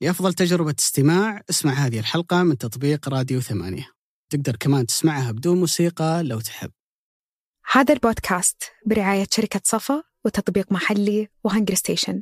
لأفضل تجربة استماع اسمع هذه الحلقة من تطبيق راديو 8. تقدر كمان تسمعها بدون موسيقى لو تحب. هذا البودكاست برعاية شركة صفا وتطبيق محلي وهنجر ستيشن.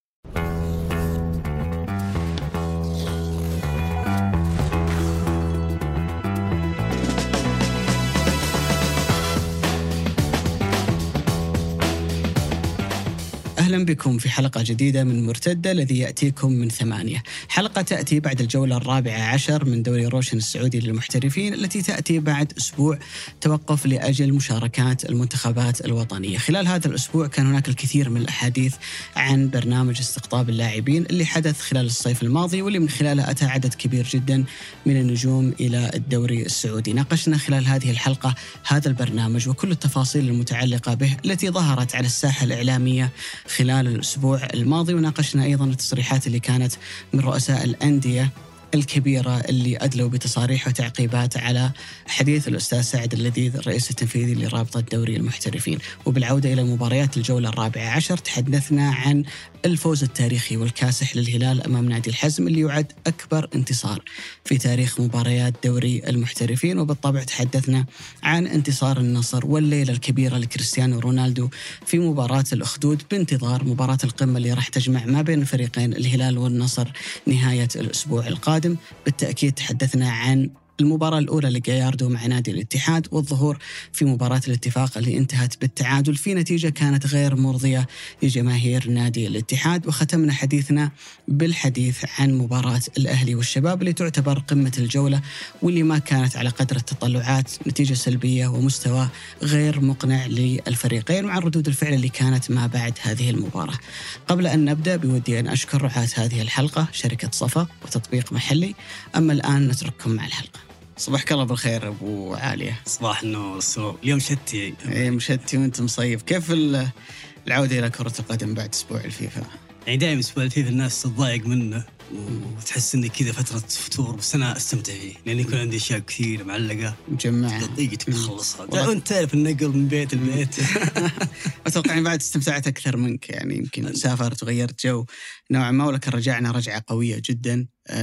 أهلا بكم في حلقة جديدة من مرتدة الذي يأتيكم من 8. حلقة تأتي بعد الجولة 14 من دوري روشن السعودي للمحترفين، التي تأتي بعد أسبوع توقف لأجل مشاركات المنتخبات الوطنية. خلال هذا الأسبوع كان هناك الكثير من الأحاديث عن برنامج استقطاب اللاعبين اللي حدث خلال الصيف الماضي، واللي من خلاله أتى عدد كبير جدا من النجوم إلى الدوري السعودي. ناقشنا خلال هذه الحلقة هذا البرنامج وكل التفاصيل المتعلقة به التي ظهرت على الساحة الإعلامية خلال الأسبوع الماضي، وناقشنا أيضا التصريحات اللي كانت من رؤساء الأندية الكبيرة اللي أدلوا بتصاريح وتعقيبات على حديث الأستاذ سعد اللذيذ الرئيس التنفيذي لرابطة دوري المحترفين. وبالعودة إلى مباريات الجولة 14 تحدثنا عن الفوز التاريخي والكاسح للهلال أمام نادي الحزم اللي يعد أكبر انتصار في تاريخ مباريات دوري المحترفين، وبالطبع تحدثنا عن انتصار النصر والليلة الكبيرة لكريستيانو رونالدو في مباراة الأخدود بانتظار مباراة القمة اللي راح تجمع ما بين الفريقين الهلال والنصر نهاية الأسبوع القادم. بالتأكيد تحدثنا عن المباراة الأولى لجاياردو مع نادي الاتحاد والظهور في مباراة الاتفاق اللي انتهت بالتعادل في نتيجة كانت غير مرضية لجماهير نادي الاتحاد. وختمنا حديثنا بالحديث عن مباراة الأهلي والشباب اللي تعتبر قمة الجولة واللي ما كانت على قدر التطلعات، نتيجة سلبية ومستوى غير مقنع للفريقين، وعن ردود الفعل اللي كانت ما بعد هذه المباراة. قبل أن نبدأ بودي أن أشكر رعاة هذه الحلقة شركة صفا وتطبيق محلي. أما الآن نترككم مع الحلقة. صباحك الله بالخير أبو عالية. صباح النور. اليوم مشتي. مشتي وانت مصيف. كيف العودة إلى كرة القدم بعد أسبوع الفيفا؟ يعني دائما أسبوع الفيفا الناس تضايق منه وتحس إنك كذا فترة فتور، بس أنا أستمتع فيه لأن يكون عندي أشياء كثير معلقة مجمعة ضيقتك تخلصها. أنت تعرف النقل من بيت لبيت. أتوقع إن بعد استمتعت أكثر منك، يعني يمكن سافرت وغيرت جو نوعا ما، ولكن رجعنا رجعة قوية جدا.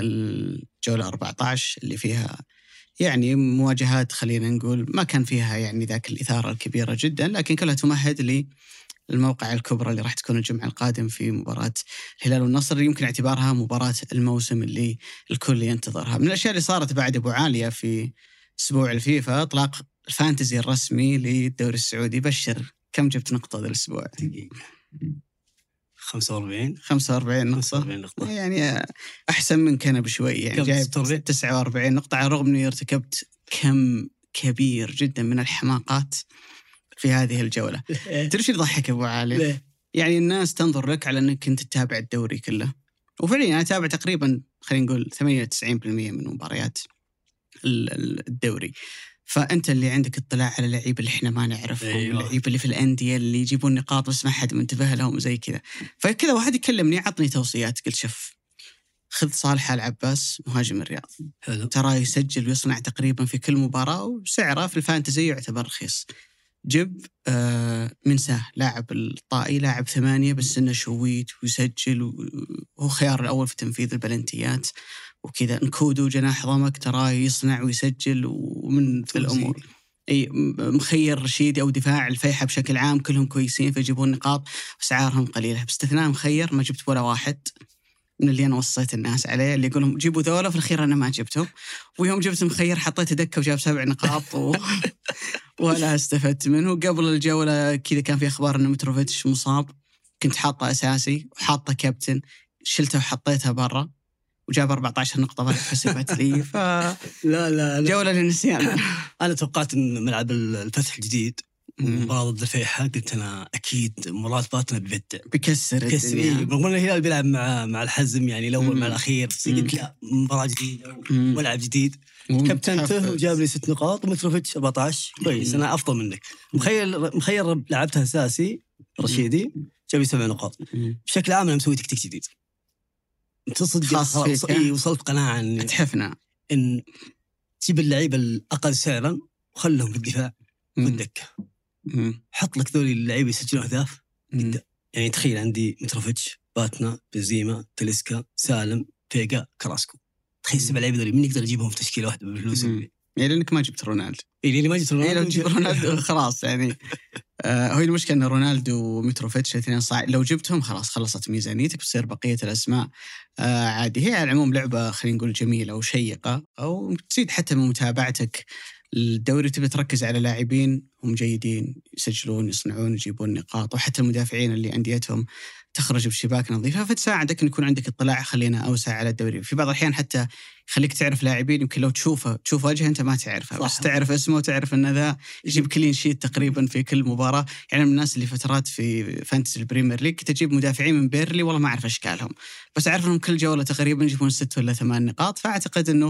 الجولة 14 اللي فيها يعني مواجهات خلينا نقول ما كان فيها يعني ذاك الإثارة الكبيرة جدا، لكن كلها تمهد للموقع الكبرى اللي راح تكون الجمعة القادم في مباراة الهلال والنصر، يمكن اعتبارها مباراة الموسم اللي الكل ينتظرها. من الأشياء اللي صارت بعد أبو عالية في أسبوع الفيفا إطلاق الفانتزي الرسمي للدوري السعودي. بشر، كم جبت نقطة ذا الأسبوع؟ 45 نقطة. يعني أحسن من كان بشوي، يعني جايب 49 نقطة، على الرغم أني ارتكبت كم كبير جدا من الحماقات في هذه الجولة. تدري شو يضحك أبو عالي؟ يعني الناس تنظر لك على أنك كنت تتابع الدوري كله، وفعليا أنا أتابع تقريبا خلينا نقول 98% من مباريات الدوري. فأنت اللي عندك اطلاع على اللعيبة اللي إحنا ما نعرفهم، اللعيبة اللي في الأندية اللي يجيبون نقاط بس ما حد منتبه لهم زي كذا. فكذا واحد يكلمني عطني توصيات، قلت شوف خذ صالح العباس مهاجم الرياض، ترى يسجل ويصنع تقريبا في كل مباراة، وسعره في الفانتزي يعتبر رخيص. جيب منساه لاعب الطائي، لاعب 8 بس إنه شويت ويسجل، وهو خيار الأول في تنفيذ البلنتيات وكذا. نكودو جناح ضمك تراه يصنع ويسجل ومن في الأمور. أي مخير رشيدي أو دفاع الفيحة بشكل عام كلهم كويسين فيجيبون نقاط، أسعارهم قليلة باستثناء مخير ما جبت ولا واحد من اللي أنا وصيت الناس عليه، اللي يقولهم جيبوا ذولا، في الأخير أنا ما جبتهم. ويوم جبت مخير حطيت دكة وجاب 7 نقاط ولا استفدت منه. قبل الجولة كذا كان في أخبار أن متروفيتش مصاب، كنت حاطة أساسي وحاطة كابتن، شلته وحطيتها برا وجاب 14 نقطة بعد حسبت لي. لا جولة للنسيان. أنا توقعت أن ملعب الفتح الجديد مباراة ضد الفيحة، قلت أنا أكيد مباراة باتنا بيكسر رغم أن الهلال بيلعب مع الحزم يعني الأول مع الأخير، بس قلت لا، مباراة جديدة وملعب جديد. كابتنته وجاب لي 6 نقاط، ومتروفيتش 14 كويس، أنا أفضل منك. مخير لعبتها أساسي رشيدي جاب لي 7 نقاط. بشكل عام أنا مسوي تكتيك جديد تصدق خلاص. وصلت قناعة أن أتحفنا إن تجيب اللعيبة الأقل سعرا وخلهم في الدفاع والدكة. حط لك ذولي اللعيبة يسجلون أهداف. يعني تخيل عندي متروفيتش، باتنا، بنزيما، تلسكا، سالم، فيجا، كراسكو. تخيل 7 لاعبين ذولي مين يقدر يجيبهم في تشكيله واحده بالفلوس؟ يعني لانك ما جبت رونالدو. اللي ما جبت لو جبت رونالدو خلاص يعني. هو المشكله ان رونالدو وميتروفيتش الاثنين صعب، لو جبتهم خلاص خلصت ميزانيتك، بتصير بقيه الاسماء عادي. هي على العموم لعبه خلينا نقول جميله وشيقه، او تزيد حتى من متابعتك الدوري. تبي تركز على لاعبين هم جيدين، يسجلون، يصنعون، يجيبون نقاط، وحتى المدافعين اللي أنديتهم تخرج بشباك نظيفة، فتساعدك أن يكون عندك اطلاع خلينا أوسع على الدوري. في بعض الأحيان حتى يخليك تعرف لاعبين يمكن لو تشوف وجهه أنت ما تعرفه، بس تعرف اسمه وتعرف أن ذا يجيب كلين شيت تقريبا في كل مباراة. يعني من الناس اللي فترات في فانتسي البريمير ليج تجيب مدافعين من بيرلي والله ما أعرف أشكالهم، بس أعرف أنهم كل جولة تقريبا يجيبون 6 ولا 8 نقاط. فأعتقد أنه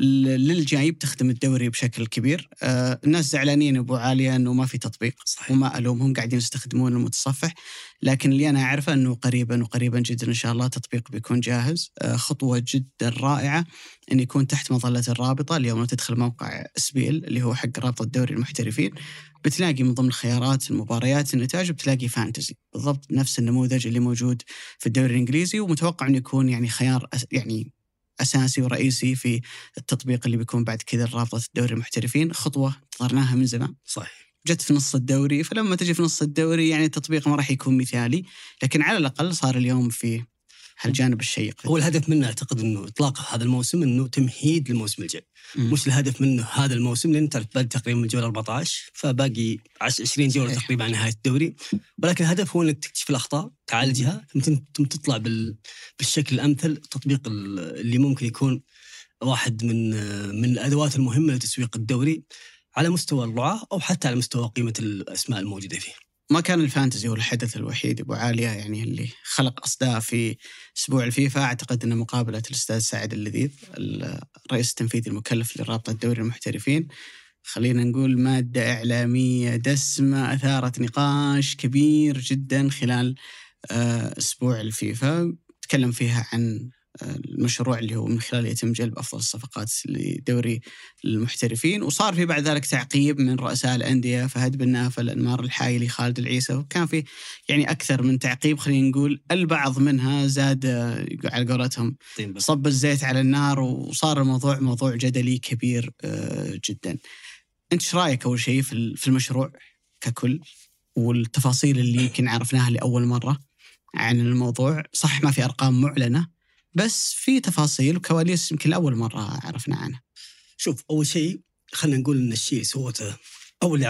للجاي بتخدم الدوري بشكل كبير. الناس زعلانين أبو عالية أنه ما في تطبيق، وما ألومهم، قاعدين يستخدمون المتصفح. لكن اللي أنا أعرفه أنه قريبا جدا إن شاء الله تطبيق بيكون جاهز. خطوة جدا رائعة أن يكون تحت مظلة الرابطة. اليوم تدخل موقع سبيل اللي هو حق رابطة الدوري المحترفين، بتلاقي من ضمن الخيارات المباريات النتائج، بتلاقي فانتزي بالضبط نفس النموذج اللي موجود في الدوري الإنجليزي، ومتوقع أن يكون يعني خيار يعني أساسي ورئيسي في التطبيق اللي بيكون بعد كذا رابطة الدوري المحترفين. خطوة انتظرناها من زمان، صحيح، جت في نص الدوري. فلما تجي في نص الدوري يعني التطبيق ما راح يكون مثالي، لكن على الأقل صار اليوم في هالجانب الشيق. هو الهدف منه أعتقد أنه إطلاق هذا الموسم أنه تمهيد للموسم الجاي، مش الهدف منه هذا الموسم، لأن تعرف باقي تقريبا من جولة 14، فباقي 20 جولة تقريبا عن نهاية الدوري. ولكن الهدف هو أنك تكتشف الأخطاء، تعالجها، ثم تطلع بالشكل الأمثل. التطبيق اللي ممكن يكون واحد من الأدوات المهمة لتسويق الدوري على مستوى الرعاة أو حتى على مستوى قيمة الأسماء الموجودة فيه. ما كان الفانتزي هو الحدث الوحيد أبو عالية يعني اللي خلق أصداء في أسبوع الفيفا. أعتقد أن مقابلة الأستاذ سعد اللذيذ الرئيس التنفيذي المكلف لرابطة الدوري المحترفين، خلينا نقول مادة إعلامية دسمة أثارت نقاش كبير جدا خلال أسبوع الفيفا. تكلم فيها عن المشروع اللي هو من خلاله يتم جلب أفضل الصفقات لدوري المحترفين، وصار في بعد ذلك تعقيب من رؤساء الأندية، فهد بن نافل، أنمار الحايلي، خالد العيسى، وكان في يعني أكثر من تعقيب. خلينا نقول البعض منها زاد على قولتهم صب الزيت على النار، وصار الموضوع موضوع جدلي كبير جدا. أنت ايش رأيك أول شيء في المشروع ككل، والتفاصيل اللي يمكن عرفناها لأول مرة عن الموضوع؟ صح ما في أرقام معلنة، بس في تفاصيل وكواليس يمكن لأول مرة عرفنا عنها. شوف، أول شيء خلينا نقول إن الشيء سوته أو اللي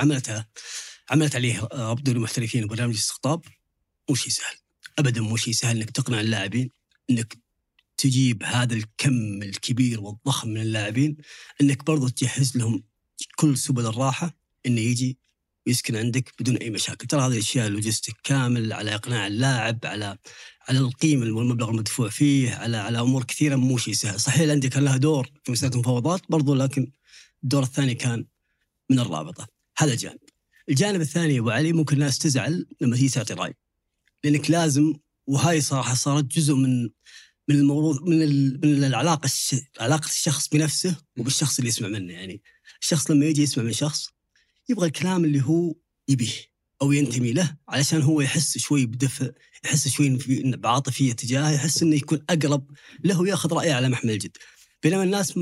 عملت عليه رابطة الدوري المحترفين وبرنامج الاستقطاب مو شيء سهل أبدا، مو شيء سهل إنك تقنع اللاعبين، إنك تجيب هذا الكم الكبير والضخم من اللاعبين، إنك برضو تجهز لهم كل سبل الراحة إنه يجي ويسكن عندك بدون أي مشاكل. ترى هذه الأشياء اللوجستيك كامل على إقناع اللاعب، على القيمة والمبلغ المدفوع فيه، على أمور كثيرة، مو شيء سهل. صحيح الأندية كان لها دور في مسألة المفاوضات برضو، لكن الدور الثاني كان من الرابطة. هذا جانب. الجانب الثاني أبو علي، ممكن الناس تزعل لما تيجي تعطي رأي، لأنك لازم، وهاي صراحة صارت جزء من الموضوع، من العلاقة علاقة الشخص بنفسه وبالشخص اللي يسمع منه. يعني الشخص لما يجي يسمع من شخص يبغى الكلام اللي هو يبيه أو ينتمي له، علشان هو يحس شوي بدفء، يحس شوي بعاطفية تجاهه، يحس إنه يكون أقرب له ويأخذ رأيه على محمل الجد. بينما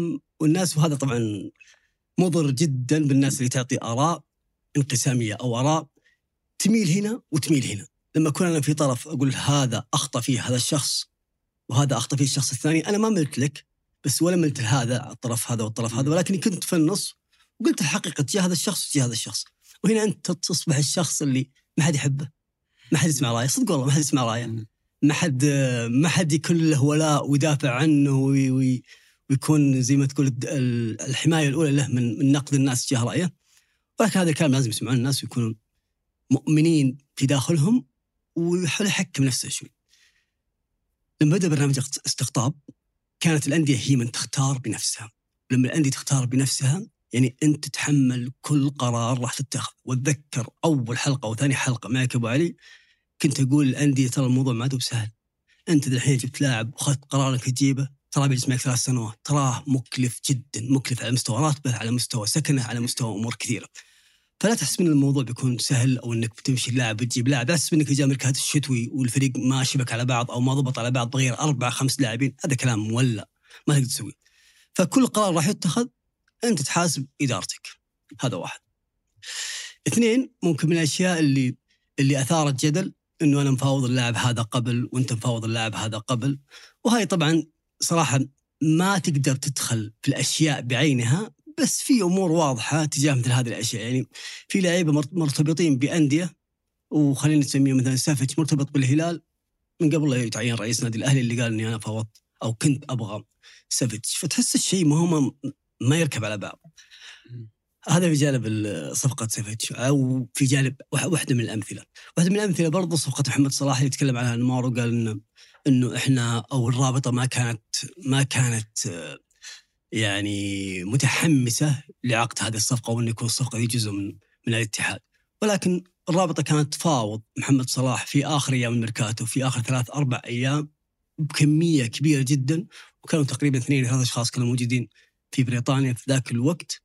الناس وهذا طبعا مضر جدا بالناس اللي تعطي آراء انقسامية أو آراء تميل هنا وتميل هنا. لما أكون أنا في طرف أقول هذا أخطأ فيه هذا الشخص وهذا أخطأ فيه الشخص الثاني، أنا ما ملت لك، بس ولا ملت لهذا الطرف هذا والطرف هذا، ولكن كنت في النص وقلت الحقيقة تجاه هذا الشخص وتجاه هذا الشخص. وهنا أنت تصبح الشخص اللي ما حد يحبه، ما حد يسمع رأيه، صدق والله ما حد يسمع رأيه، ما حد يكون له ولاء ويدافع عنه ويكون زي ما تقول الحماية الأولى له من نقد الناس تجاه رأيه. ولكن هذا الكلام لازم يسمعون الناس ويكونوا مؤمنين في داخلهم ويحاول يحكم نفسه شوي. لما بدأ برنامج استقطاب كانت الأندية هي من تختار بنفسها. لما الأندية تختار بنفسها يعني أنت تتحمل كل قرار راح تتخذ. واتذكر أول حلقة وثاني حلقة معك أبو علي كنت أقول الأندية ترى الموضوع ما هو سهل، أنت الحين جبت لاعب وخذت قرارك تجيبه، ترى بيجلس معك 3 سنوات، تراه مكلف جدا، مكلف على مستوى راتبه، على مستوى سكنه، على مستوى أمور كثيرة. فلا تحسب ان الموضوع بيكون سهل او انك بتمشي اللاعب وتجيب لاعب، لا تحسب انك جاء ميركاتو الشتوي والفريق ما شبك على بعض او ما ضبط على بعض بغير 4-5 لاعبين، هذا كلام مولع ما تقدر تسويه. فكل قرار راح يتخذ انت تحاسب ادارتك، هذا واحد. 2 ممكن من الاشياء اللي اثارت جدل انه انا مفاوض اللاعب هذا قبل وانت مفاوض اللاعب هذا قبل، وهي طبعا صراحه ما تقدر تدخل في الاشياء بعينها، بس في امور واضحه تجاه مثل هذه الاشياء. يعني في لاعيبه مرتبطين بانديه، وخلينا نسميه مثلا سافيتش مرتبط بالهلال من قبل لا يتعين رئيس نادي الاهلي اللي قال اني انا فاوضت او كنت ابغى سافيتش، فتحس الشيء ما يركب على بعض. هذا في جانب صفقة سافيتش، أو في جانب واحدة من الأمثلة برضو صفقة محمد صلاح اللي يتكلم عنها نمار، وقال إنه إحنا أو الرابطة ما كانت يعني متحمسة لعقد هذه الصفقة، وإن يكون الصفقة دي جزء من الاتحاد، ولكن الرابطة كانت تفاوض محمد صلاح في آخر أيام الميركاتو، في آخر 3-4 أيام بكمية كبيرة جدا، وكانوا تقريبا 2-3 أشخاص كانوا موجودين في بريطانيا في ذاك الوقت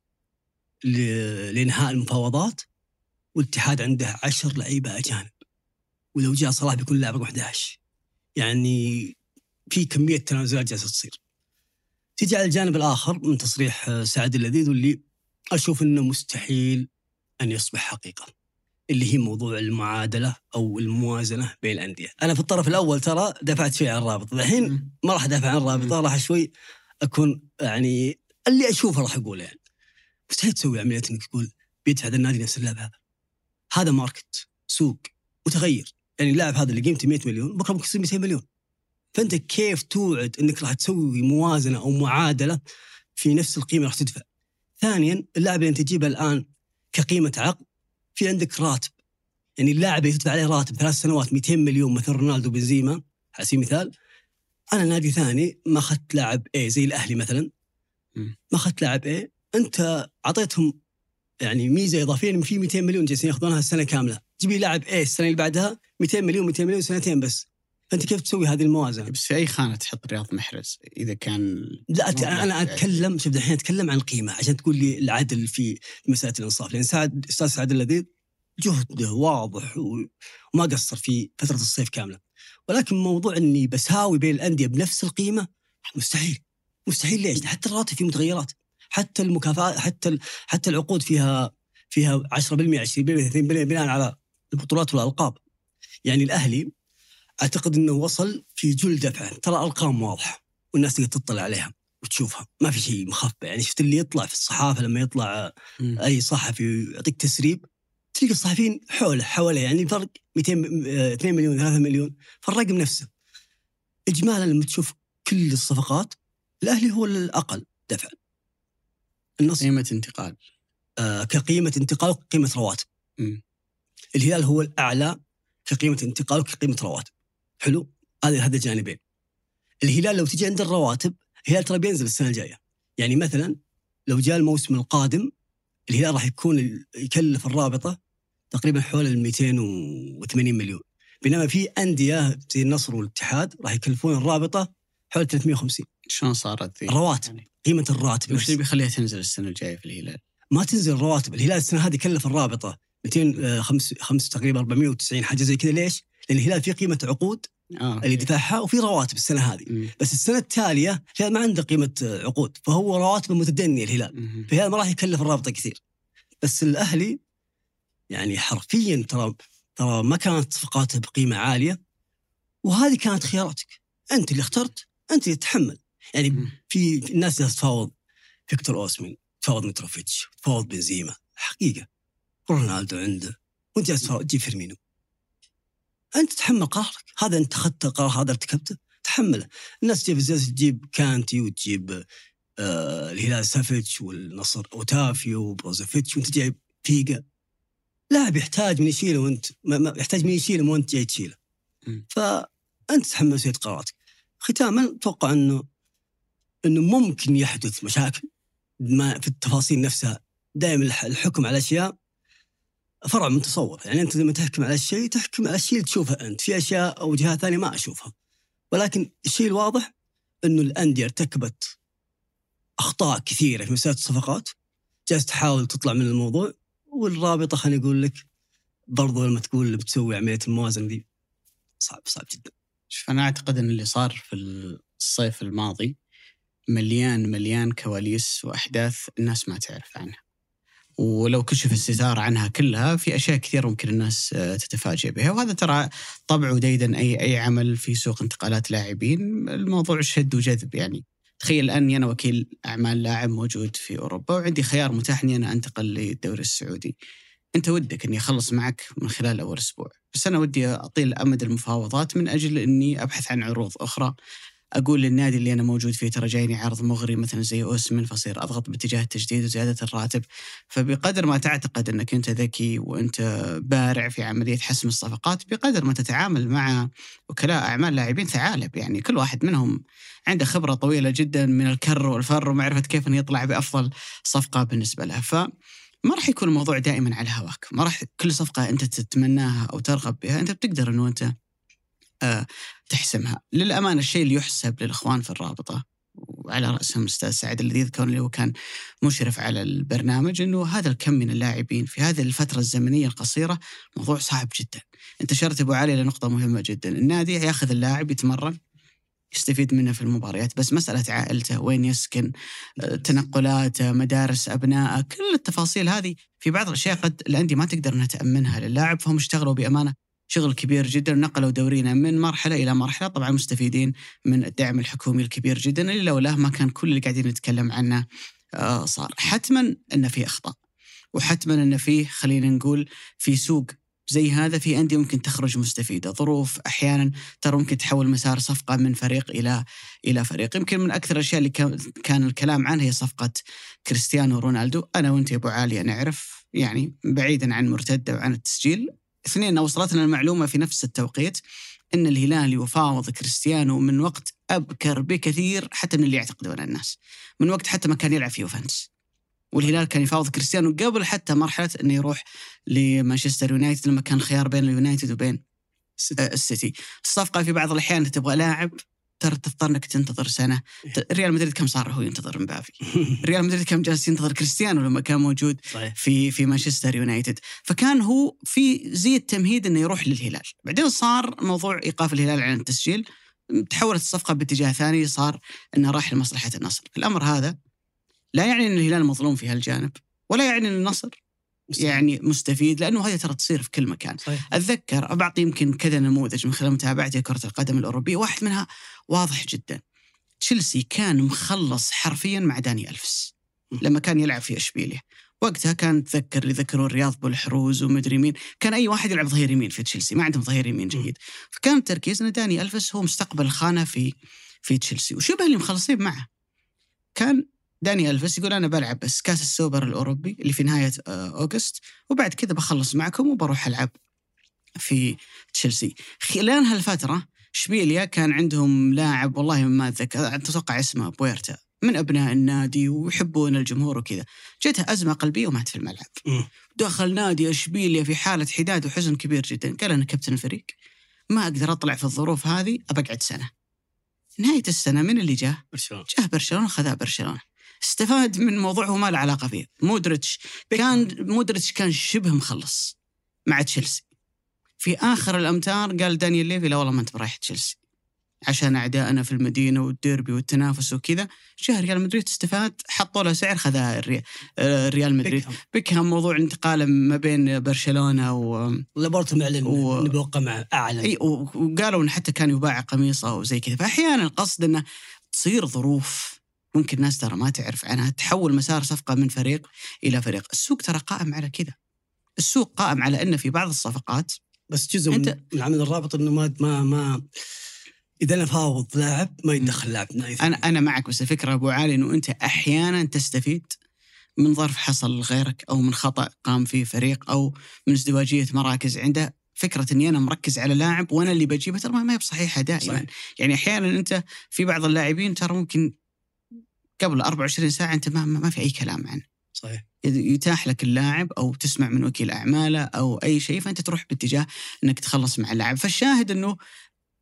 لإنهاء المفاوضات، والاتحاد عنده 10 لعيبة أجانب، ولو جاء صلاح بيكون لاعب رقم 11. يعني في كمية تنازلات جالسة تصير. تيجي على الجانب الآخر من تصريح سعد اللذيذ، واللي أشوف أنه مستحيل أن يصبح حقيقة، اللي هي موضوع المعادلة أو الموازنة بين الأندية. أنا في الطرف الأول ترى دفعت شوي عن الرابطة، الحين ما راح أدافع عن الرابطة، راح شوي أكون يعني اللي أشوفه راح أقوله. يعني مستحيل تسوي عملية إنك تقول بيدفع هذا النادي نفس اللاعب هذا ماركت سوق متغير. يعني اللاعب هذا اللي قيمته 100 مليون بكرة ممكن يصير 200 مليون، فأنت كيف توعد إنك راح تسوي موازنة أو معادلة في نفس القيمة راح تدفع؟ ثانياً اللاعب اللي أنت تجيبه الآن كقيمة عقد، في عندك راتب، يعني اللاعب اللي تدفع عليه راتب 3 سنوات 200 مليون مثل رونالدو بنزيما على سبيل المثال. أنا نادي ثاني ما أخذت لاعب A زي الأهلي مثلاً، ما أخذت لاعب A، أنت عطيتهم يعني ميزة إضافية في 200 مليون جالسين يأخذونها السنة كاملة، تجيبي لاعب A السنة اللي بعدها 200 مليون سنتين بس، فأنت كيف تسوي هذه الموازنة؟ بس في أي خانة تحط رياض محرز إذا كان؟ لا أنا أتكلم، شوف الحين أتكلم عن القيمة عشان تقول لي العدل في مسألة الإنصاف، لأن أستاذ سعد اللذيذ جهده واضح وما قصر في فترة الصيف كاملة، ولكن موضوع إني بساوي بين الأندية بنفس القيمة مستحيل. ليش؟ حتى الراتب فيه متغيرات، حتى المكافآت، حتى العقود فيها 10% 20% 30% بناء على البطولات والألقاب. يعني الأهلي أعتقد أنه وصل في جل دفعه، ترى أرقام واضحة والناس تقدر تطلع عليها وتشوفها، ما في شيء مخفى. يعني شفت اللي يطلع في الصحافة لما يطلع أي صحفي يعطيك تسريب، تلقى الصحفيين حواليه يعني فرق 2 مليون 3 مليون، فالرقم نفسه. إجمالا لما تشوف كل الصفقات الأهلي هو الأقل دفع. قيمة انتقال كقيمة انتقال وقيمة رواتب. الهلال هو الأعلى كقيمة انتقال وكقيمة رواتب. حلو، هذا جانبين. الهلال لو تجي عند الرواتب، الهلال ترى بينزل السنة الجاية. يعني مثلا لو جاء الموسم القادم الهلال راح يكلف الرابطة تقريبا حول 280 مليون، بينما في أندية زي النصر والاتحاد راح يكلفون الرابطة حول 350. شلون صارت ذي؟ الرواتب يعني قيمة الراتب وش اللي بيخليها تنزل السنة الجاية في الهلال؟ ما تنزل الرواتب. الهلال السنة هذه كلف الرابطة 205 تقريبا 490 حاجة زي كذا. ليش؟ لأن الهلال في قيمة عقود اللي دفعها وفي رواتب السنة هذه. بس السنة التالية الهلال ما عنده قيمة عقود، فهو رواتب متدنية الهلال، فالهلال ما راح يكلف الرابطة كثير. بس الأهلي يعني حرفيا ترى ما كانت صفقاتها بقيمة عالية، وهذه كانت خياراتك، أنت اللي اخترت، أنت اللي تتحمل. يعني في الناس جالسة تفاوض فيكتور أوسمين، تفاوض متروفيتش، تفاوض بنزيما، حقيقة رونالدو عنده، وانت جالس تجيب فيرمينو، أنت تتحمل قرارك. هذا أنت أخذت قرار، هذا ارتكبته، تحمله. الناس تجيب كانتي وتجيب الهلال سافيتش والنصر أوتافيو وبروزوفيتش، وانت جايب فيجا، لاعب يحتاج من يشيله وانت ما يحتاج من يشيله وانت جاي تشيله، فأنت تتحمل مسؤولية قراراتك. ختاما أتوقع إنه ممكن يحدث مشاكل ما في التفاصيل نفسها. دائما الحكم على أشياء فرع من تصور، يعني أنت لما تحكم على الشيء تحكم على الشيء اللي تشوفه أنت، في أشياء أو جهات ثانية ما أشوفها. ولكن الشيء الواضح إنه الأندية ارتكبت أخطاء كثيرة في مسألة الصفقات، جالس تحاول تطلع من الموضوع، والرابطة خليني أقول لك برضو لما تقول بتسوي عملية الموازنة دي صعب جدا. شوف أنا أعتقد أن اللي صار في الصيف الماضي مليان كواليس وأحداث الناس ما تعرف عنها، ولو كشف الستار عنها كلها في أشياء كثيرة ممكن الناس تتفاجئ بها، وهذا ترى طبعه ديدا أي عمل في سوق انتقالات لاعبين، الموضوع شد وجذب. يعني تخيل أني أنا وكيل أعمال لاعب موجود في أوروبا وعندي خيار متاح أني أنا أنتقل للدوري السعودي، أنت ودك أني أخلص معك من خلال أول أسبوع، بس أنا ودي أطيل أمد المفاوضات من أجل أني أبحث عن عروض أخرى. أقول للنادي اللي أنا موجود فيه ترى جايني عرض مغري مثلا زي أوسمن، فصير أضغط باتجاه التجديد وزيادة الراتب. فبقدر ما تعتقد أنك أنت ذكي وأنت بارع في عملية حسم الصفقات، بقدر ما تتعامل مع وكلاء أعمال لاعبين ثعالب، يعني كل واحد منهم عنده خبرة طويلة جدا من الكر والفر ومعرفة كيف أن يطلع بأفضل صفقة بالنسبة لها. ما راح يكون الموضوع دائما على هواك، ما راح كل صفقة أنت تتمناها أو ترغب بها أنت بتقدر أنه أنت تحسمها. للأمانة الشيء اللي يحسب للإخوان في الرابطة وعلى رأسهم الأستاذ سعد الذي ذكر اللي هو كان مشرف على البرنامج، أنه هذا الكم من اللاعبين في هذه الفترة الزمنية القصيرة موضوع صعب جدا. أنت شرت أبو علي لنقطة مهمة جدا، النادي يأخذ اللاعب يتمرن يستفيد منه في المباريات، بس مسألة عائلته وين يسكن تنقلاته مدارس أبنائه كل التفاصيل هذه في بعض الأشياء قد الأندية ما تقدر أنها تأمنها للاعب، فهم اشتغلوا بأمانة شغل كبير جدا، نقلوا دورينا من مرحلة إلى مرحلة، طبعا مستفيدين من الدعم الحكومي الكبير جدا اللي لولاه ما كان كل اللي قاعدين نتكلم عنه صار. حتما أن في أخطاء، وحتما أن فيه خلينا نقول في سوق زي هذا في أندية ممكن تخرج مستفيدة، ظروف أحيانا ترى ممكن تحول مسار صفقة من فريق إلى فريق. يمكن من أكثر الأشياء اللي كان الكلام عنها هي صفقة كريستيانو رونالدو. أنا وأنت يا أبو عالي نعرف يعني بعيدا عن مرتدة وعن التسجيل، اثنين وصلتنا المعلومة في نفس التوقيت أن الهلال يفاوض كريستيانو من وقت أبكر بكثير حتى من اللي يعتقدون الناس، من وقت حتى ما كان يلعب في يوفنتوس، والهلال كان يفاوض كريستيانو قبل حتى مرحلة أنه يروح لمانشستر يونايتد لما كان خيار بين اليونايتد وبين السيتي. الصفقة في بعض الأحيان تبغى لاعب ترى تضطر انك تنتظر سنه. ريال مدريد كم صار هو ينتظر مبابي، ريال مدريد كم جالس ينتظر كريستيانو لما كان موجود في مانشستر يونايتد، فكان هو في زي التمهيد انه يروح للهلال. بعدين صار موضوع ايقاف الهلال عن التسجيل، تحولت الصفقه باتجاه ثاني، صار انه راح لمصلحه النصر. الامر هذا لا يعني ان الهلال مظلوم في هالجانب، ولا يعني ان النصر يعني مستفيد، لأنه هذا ترى تصير في كل مكان. صحيح. أتذكر بعطي يمكن كذا نموذج من خلال متابعتي كرة القدم الأوروبية، واحد منها واضح جدا. تشيلسي كان مخلص حرفيا مع داني ألفيس لما كان يلعب في إشبيلية، وقتها كان تذكر يذكروا الرياض بالحروز ومدري مين، كان أي واحد يلعب ظهير يمين في تشيلسي، ما عندهم ظهير يمين جيد. فكان التركيز أن داني ألفيس هو مستقبل الخانة في تشيلسي، وشبه اللي مخلصين معه كان داني ألفيس يقول أنا بلعب بس كاس السوبر الأوروبي اللي في نهاية أغسطس، وبعد كذا بخلص معكم وبروح ألعب في تشيلسي. خلال هالفترة إشبيلية كان عندهم لاعب والله ما أتذكر، أتوقع اسمه بويرتا، من أبناء النادي ويحبون الجمهور وكذا. جتها أزمة قلبية ومات في الملعب. دخل نادي إشبيلية في حالة حداد وحزن كبير جدا، قال أنا كابتن الفريق ما أقدر أطلع في الظروف هذه، أبقعد سنة. نهاية السنة من اللي جاء برشلونة، خذا برشلونة، استفاد من موضوع هو ما له علاقة فيه. مودريتش كان شبه مخلص مع تشيلسي، في آخر الأمتار قال دانيال ليفي لا والله ما أنت برايح تشيلسي عشان أعدائنا في المدينة والديربي والتنافس وكذا. جاء ريال مدريد استفاد، حطوا له سعر خذها ريال مدريد. بيكهام موضوع انتقاله ما بين برشلونة لابورتا معلن نبوقة مع أعلن، وقالوا إن حتى كان يباع قميصه وزي كذا. فأحيانا القصد إنه تصير ظروف ممكن الناس ترى ما تعرف عنها، تحول مسار صفقة من فريق إلى فريق. السوق ترى قائم على كذا، السوق قائم على أن في بعض الصفقات بس جزء من عمل الرابط إنه ما إذا أنا فاوض لاعب ما يدخل لاعب. أنا معك، بس الفكرة أبو عالي إنه أنت أحيانا تستفيد من ظرف حصل لغيرك، أو من خطأ قام فيه فريق، أو من ازدواجية مراكز عنده. فكرة إني أنا مركز على لاعب وأنا اللي بجيبه ترى ما هي بصحيحة دائما. صحيح. يعني أحيانا أنت في بعض اللاعبين ترى ممكن قبل 24 ساعة أنت ما في أي كلام عنه. صحيح. يتاح لك اللاعب أو تسمع من وكيل أعماله أو أي شيء، فأنت تروح باتجاه أنك تخلص مع اللاعب. فالشاهد أنه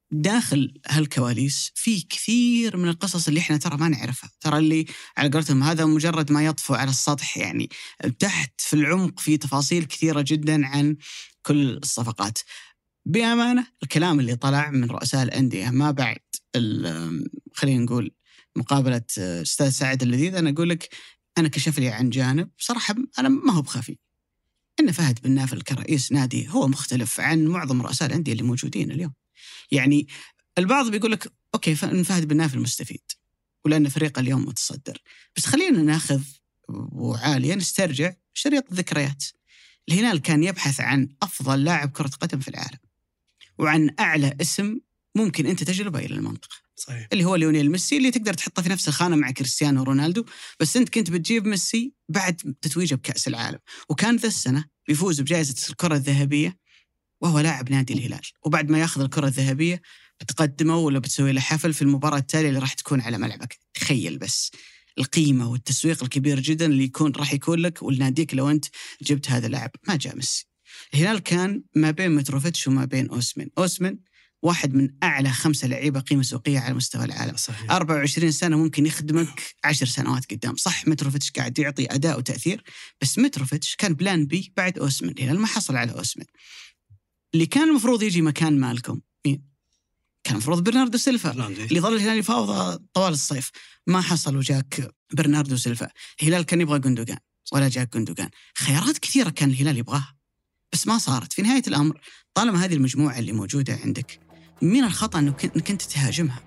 داخل هالكواليس في كثير من القصص اللي احنا ترى ما نعرفها، ترى اللي على قولتهم هذا مجرد ما يطفو على السطح، يعني تحت في العمق في تفاصيل كثيرة جدا عن كل الصفقات. بأمانة الكلام اللي طلع من رؤساء الأندية ما بعد خلينا نقول مقابلة أستاذ سعد اللذيذ، أنا أقول لك أنا كشف لي عن جانب صراحة أنا ما هو بخفي، إن فهد بن نافل كرئيس نادي هو مختلف عن معظم رؤساء الأندية اللي موجودين اليوم. يعني البعض بيقول لك أوكي فهد بن نافل مستفيد ولأن فريق اليوم متصدر، بس خلينا ناخذ وعاليا نسترجع شريط الذكريات. الهلال كان يبحث عن أفضل لاعب كرة قدم في العالم وعن أعلى اسم ممكن أنت تجربه إلى المنطقة، صحيح. اللي هو ليونيل ميسي، اللي تقدر تحطه في نفس الخانة مع كريستيانو رونالدو، بس أنت كنت بتجيب ميسي بعد تتويجه بكأس العالم، وكان ذا السنة بيفوز بجائزة الكرة الذهبية وهو لاعب نادي الهلال، وبعد ما ياخذ الكرة الذهبية بتقدمه ولا بتسوي له حفل في المباراة التالية اللي راح تكون على ملعبك. تخيل بس القيمة والتسويق الكبير جدا اللي راح يكون لك ولناديك لو أنت جبت هذا اللاعب. ما جاء ميسي. الهلال كان ما بين متروفيتش وما بين أوسمن واحد من أعلى 5 لعيبة قيمة سوقية على مستوى العالم. صحيح. 24 سنة ممكن يخدمك 10 سنوات قدام. صح متروفيتش قاعد يعطي أداء وتأثير، بس متروفيتش كان بلان بي بعد أوسمن. الهلال ما حصل على أوسمن. اللي كان المفروض يجي مكان مالكم مين؟ كان المفروض برناردو سيلفا اللي ظل الهلال يفاوض طوال الصيف، ما حصل وجاك برناردو سيلفا. الهلال كان يبغى جندوغان ولا جاك جندوغان. خيارات كثيرة كان الهلال يبغاها بس ما صارت. في نهاية الأمر طالما هذه المجموعة اللي موجودة عندك، من الخطأ أنك أنت تهاجمها.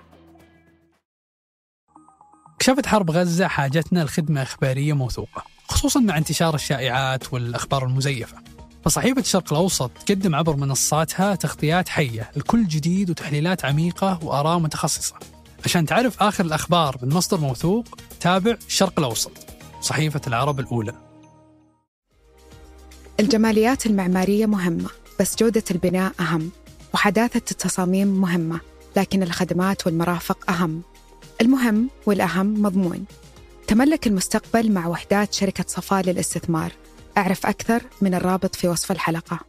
كشفت حرب غزة حاجتنا لخدمة إخبارية موثوقة، خصوصاً مع انتشار الشائعات والأخبار المزيفة. فصحيفة الشرق الأوسط تقدم عبر منصاتها تغطيات حية لكل جديد وتحليلات عميقة وآراء متخصصة. عشان تعرف آخر الأخبار من مصدر موثوق، تابع الشرق الأوسط، صحيفة العرب الأولى. الجماليات المعمارية مهمة، بس جودة البناء أهم، وحداثة التصاميم مهمة، لكن الخدمات والمرافق أهم. المهم والأهم مضمون. تملك المستقبل مع وحدات شركة صفاء للاستثمار. أعرف أكثر من الرابط في وصف الحلقة.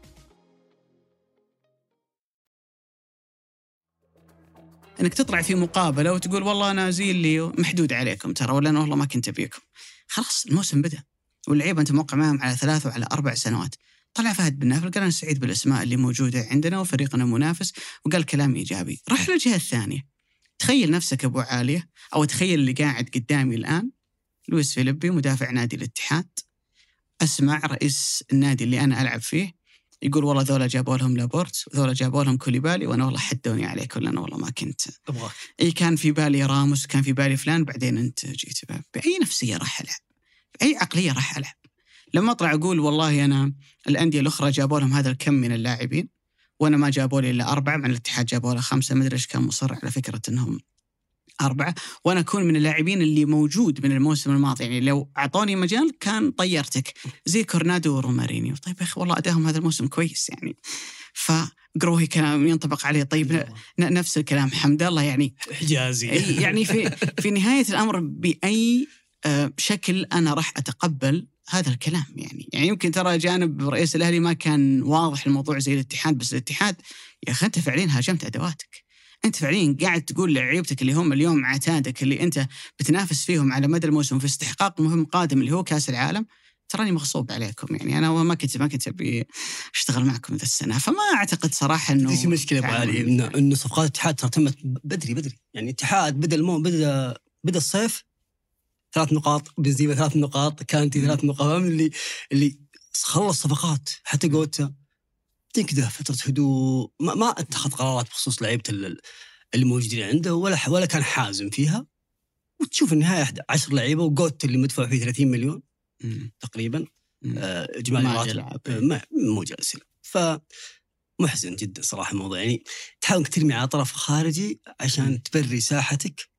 أنك تطلع في مقابلة وتقول والله أنا زي اللي محدود عليكم ترى، ولا أنا والله ما كنت أبيكم. خلاص الموسم بدأ واللعيبة أنت موقع معهم على 3 وعلى 4 سنوات. طلع فهد بن نافل قال أنا سعيد بالأسماء اللي موجودة عندنا وفريقنا منافس، وقال كلام إيجابي. راح للجهة الثانية. تخيل نفسك أبو عالية، أو تخيل اللي قاعد قدامي الآن لويس فيليبي مدافع نادي الاتحاد، أسمع رئيس النادي اللي أنا ألعب فيه يقول والله ذولا جابوا لهم لابورت وذولا جابوا لهم كوليبالي وأنا والله حدوني عليك ولا أنا والله ما كنت أبغاك. كان في بالي راموس كان في بالي فلان، بعدين أنت جيت. بأي نفسية راح ألعب؟ بأي عقلية راح ألعب؟ لما أطلع أقول والله أنا الأندية الأخرى جابوا لهم هذا الكم من اللاعبين وأنا ما جابوا لي إلا 4، مع الاتحاد جابوا له 5، ما أدري إيش كان مصر على فكرة أنهم 4، وأنا أكون من اللاعبين اللي موجود من الموسم الماضي. يعني لو أعطوني مجال كان طيرتك زي كورنادو ورومارينيو. طيب يا أخي والله أداهم هذا الموسم كويس يعني. فقروهي كلام ينطبق عليه. طيب نفس الكلام حمد الله يعني حجازي. يعني في نهاية الأمر بأي شكل أنا راح أتقبل هذا الكلام. يعني يمكن ترى جانب رئيس الأهلي ما كان واضح الموضوع زي الاتحاد، بس الاتحاد يا أخي أنت فعليا هاجمت أدواتك. أنت فعليا قاعد تقول لعيبتك اللي هم اليوم عتادك اللي أنت بتنافس فيهم على مدى الموسم في استحقاق مهم قادم اللي هو كأس العالم، تراني مغصوب عليكم. يعني أنا ما كنت أبي أشتغل معكم ذا السنة. فما أعتقد صراحة إنه في مشكلة أبو علي إنه صفقات الاتحاد ترى تمت بدري. يعني الاتحاد بدأ الصيف 3 نقاط، بنزيما 3 نقاط، كانتي 3 نقاط، اللي خلص صفقات. حتى جوتا كده فترة هدوء، ما اتخذ قرارات بخصوص لعيبة اللي موجودين عنده ولا كان حازم فيها. وتشوف النهاية 10 لعيبة وجوتا اللي مدفوع فيه 30 مليون تقريبا. جمال مو جالس. فمحزن جدا صراحة الموضوع. يعني تحاول ترمي على طرف خارجي عشان تبري ساحتك.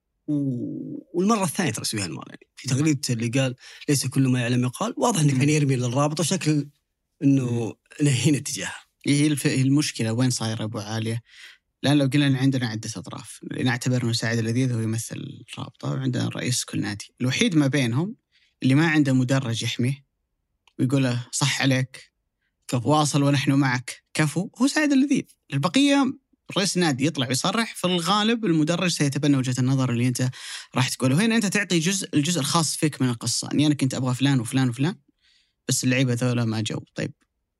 والمرة الثانية ترى سويها المرة. يعني في تغريدة اللي قال ليس كل ما يعلم يقال، واضح إنه كان يرمي للرابط وشكل إنه نهينا اتجاهها. هي المشكلة وين صايرة أبو عالية؟ لأن لو قلنا إن عندنا عدة أطراف، نعتبر إنه سعد اللذيذ هو يمثل الرابطة، وعندنا رئيس كل نادي. الوحيد ما بينهم اللي ما عنده مدرج يحميه ويقول له صح عليك كفو، واصل ونحن معك كفو، هو سعد اللذيذ. البقية رئيس النادي يطلع ويصرح، في الغالب المدرج سيتبنى وجهة النظر اللي أنت راح تقوله. وهنا أنت تعطي الجزء الخاص فيك من القصة، أني أنا كنت أبغى فلان وفلان وفلان بس اللعيبة ذولا ما جو. طيب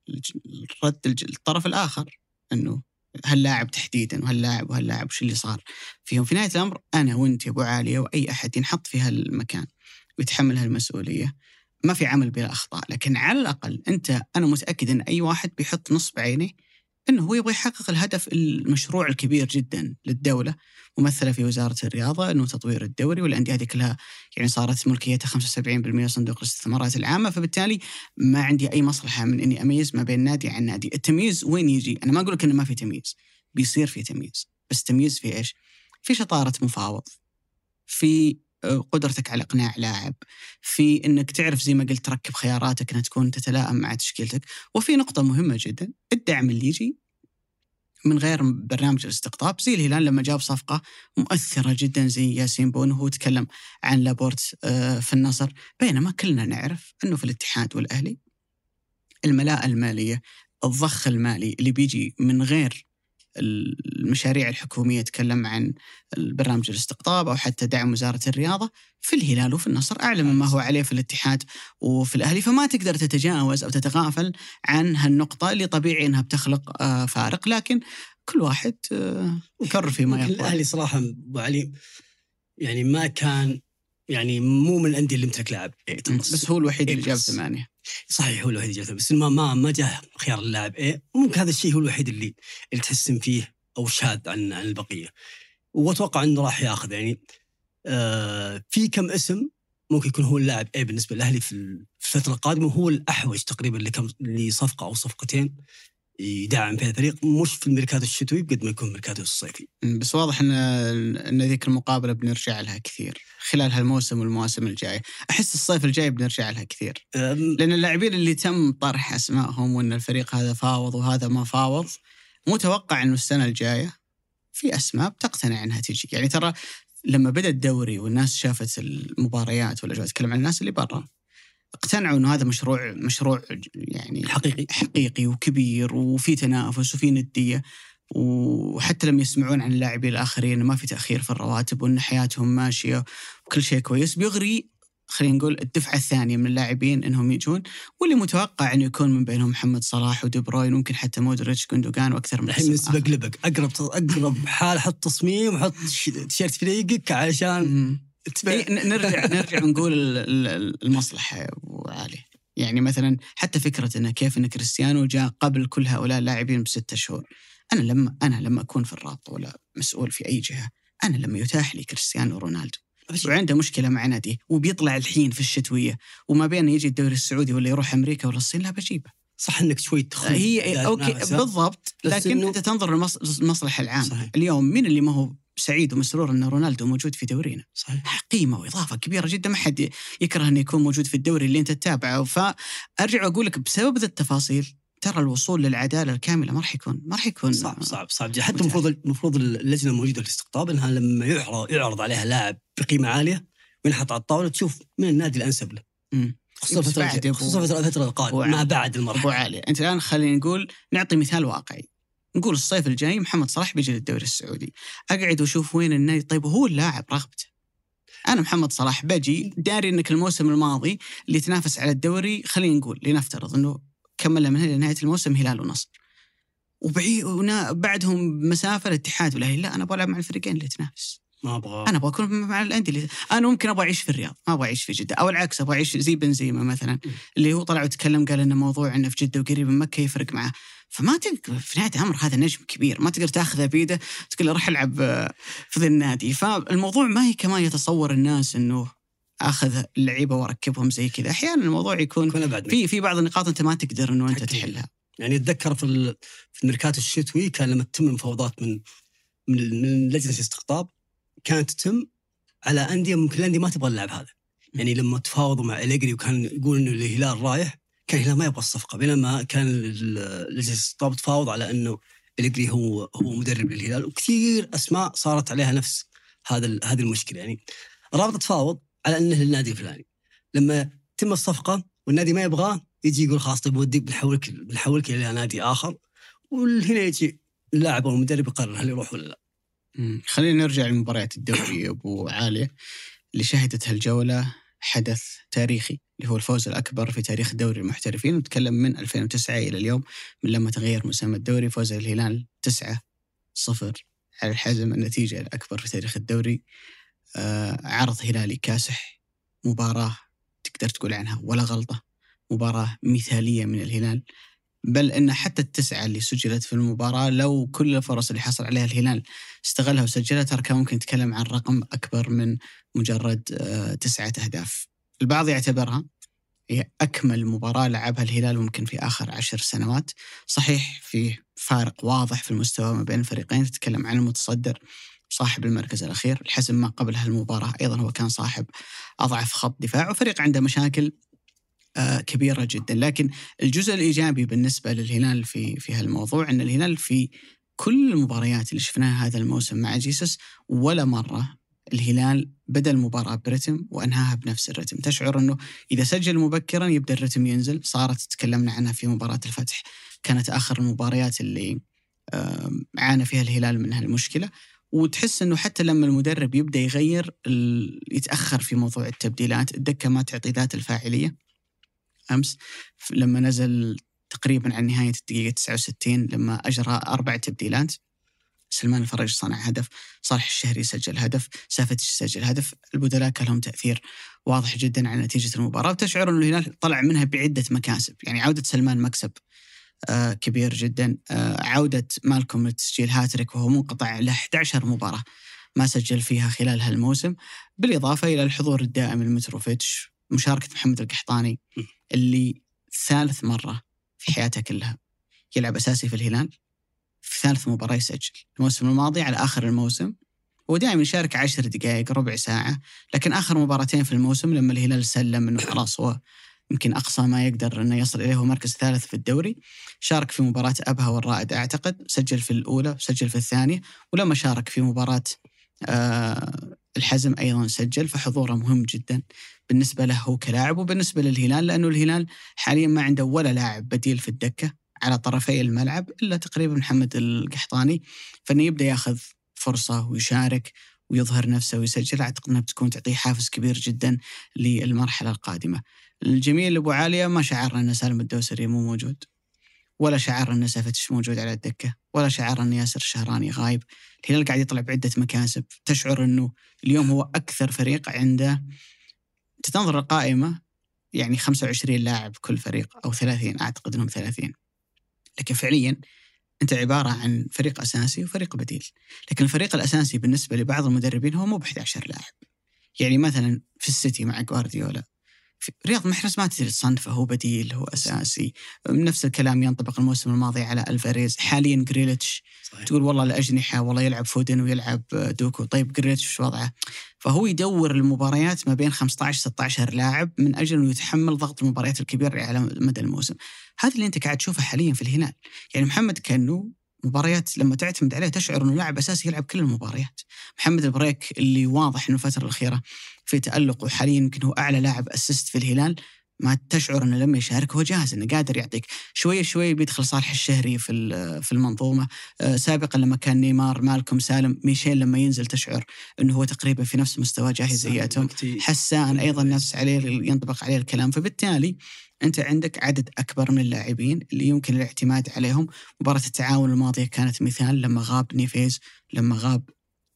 رد الطرف الآخر أنه هاللاعب تحديدا وهاللاعب وش اللي صار فيهم. في نهاية الأمر أنا وأنت يا أبو عالية وأي أحد ينحط في هالمكان ويتحمل هالمسؤولية، ما في عمل بلا أخطاء. لكن على الأقل أنا متأكد أن أي واحد بيحط نصب عينه أنه هو يبغى يحقق الهدف المشروع الكبير جدا للدولة ممثلة في وزارة الرياضة، أنه تطوير الدوري. والأندية هذه كلها يعني صارت ملكيتها 75% صندوق الاستثمارات العامة، فبالتالي ما عندي أي مصلحة من أني أميز ما بين نادي عن نادي. التمييز وين يجي؟ أنا ما أقول لك أنه ما في تمييز، بيصير في تمييز، بس تمييز في إيش؟ في شطارة مفاوض، في قدرتك على إقناع لاعب، في أنك تعرف زي ما قلت تركب خياراتك أنها تكون تتلائم مع تشكيلتك. وفي نقطة مهمة جدا، الدعم اللي يجي من غير برنامج الاستقطاب. زي الهلال لما جاب صفقة مؤثرة جدا زي ياسين بون وهو تكلم عن لابورت في النصر، بينما كلنا نعرف أنه في الاتحاد والأهلي الملاءة المالية، الضخ المالي اللي بيجي من غير المشاريع الحكومية، تكلم عن البرنامج الاستقطاب أو حتى دعم وزارة الرياضة، في الهلال وفي النصر أعلى مما هو عليه في الاتحاد وفي الأهلي. فما تقدر تتجاوز أو تتغافل عن هالنقطة اللي طبيعي أنها بتخلق فارق، لكن كل واحد يكرر فيما يقول. الأهلي صراحة أبو علي يعني ما كان، يعني مو من الأندية اللي امتلك لاعب، بس هو الوحيد اللي جاب 8. صحيح هو الوحيد اللي جاب 8، بس ما جاء خيار اللاعب. ممكن هذا الشيء هو الوحيد اللي تحسن فيه أو شاذ عن البقية، وأتوقع أنه راح يأخذ يعني في كم اسم ممكن يكون هو اللاعب بالنسبة للأهلي في الفترة القادمة، وهو الأحوج تقريبا لصفقة أو صفقتين يدعم فيها الفريق، مش في الميركاتو الشتوي قد ما يكون الميركاتو الصيفي. بس واضح ان ذيك المقابله بنرجع لها كثير خلال هالموسم والمواسم الجايه. احس الصيف الجاي بنرجع لها كثير، لان اللاعبين اللي تم طرح اسمائهم وان الفريق هذا فاوض وهذا ما فاوض، متوقع انه السنه الجايه في اسماء بتقتنع انها تجي. يعني ترى لما بدا الدوري والناس شافت المباريات والاجواء، اتكلم عن الناس اللي برا، اقتنعوا انه هذا مشروع يعني حقيقي وكبير وفي تنافس وفي نديه. وحتى لما يسمعون عن اللاعبين الاخرين ما في تاخير في الرواتب وان حياتهم ماشيه وكل شيء كويس، بيغري خلينا نقول الدفعه الثانيه من اللاعبين انهم يجون، واللي متوقع انه يكون من بينهم محمد صلاح ودي بروين وممكن حتى مودريتش جوندوغان واكثر من الحين بقلبك اقرب حال، حط تصميم وحط تيشيرت فريقك علشان نرجع ونقول المصلحة يا أبو علي. يعني مثلا حتى فكرة إنه كيف إن كريستيانو جاء قبل كل هؤلاء اللاعبين ب6 شهور. أنا لما أكون في الرابطة ولا مسؤول في أي جهة، أنا لما يتاح لي كريستيانو رونالدو وعنده مشكلة مع نادي وبيطلع الحين في الشتوية وما بين يجي الدوري السعودي ولا يروح أمريكا ولا الصين، لا بجيبه. صح إنك شوي تخون هي أوكي بالضبط، لكن أنت تنظر للمصلحة العامة. اليوم مين اللي ما هو سعيد ومسرور أن رونالدو موجود في دورينا؟ صحيح. قيمة وإضافة كبيرة جدا، ما حد يكره أنه يكون موجود في الدوري اللي أنت تتابعه. فأرجع أقول لك بسبب ذا التفاصيل ترى الوصول للعدالة الكاملة ما راح يكون صعب. حتى المفروض اللجنة الموجودة للاستقطاب أنها لما يعرض عليها لاعب بقيمة عالية وينحط على الطاولة تشوف من النادي الأنسب له، خصوصا فترة القادمة ما بعد المرحلة عالية. أنت الآن خلينا نقول نعطي مثال واقعي، نقول الصيف الجاي محمد صلاح بيجي للدوري السعودي، أقعد وشوف وين النادي. طيب هو اللاعب رغبته، أنا محمد صلاح بجي داري أنك الموسم الماضي اللي تنافس على الدوري، خلينا نقول لنفترض أنه كمل من هنا لنهاية الموسم هلال ونصر، بعدهم مسافة الاتحاد والأهلي. لا، أنا أبغى ألعب مع الفريقين اللي تنافس، أنا أبغى أكون مع الأندية اللي أنا ممكن أبغى أعيش في الرياض، ما أبغى أعيش في جدة، أو العكس أبغى أعيش زي بنزيما مثلا اللي هو طلع وتكلم قال إنه موضوع إنه في جدة وقريب من مكة يفرق معه. فما تقدر في نهاية الأمر هذا نجم كبير، ما تقدر تأخذه بيده تقول له راح ألعب في ذا النادي. فالموضوع ما هي كما يتصور الناس إنه أخذ اللعيبة وأركبهم زي كذا. أحيانا الموضوع يكون في بعض النقاط أنت ما تقدر إنه أنت تحلها. يعني أتذكر في الميركاتو الشتوي كان لما تتم المفاوضات من لجنة الاستقطاب كانت تتم على أندية ممكن الأندية ما تبغى اللاعب هذا. يعني لما تفاوضوا مع أليجري وكان يقول إنه الهلال رايح، كان الهلال ما يبغى الصفقة، بينما كان لجنة الاستقطاب تفاوض على إنه أليجري هو مدرب للهلال. وكثير أسماء صارت عليها نفس هذه المشكلة. يعني الرابطة تفاوض على أنه النادي الفلاني، لما تم الصفقة والنادي ما يبغاه يجي يقول خلاص طيب وديك بنحولك إلى نادي آخر. وهنا يجي اللاعب أو المدرب يقرر هل يروح ولا لا. خلينا نرجع لمباريات الدوري أبو عالية اللي شهدت هالجولة حدث تاريخي اللي هو الفوز الأكبر في تاريخ دوري المحترفين. نتكلم من 2009 إلى اليوم من لما تغير مسمى الدوري. فوز الهلال 9-0 على الحزم، النتيجة الأكبر في تاريخ الدوري. عرض هلالي كاسح، مباراة تقدر تقول عنها ولا غلطة، مباراة مثالية من الهلال. بل إن حتى 9 اللي سجلت في المباراة لو كل الفرص اللي حصل عليها الهلال استغلها وسجلها ترى كان ممكن نتكلم عن رقم أكبر من مجرد 9 أهداف. البعض يعتبرها هي أكمل مباراة لعبها الهلال ممكن في آخر 10 سنوات. صحيح في فارق واضح في المستوى ما بين الفريقين، تتكلم عن المتصدر صاحب المركز الأخير. الحزم ما قبل هالمباراة أيضا هو كان صاحب أضعف خط دفاع وفريق عنده مشاكل كبيرة جدا. لكن الجزء الإيجابي بالنسبة للهلال في هالموضوع أن الهلال في كل المباريات اللي شفناها هذا الموسم مع جيسوس ولا مرة الهلال بدأ المباراة برتم وأنهاها بنفس الرتم. تشعر أنه إذا سجل مبكرا يبدأ الرتم ينزل. صارت تكلمنا عنها في مباراة الفتح، كانت آخر المباريات اللي عانى فيها الهلال من هالمشكلة. وتحس أنه حتى لما المدرب يبدأ يغير يتأخر في موضوع التبديلات، الدكة ما تعطي ذات الفاعلية. أمس لما نزل تقريبا عن نهاية الدقيقة 69 لما أجرى 4 تبديلات، سلمان الفرج صنع هدف، صالح الشهري سجل هدف، سافتش سجل هدف. البدلاء كان لهم تأثير واضح جدا على نتيجة المباراة. وتشعر أن الهلال طلع منها بعدة مكاسب. يعني عودة سلمان مكسب كبير جدا، عودة مالكم لتسجيل هاتريك وهو منقطع له 11 مباراة ما سجل فيها خلال هالموسم، بالإضافة إلى الحضور الدائم لمتروفيتش، مشاركة محمد القحطاني اللي ثالث مرة في حياته كلها يلعب أساسي في الهلال، في ثالث مباراة يسجل. الموسم الماضي على آخر الموسم هو دائما يشارك 10 دقائق ربع ساعة، لكن آخر مباراتين في الموسم لما الهلال سلم أنه خلاص هو يمكن أقصى ما يقدر أنه يصل إليه هو مركز ثالث في الدوري، شارك في مباراة أبها والرائد أعتقد، سجل في الأولى سجل في الثانية، ولما شارك في مباراة الحزم أيضا سجل. فحضوره مهم جدا بالنسبة له هو كلاعب وبالنسبة للهلال، لأنه الهلال حاليا ما عنده ولا لاعب بديل في الدكة على طرفي الملعب إلا تقريبا محمد القحطاني. فإنه يبدأ يأخذ فرصة ويشارك ويظهر نفسه ويسجل، أعتقد أنها بتكون تعطيه حافز كبير جدا للمرحلة القادمة. الجميل أبو عالية ما شعرنا أن سالم الدوسري مو موجود، ولا شعر أن سافتش موجود على الدكة، ولا شعر أن ياسر الشهراني غايب. الهلال قاعد يطلع بعدة مكاسب. تشعر أنه اليوم هو أكثر فريق عنده، تنظر القائمة يعني 25 لاعب كل فريق أو 30، أعتقد أنهم 30، لكن فعليا أنت عبارة عن فريق أساسي وفريق بديل. لكن الفريق الأساسي بالنسبة لبعض المدربين هو مو ب11 لاعب. يعني مثلا في السيتي مع غوارديولا رياض محرز ما تدري تصنفه، هو بديل هو أساسي. نفس الكلام ينطبق الموسم الماضي على ألفاريز. حاليا جريليتش تقول والله الأجنحة والله يلعب فودن ويلعب دوكو، طيب جريليتش وش وضعه؟ فهو يدور المباريات ما بين 15-16 لاعب من أجل أنه يتحمل ضغط المباريات الكبيرة على مدى الموسم. هذا اللي أنت قاعد تشوفه حاليا في الهلال. يعني محمد كانو مباريات لما تعتمد عليه تشعر أنه لاعب أساسي يلعب كل المباريات. محمد البريك اللي واضح أنه الفترة الأخيرة في تألق وحاليا يمكن هو أعلى لاعب أسيست في الهلال، ما تشعر أنه لما يشارك هو جاهز أنه قادر يعطيك. شوية شوية بيدخل صالح الشهري في المنظومة. سابقا لما كان نيمار مالكم سالم ميشيل لما ينزل تشعر أنه هو تقريبا في نفس مستوى جاهزياتهم. حسان أيضا نفس عليه ينطبق عليه الكلام. فبالتالي أنت عندك عدد أكبر من اللاعبين اللي يمكن الاعتماد عليهم. مباراة التعاون الماضية كانت مثال، لما غاب نيفيز، لما غاب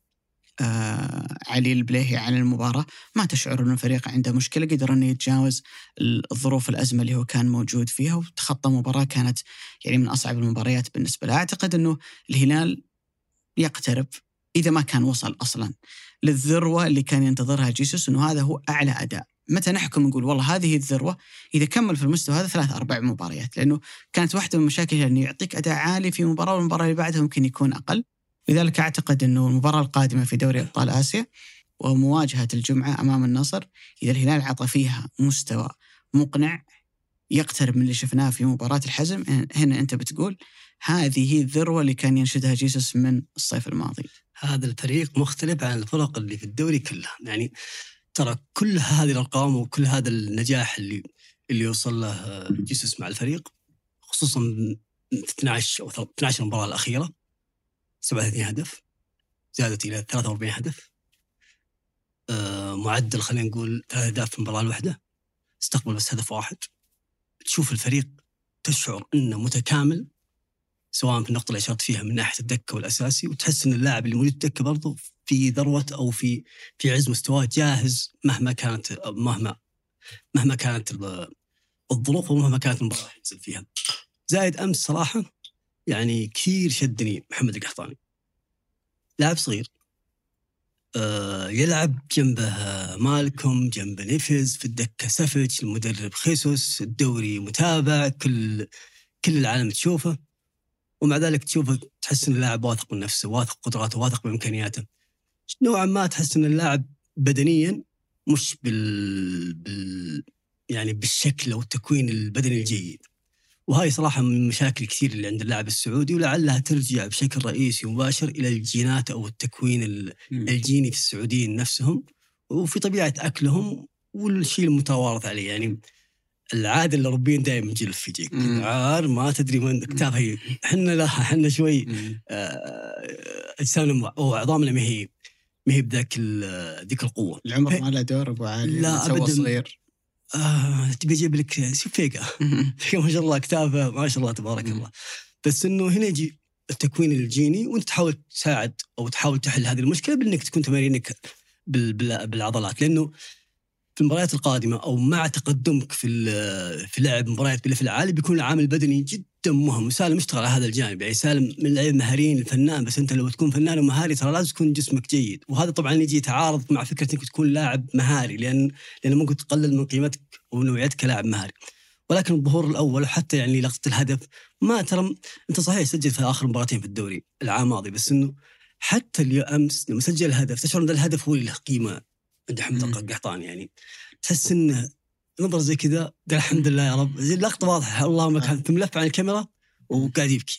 علي البليهي عن المباراة، ما تشعر أن الفريق عنده مشكلة، قدر أنه يتجاوز الظروف الأزمة اللي هو كان موجود فيها وتخطى مباراة كانت يعني من أصعب المباريات بالنسبة له. أعتقد أنه الهلال يقترب إذا ما كان وصل أصلا للذروة اللي كان ينتظرها جيسوس، أنه هذا هو أعلى أداء. متى نحكم نقول والله هذه الذروة؟ إذا كمل في المستوى هذا 3-4 مباريات، لأنه كانت واحدة من مشاكلها أنه يعطيك أداء عالي في مباراة والمباراة اللي بعدها ممكن يكون أقل. لذلك أعتقد أنه المباراة القادمة في دوري أبطال آسيا ومواجهة الجمعة أمام النصر، إذا الهلال عطى فيها مستوى مقنع يقترب من اللي شفناه في مباراة الحزم، هنا أنت بتقول هذه هي الذروة اللي كان ينشدها جيسوس من الصيف الماضي. هذا الفريق مختلف عن الفرق اللي في الدوري كلها. يعني ترى كل هذه الأرقام وكل هذا النجاح اللي وصل له جيسوس مع الفريق، خصوصا 12 أو 13 مباراة الأخيرة، 37 هدف زادت إلى 43 هدف. معدل خلينا نقول 3 أهداف في المباراة الواحدة، استقبل بس هدف واحد. تشوف الفريق تشعر أنه متكامل، سواء في النقطة اللي أشرت فيها من ناحية الدكة والأساسي، وتحس أن اللاعب اللي موجود الدكة برضو في ذروة أو في عز مستواه، جاهز مهما كانت الظروف ومهما كانت المباراة ينزل فيها. زائد أمس صراحة يعني كثير شدني محمد القحطاني، لاعب صغير يلعب جنبه مالكم، جنب نيفز في الدكة سافيتش، المدرب خيسوس، الدوري متابع، كل العالم تشوفه، ومع ذلك تشوفه تحس ان اللاعب واثق من نفسه، واثق بقدراته، واثق بامكانياته. نوعا ما تحس ان اللاعب بدنيا مش يعني بالشكل او التكوين البدني الجيد، وهاي صراحه من المشاكل كثير اللي عند اللاعب السعودي، ولعلها ترجع بشكل رئيسي ومباشر الى الجينات او التكوين الجيني في السعوديين نفسهم، وفي طبيعه اكلهم والشيء المتوارث عليه. يعني العادة اللي ربين دائما جلف يجيك عار ما تدري من كتاب. هي احنا شوي اجسامنا او عظامنا ما هي بذاك ذيك القوه. العمر ما له دور ابو علي، لا ابدا صغير. تبي اجيب لك فيقه ما شاء الله كتابه ما شاء الله تبارك الله، بس انه هنا يجي التكوين الجيني، وانت تحاول تساعد او تحاول تحل هذه المشكله بانك تكون تمارينك بالعضلات، لانه في المباريات القادمة أو مع تقدمك في لعب مباريات بالليفل العالي بيكون العامل البدني جدا مهم، وسالم يشتغل على هذا الجانب. يعني سالم من اللعيبة مهاريين الفنان، بس أنت لو تكون فنان ومهاري ترى لازم تكون جسمك جيد، وهذا طبعا يجي يتعارض مع فكرة أنك تكون لاعب مهاري، لأن ممكن تقلل من قيمتك ونوعيتك كلاعب مهاري. ولكن الظهور الأول وحتى يعني لقطة الهدف، ما ترى أنت صحيح سجل في آخر مباراتين في الدوري العام الماضي، بس إنه حتى اليوم أمس لما سجل الهدف تشعر أن الهدف هو اللي له قيمة عند حمد القحطاني. يعني تحس إنه نظر زي كذا قال الحمد لله يا رب، زي اللقطة واضحة والله ما كان، ثم لف عن الكاميرا وقاعد يبكي.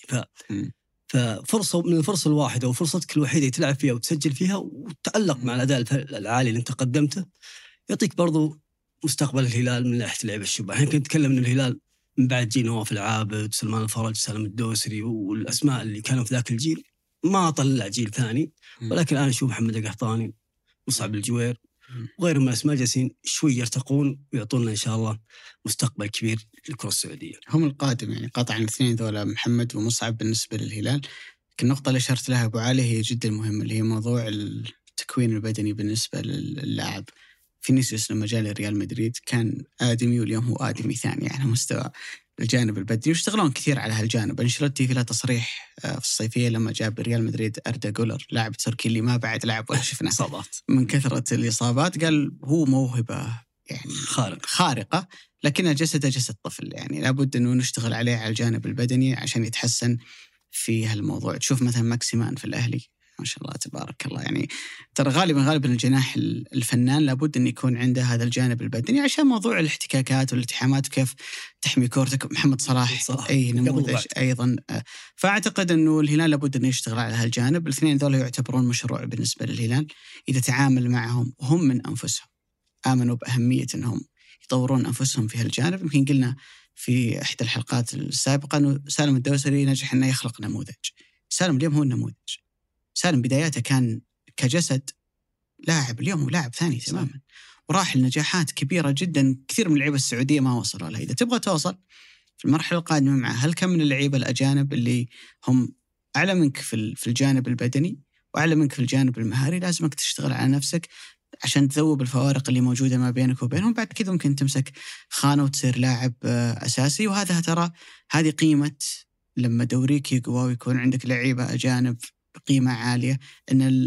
ففرصة من الفرصة الواحدة وفرصتك الوحيدة تلعب فيها وتسجل فيها وتتألق مع الأداء العالي اللي أنت قدمته، يعطيك برضو مستقبل الهلال من ناحية اللعب الشباب. احنا كنا نتكلم إن الهلال من بعد جيل نواف العابد، سلمان الفرج، سالم الدوسري والأسماء اللي كانوا في ذاك الجيل، ما طلع جيل ثاني. ولكن الآن نشوف محمد القحطاني، مصعب الجوير وغيرهم من الأسماء جالسين شوي يرتقون ويعطونا إن شاء الله مستقبل كبير للكرة السعودية. هم القادم يعني قطعا الاثنين ذولا محمد ومصعب بالنسبة للهلال. النقطة اللي أشرت لها أبو علي هي جدا مهمة، اللي هي موضوع التكوين البدني بالنسبة للاعب. فينيسيوس لما جاء لريال مدريد كان آدمي، واليوم هو آدمي ثاني على مستوى الجانب البدني، ويشتغلون كثير على هالجانب. أنشيلوتي في له تصريح في الصيفية لما جاب ريال مدريد أردا جولر، لاعب تركي اللي ما بعد لعب ولا شفنا من كثرة الإصابات، قال هو موهبة يعني خارقة، لكن جسده جسد طفل، يعني لابد أنه نشتغل عليه على الجانب البدني عشان يتحسن في هالموضوع. تشوف مثلا ماكسيمان في الأهلي ما شاء الله تبارك الله، يعني ترى غالبا الجناح الفنان لابد أن يكون عنده هذا الجانب البدني عشان موضوع الاحتكاكات والالتحامات وكيف تحمي كورتك. محمد صلاح أي نموذج أيضا. فأعتقد أنه الهلال لابد أن يشتغل على هالجانب. الاثنين ذولا يعتبرون مشروع بالنسبة للهلال إذا تعامل معهم هم من أنفسهم، آمنوا بأهمية أنهم يطورون أنفسهم في هالجانب. يمكن قلنا في إحدى الحلقات السابقة أنه سالم الدوسري نجح أنه يخلق نموذج. سالم اليوم هو النموذج. سالم بداياته كان كجسد لاعب، اليوم هو لاعب ثاني تماما، وراح لنجاحات كبيرة جدا. كثير من اللعيبة السعودية ما وصلوا لها. إذا تبغى توصل في المرحلة القادمة مع هل كم من اللعيبة الأجانب اللي هم أعلى منك في الجانب البدني وأعلى منك في الجانب المهاري، لازمك تشتغل على نفسك عشان تذوب الفوارق اللي موجودة ما بينك وبينهم. بعد كذا ممكن تمسك خانة وتصير لاعب أساسي. وهذا ترى هذه قيمة لما دوريك يقوى ويكون عندك لعيبة أجانب بقيمة عالية، أن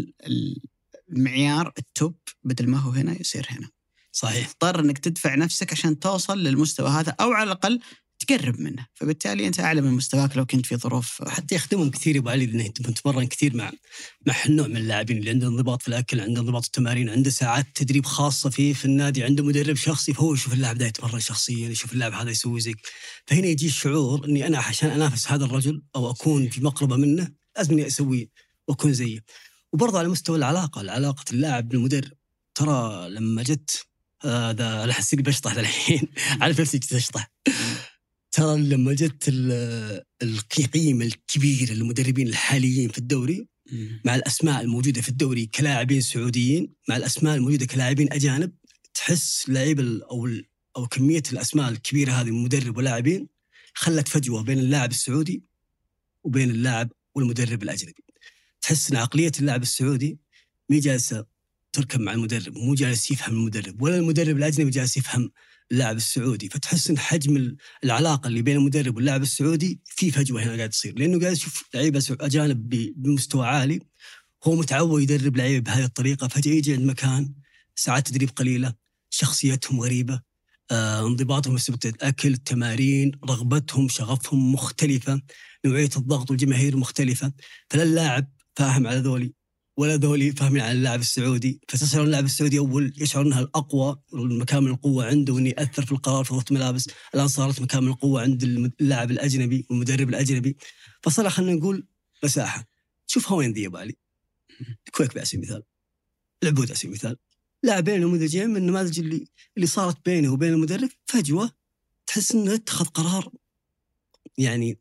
المعيار التوب بدل ما هو هنا يصير هنا. صحيح. تضطر أنك تدفع نفسك عشان توصل للمستوى هذا، أو على الأقل تقرب منه، فبالتالي أنت أعلى من مستواك لو كنت في ظروف. حتى يخدمهم كثير يبغى علي إنه تتمرن كثير مع نوع من اللاعبين اللي عنده انضباط في الأكل، عنده انضباط في التمارين، عنده ساعات تدريب خاصة في النادي، عنده مدرب شخصي، فهو يشوف اللاعب ده يتمرن شخصيا، يشوف اللاعب هذا يسوي زي. فهنا يجي الشعور إني أنا عشان أنافس هذا الرجل أو أكون في مقربة منه لازم إني أسوي وأكون زيه. وبرضه على مستوى علاقة اللاعب بالمدرب. ترى لما جت هذا أنا حسيت بشطح الحين عارف نفسي تشطح. ترى لما جت القيمة الكبيرة للمدربين الحاليين في الدوري مع الأسماء الموجودة في الدوري كلاعبين سعوديين مع الأسماء الموجودة كلاعبين أجانب، تحس لعيب أو كمية الأسماء الكبيرة هذه من مدرب ولاعبين خلت فجوة بين اللاعب السعودي وبين اللاعب والمدرب الأجنبي. تحس أن عقلية اللاعب السعودي مي جالسة تركب مع المدرب، مو جالس يفهم المدرب، ولا المدرب الأجنبي جالس يفهم اللاعب السعودي. فتحس أن حجم العلاقة اللي بين المدرب واللاعب السعودي في فجوة هنا قاعد تصير، لأنه قاعد يشوف لعيبة أجانب بمستوى عالي، هو متعود يدرب لعيبة بهذه الطريقة، فجأة يجي عند مكان ساعات تدريب قليلة، شخصيتهم غريبة، انضباطهم في سبت الأكل، التمارين، رغبتهم، شغفهم مختلفة، نوعية الضغط والجماهير مختلفة. فلا اللاعب فاهم على ذولي ولا ذولي فاهمين على اللاعب السعودي. فتشعر اللاعب السعودي أول يشعر أنها الأقوى والمكان من القوة عنده وإنه يأثر في القرار في ضبط ملابس. الآن صارت مكان من القوة عند اللاعب الأجنبي والمدرب الأجنبي. فصار خلينا نقول مساحة. شوفها وين ذي بالي الكويك على سبيل المثال، العبود على سبيل المثال، لاعبين نموذجين من النماذج اللي صارت بينه وبين المدرب فجوة. تحس إنه اتخذ قرار يعني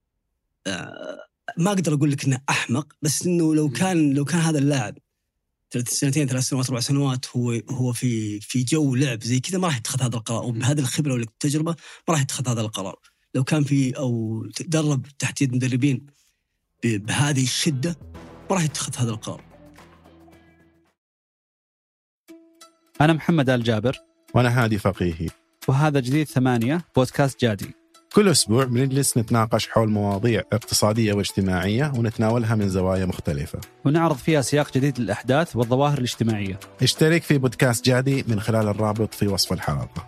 ما أقدر أقول لك إنه أحمق، بس إنه لو كان هذا اللاعب 3 سنوات 4 سنوات هو في جو لعب زي كذا ما راح يتخذ هذا القرار، وبهذه الخبرة والتجربة ما راح يتخذ هذا القرار. لو كان في أو تدرب تحت يد مدربين بهذه الشدة ما راح يتخذ هذا القرار. أنا محمد آل جابر، وأنا هادي فقيهي، وهذا جديد 8 بودكاست جادي. كل أسبوع بنجلس نتناقش حول مواضيع اقتصادية واجتماعية ونتناولها من زوايا مختلفة، ونعرض فيها سياق جديد للأحداث والظواهر الاجتماعية. اشترك في بودكاست جادي من خلال الرابط في وصف الحلقة.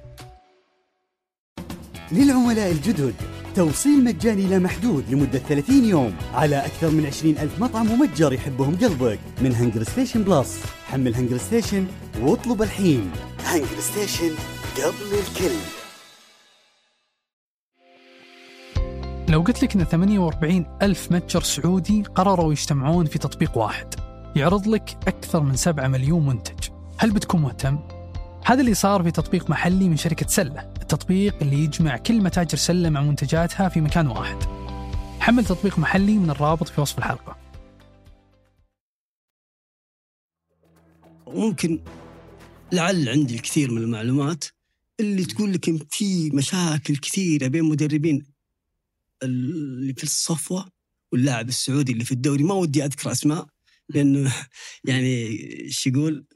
للعملاء الجدد توصيل مجاني لا محدود لمدة 30 يوم على أكثر من 20,000 مطعم ومتجر يحبهم قلبك من هنجر ستيشن بلس. حمل هنجر ستيشن واطلب الحين. هنجر ستيشن قبل الكل. لو قلت لك أن 48,000 متجر سعودي قرروا يجتمعون في تطبيق واحد يعرض لك أكثر من 7 مليون منتج، هل بتكون مهتم؟ هذا اللي صار في تطبيق محلي من شركة سلة، التطبيق اللي يجمع كل متاجر سلة مع منتجاتها في مكان واحد. حمل تطبيق محلي من الرابط في وصف الحلقة. ممكن لعل عندي الكثير من المعلومات اللي تقول لك في مشاكل كثيرة بين مدربين اللي في الصفوة واللاعب السعودي اللي في الدوري. ما ودي أذكر أسماء لأنه يعني شو يقول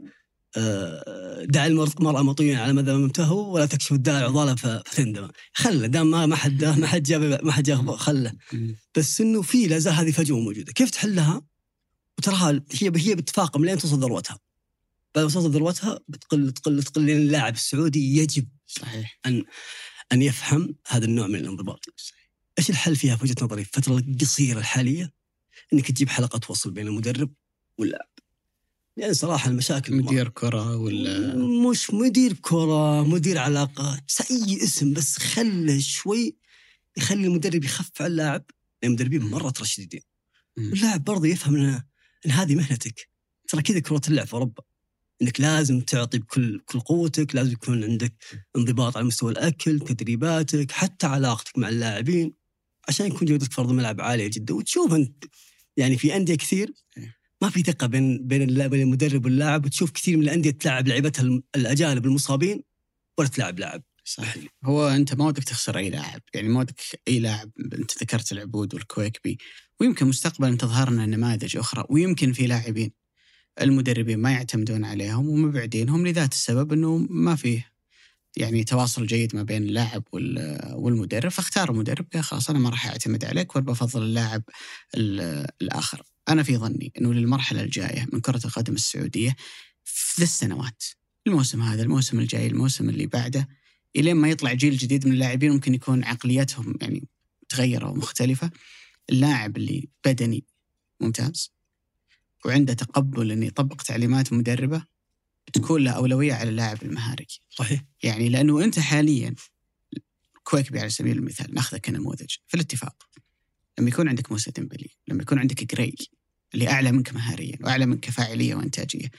دع المرأة مطيعا على ماذا ممتهو ولا تكشف الدار عضالة فتندم. خله دام ما حد جاب خله. بس إنه في لا زال هذه فجوة موجودة. كيف تحلها؟ وتراها هي بتفاقم لين توصل ذروتها. بعد ما توصل ذروتها بتقل لأن اللاعب السعودي يجب صحيح أن يفهم هذا النوع من الانضباط. إيش الحل فيها في وجهة نظري في الفترة القصيرة الحالية؟ إنك تجيب حلقة توصل بين المدرب واللاعب. يعني صراحة المشاكل مدير كرة ولا مش مدير كرة، مدير علاقات، أي اسم بس خله شوي يخلي المدرب يخف على اللاعب. المدربين مرة ترى شديدين، واللاعب برضه يفهم إن هذه مهنتك. ترى كذا كرة اللعب في أوروبا، إنك لازم تعطي بكل قوتك، لازم يكون عندك انضباط على مستوى الأكل، تدريباتك، حتى علاقتك مع اللاعبين عشان يكون جودة فرض الملعب عالية جدا. وتشوف أنت يعني في أندية كثير ما في ثقة بين المدرب واللاعب، وتشوف كثير من الأندية تلعب لعيبتها الأجانب المصابين ولا تلعب لاعب. صحيح. هو أنت ما ودك تخسر أي لاعب، يعني ما ودك أي لاعب. أنت ذكرت العبود والكويكبي، ويمكن مستقبلا تظهرنا نماذج أخرى، ويمكن في لاعبين المدربين ما يعتمدون عليهم ومبعدينهم لذات السبب أنه ما فيه يعني تواصل جيد ما بين اللاعب والمدرب، فاختار المدرب يا خلاص أنا ما راح أعتمد عليك وبفضل اللاعب الآخر. أنا في ظني أنه للمرحلة الجاية من كرة القدم السعودية في السنوات، الموسم هذا، الموسم الجاي، الموسم اللي بعده، إلى ما يطلع جيل جديد من اللاعبين ممكن يكون عقليتهم يعني متغيرة ومختلفة. اللاعب اللي بدني ممتاز وعنده تقبل أن يطبق تعليمات مدربة تكون له أولوية على اللاعب المهاري. صحيح. يعني لأنه أنت حاليا كويكبي على سبيل المثال نأخذه كنموذج في الاتفاق، لما يكون عندك موسى ديمبلي، لما يكون عندك جراي اللي أعلى منك مهاريا وأعلى منك فاعلية وإنتاجية،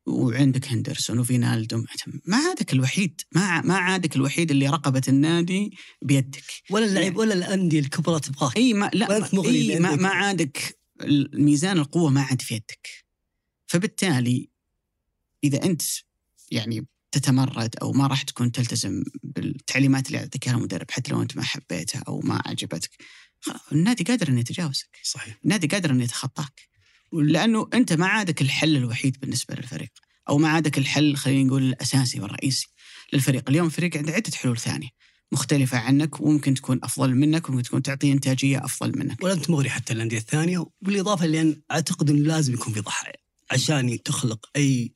وعندك هندرسون وفينالدوم، ما عادك الوحيد، ما عادك الوحيد اللي رقبة النادي بيدك، ولا اللعيب ولا الأندية الكبرى تبغاك. ما عادك الميزان، القوة ما عاد في يدك. فبالتالي إذا أنت يعني تتمرد أو ما راح تكون تلتزم بالتعليمات اللي يعطيك اياها المدرب، حتى لو أنت ما حبيتها أو ما عجبتك، النادي قادر أن يتجاوزك. صحيح. النادي قادر أن يتخطاك، لأنه أنت ما عادك الحل الوحيد بالنسبة للفريق، أو ما عادك الحل خلينا نقول الأساسي والرئيسي للفريق. اليوم الفريق عنده عدة حلول ثانية مختلفة عنك، وممكن تكون أفضل منك، وممكن تكون تعطي إنتاجية أفضل منك. ولا أنت مغري حتى الأندية الثانية. بالإضافة لأن أعتقد أنه لازم يكون في ضحايا عشان تخلق أي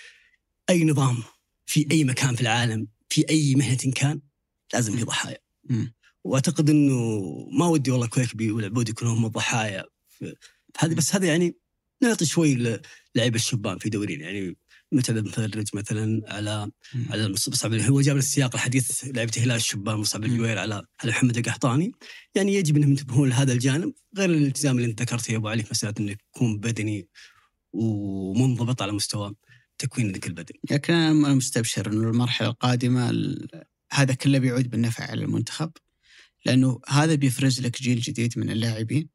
نظام في أي مكان في العالم، في أي مهنة كان، لازم في ضحايا. وأعتقد أنه ما ودي والله كويكبي والعبود يكونوا هم الضحايا هذه. بس هذا يعني نعطي شوي لعيبة الشبان في دورين، يعني متعب مفرج مثلا على مصعب، هو جاب السياق الحديث لعيبة هلال الشبان مصعب الجوير على محمد القحطاني. يعني يجب أنهم ينتبهون لهذا الجانب، غير الالتزام اللي انت ذكرته يا أبو علي في مسألة أنه يكون بدني ومنضبط على مستوى تكوين ذاك البدن. لكن أنا مستبشر أنه المرحلة القادمة هذا كله بيعود بالنفع على المنتخب، لأنه هذا بيفرز لك جيل جديد من اللاعبين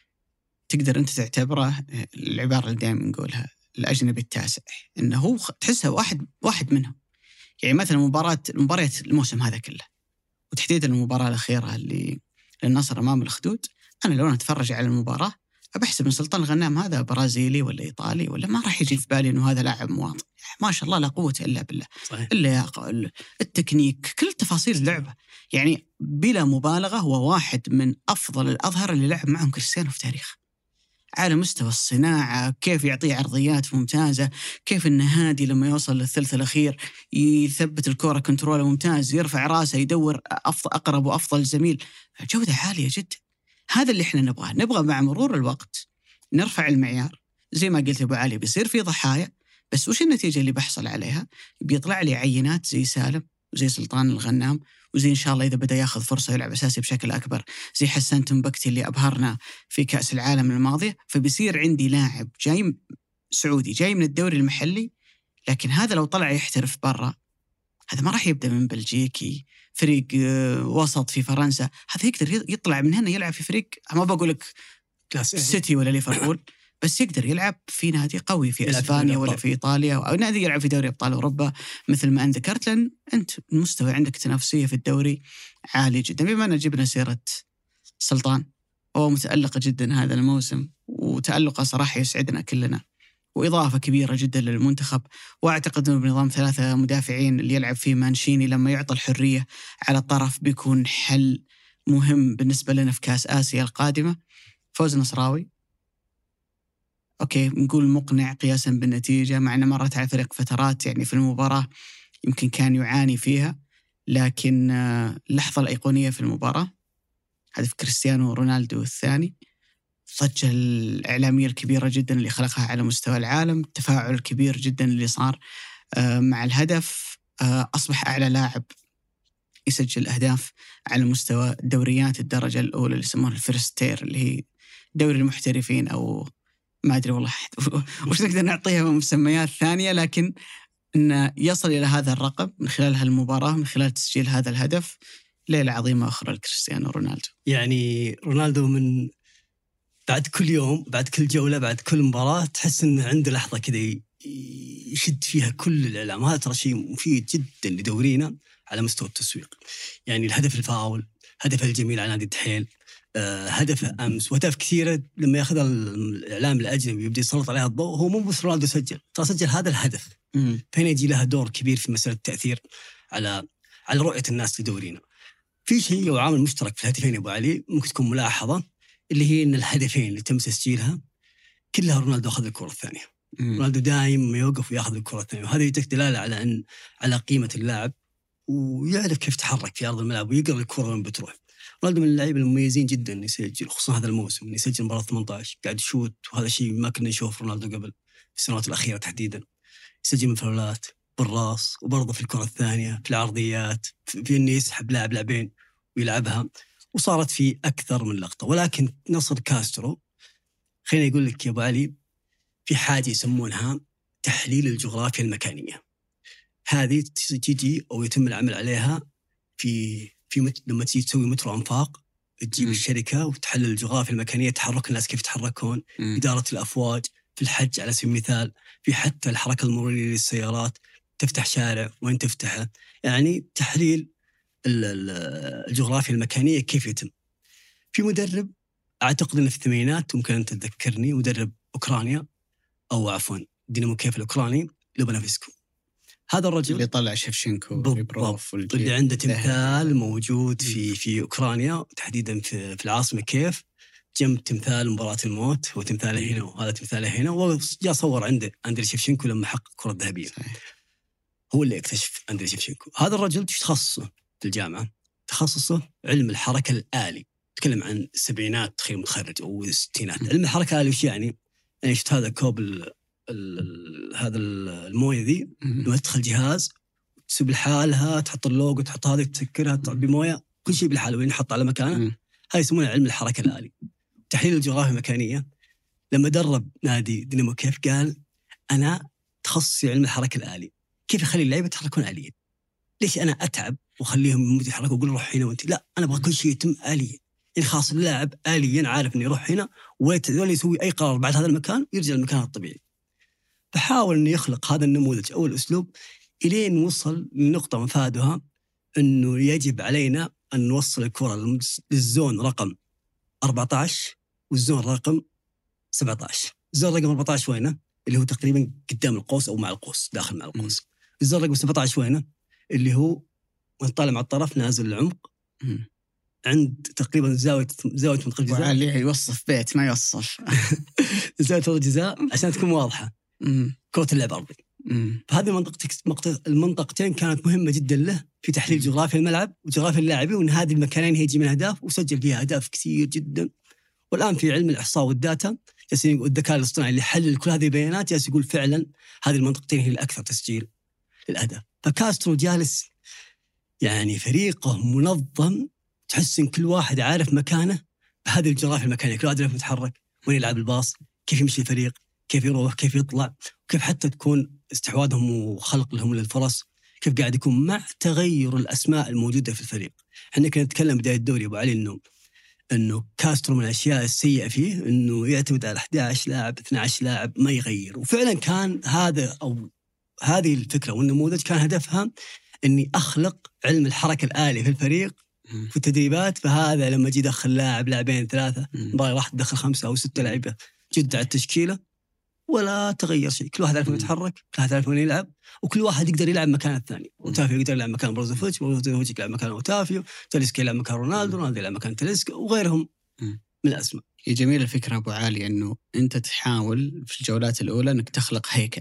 تقدر أنت تعتبره، العبارة اللي دائما نقولها، الأجنبي التاسع، إنه هو تحسه واحد منهم. يعني مثلا مباريات الموسم هذا كله، وتحديدا المباراة الأخيرة اللي للنصر أمام الأخدود، أنا لو أتفرج على المباراة أبحسب من سلطان الغنام هذا برازيلي ولا إيطالي، ولا ما راح يجي في بالي إنه هذا لاعب مواطن. ما شاء الله لا قوة إلا بالله. صحيح. اللياقة، التكنيك، كل تفاصيل اللعبة، يعني بلا مبالغة هو واحد من أفضل الأظهر اللي لعب معهم كريستيانو في تاريخ. على مستوى الصناعة، كيف يعطيه عرضيات ممتازة، كيف إنه هادي لما يوصل للثلث الأخير يثبت الكرة كنترول ممتاز، يرفع راسه يدور أقرب وأفضل زميل، جودة عالية جدا. هذا اللي إحنا نبغى مع مرور الوقت نرفع المعيار. زي ما قلت أبو علي، بيصير في ضحايا، بس وش النتيجة اللي بحصل عليها؟ بيطلع لي عينات زي سالم وزي سلطان الغنام، وزي إن شاء الله إذا بدأ ياخذ فرصة يلعب أساسي بشكل أكبر زي حسان تنبكتي اللي أبهرنا في كأس العالم الماضية. فبيصير عندي لاعب جاي سعودي جاي من الدوري المحلي، لكن هذا لو طلع يحترف برا، هذا ما راح يبدأ من بلجيكي فريق وسط في فرنسا، هذا يقدر يطلع من هنا يلعب في فريق، ما بقولك سيتي ولا ليفربول، بس يقدر يلعب في نادي قوي في إسبانيا ولا في إيطاليا، أو نادي يلعب في دوري أبطال أوروبا مثل ما أنت ذكرت، لأن أنت المستوى عندك تنافسية في الدوري عالي جدا. بما أن جبنا سيرة سلطان، هو متألق جدا هذا الموسم، وتألقه صراحة يسعدنا كلنا، وإضافة كبيرة جدا للمنتخب. وأعتقد أنه بنظام 3 مدافعين اللي يلعب فيه مانشيني لما يعطى الحرية على الطرف بيكون حل مهم بالنسبة لنا في كأس آسيا القادمة. فوز نصراوي أوكي نقول مقنع قياسا بالنتيجة، مع أنه مرت على فريق فترات يعني في المباراة يمكن كان يعاني فيها، لكن اللحظة الأيقونية في المباراة هدف كريستيانو رونالدو الثاني، الضجة الإعلامية الكبيرة جدا اللي خلقها على مستوى العالم، التفاعل الكبير جدا اللي صار مع الهدف، أصبح أعلى لاعب يسجل أهداف على مستوى دوريات الدرجة الأولى اللي يسمونها الفيرستير، اللي هي دوري المحترفين، أو ما أدري والله وش نقدر نعطيها من مسميات ثانية، لكن أن يصل إلى هذا الرقم من خلال هالمباراة، من خلال تسجيل هذا الهدف، ليلة عظيمة أخرى لكريستيانو رونالدو. يعني رونالدو من بعد كل يوم، بعد كل جولة، بعد كل مباراة، تحس إنه عنده لحظة كذا يشد فيها كل الإعلام. هذا ترى شيء مفيد جدا لدورينا على مستوى التسويق. يعني الهدف الفاول، هدف الجميل على نادي الدحيل، هدف أمس، وهدف كثيرة لما يأخذ الإعلام الأجنبي يبدأ يسلط عليها الضوء، هو مو بس رونالدو سجل، ترى سجل هذا الهدف. فهنا يجي لها دور كبير في مسألة التأثير على رؤية الناس لدورينا. في شيء وعامل مشترك في الهدفين يا أبو علي ممكن تكون ملاحظة، اللي هي إن الهدفين اللي تم تسجيلها كلها رونالدو أخذ الكرة الثانية. رونالدو دائم يوقف ويأخذ الكرة الثانية، وهذا يعطيك دلالة على قيمة اللاعب، ويعرف كيف يتحرك في أرض الملعب ويقرأ الكرة وين بتروح. رونالدو من اللاعبين المميزين جدا يسجل، خصوصا هذا الموسم يسجل مباراة 18 قاعد يشوت، وهذا شيء ما كنا نشوف رونالدو قبل في السنوات الأخيرة تحديدا. يسجل من فاولات بالراس، وبرضه في الكرة الثانية، في العرضيات، في إنه يسحب لاعبين ويلعبها، وصارت في أكثر من لقطة. ولكن نصر كاسترو، خليني أقول لك يا أبو علي، في حاجة يسمونها تحليل الجغرافيا المكانية. هذه تجي أو يتم العمل عليها لما تيجي تسوي مترو أنفاق، تجيب الشركة وتحلل الجغرافيا المكانية، تحرك الناس كيف يتحركون، إدارة الأفواج في الحج على سبيل المثال، في حتى الحركة المرورية للسيارات، تفتح شارع وين تفتحه، يعني تحليل الجغرافيا المكانية كيف يتم. في مدرب أعتقد أنه في الثمانينات، ممكن أن تتذكرني، مدرب أوكرانيا أو عفوا دينامو كيف الأوكراني لوبانوفسكي. هذا الرجل اللي طلع شيفشينكو وريبروف اللي عنده تمثال موجود في أوكرانيا، تحديدا في العاصمة كيف، جنب تمثال مباراة الموت، هو تمثاله هنا وهذا تمثاله هنا، وجاء صور عنده أندري شيفشينكو لما حقق الكرة الذهبية. هو اللي اكتشف أندري شيفشينكو. هذا الرجل تخصصه في الجامعة، تخصصه علم الحركة الآلي، تكلم عن السبعينات تخيل متخرج أو الستينات. علم الحركة الآلي وش يعني شفت هذا كوب هذا المويه ذي، لما تدخل جهاز تسوي لحالها، تحط اللوجو، تحط هذه، تسكرها، تعبي مويه، كل شيء بالحاله وين نحط على مكانه. هاي يسمونه علم الحركه الآلي. تحليل الجغرافيا المكانيه. لما درب نادي دينامو كيف قال انا تخصصي علم الحركه الآلي، كيف اخلي اللعيبه يتحركون آليا؟ ليش انا اتعب واخليهم يتحركوا واقول روح هنا وانت لا، انا ابغى كل شيء يتم آليا. يعني خاص اللاعب آليا عارف انه يروح هنا ولا يسوي اي قرار بعد هذا المكان يرجع لمكانه الطبيعي. فحاول أنه يخلق هذا النموذج أو الأسلوب إلين وصل لنقطة مفادها أنه يجب علينا أن نوصل الكرة للزون رقم 14 والزون رقم 17. الزون رقم 14 وينه؟ اللي هو تقريبا قدام القوس أو مع القوس، داخل مع القوس. الزون رقم 17 وينه؟ اللي هو وانت طالع مع الطرف نازل العمق عند تقريبا زاوية منطقة الجزاء. وعليه يوصف بيت ما يوصف زاوية الجزاء عشان تكون واضحة. كرة اللعب أرضي. فهذه المنطقتين كانت مهمة جدا له في تحليل جغرافيا الملعب وجغرافيا اللاعبين، وأن هذه المكانين هيجي من أهداف، وسجل فيها أهداف كثير جدا. والآن في علم الإحصاء والداتا والذكاء الاصطناعي اللي يحلل كل هذه البيانات جالس يقول فعلا هذه المنطقتين هي الأكثر تسجيل للأهداف. فكاسترو جالس يعني فريقه منظم، تحس إن كل واحد عارف مكانه بهذه الجغرافيا المكانية، كل واحد يعرف يتحرك، وين يلعب الباص، كيف يمشي الفريق، كيف يروح، كيف يطلع، وكيف حتى تكون استحواذهم وخلق لهم للفرص، كيف قاعد يكون مع تغير الأسماء الموجودة في الفريق. احنا كنا نتكلم بداية الدوري أبو علي إنه كاسترو من الأشياء السيئة فيه إنه يعتمد على 11 لاعب 12 لاعب ما يغير. وفعلا كان هذه الفكرة والنموذج كان هدفها إني أخلق علم الحركة الآلي في الفريق في التدريبات. فهذا لما جي دخل لاعبين 3 بقى راح تدخل 5 أو 6 لاعبين جد على التشكيلة ولا تغير شيء. كل واحد يعرف يتحرك، كل واحد يعرف وين يلعب، وكل واحد يقدر يلعب مكان الثاني. أوتافيو يقدر يلعب مكان بروزوفيتش، بروزوفيتش يلعب مكان أوتافيو، تاليسكا يلعب مكان رونالدو يلعب مكان تاليسكا، وغيرهم من الأسماء. هي جميلة الفكرة أبو علي، أنه أنت تحاول في الجولات الأولى أنك تخلق هيكل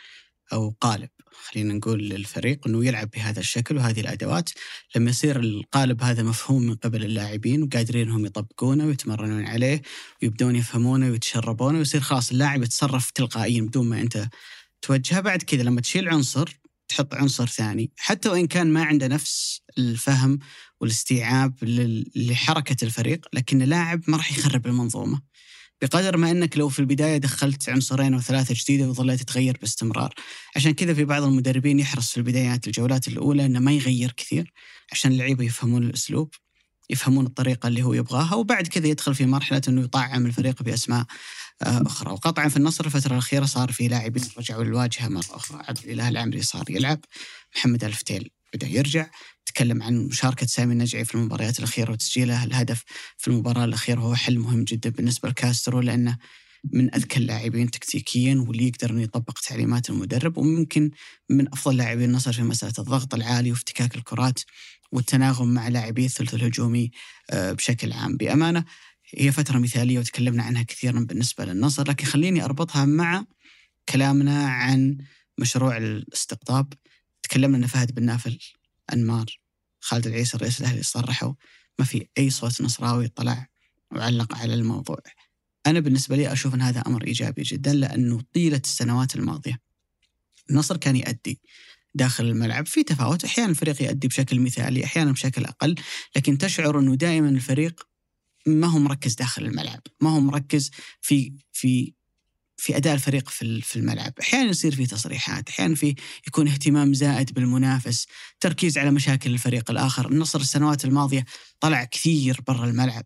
أو قالب، خلينا نقول للفريق أنه يلعب بهذا الشكل وهذه الأدوات. لما يصير القالب هذا مفهوم من قبل اللاعبين وقادرين هم يطبقونه ويتمرنون عليه ويبدون يفهمونه ويتشربونه، ويصير خلاص اللاعب يتصرف تلقائيا بدون ما أنت توجهه. بعد كذا لما تشيل عنصر تحط عنصر ثاني، حتى وإن كان ما عنده نفس الفهم والاستيعاب لحركة الفريق، لكن اللاعب ما راح يخرب المنظومة بقدر ما أنك لو في البداية دخلت عنصرين أو 3 جديدة وظلت تغير باستمرار. عشان كذا في بعض المدربين يحرص في البدايات الجولات الأولى أنه ما يغير كثير عشان اللعيبة يفهمون الأسلوب، يفهمون الطريقة اللي هو يبغاها، وبعد كذا يدخل في مرحلة أنه يطعم الفريق بأسماء أخرى. وقطعا في النصر الفترة الأخيرة صار في لاعبين رجعوا للواجهة مرة أخرى. عبد الإله العمري صار يلعب، محمد الفتيل بدأ يرجع. تكلم عن مشاركة سامي النجعي في المباريات الأخيرة وتسجيله الهدف في المباراة الأخيرة، هو حل مهم جدا بالنسبة لكاسترو، لأنه من أذكى اللاعبين تكتيكيا واللي يقدر أن يطبق تعليمات المدرب، وممكن من أفضل لاعبين النصر في مسألة الضغط العالي وافتكاك الكرات والتناغم مع لاعبي الثلث الهجومي بشكل عام. بأمانة هي فترة مثالية وتكلمنا عنها كثيرا بالنسبة للنصر، لكن خليني أربطها مع كلامنا عن مشروع الاستقطاب. تكلمنا أن فهد بن نافل، أنمار، خالد العيسى الرئيس الأهلي صرحوا، ما في أي صوت نصراوي طلع وعلق على الموضوع. أنا بالنسبة لي أشوف أن هذا أمر إيجابي جدا، لأنه طيلة السنوات الماضية النصر كان يؤدي داخل الملعب في تفاوت، أحيانا الفريق يؤدي بشكل مثالي، أحيانا بشكل أقل، لكن تشعر أنه دائما الفريق ما هو مركز داخل الملعب، ما هو مركز في في أداء الفريق في الملعب. أحيانا يصير في تصريحات، أحيانا يكون اهتمام زائد بالمنافس، تركيز على مشاكل الفريق الآخر. النصر السنوات الماضية طلع كثير برا الملعب،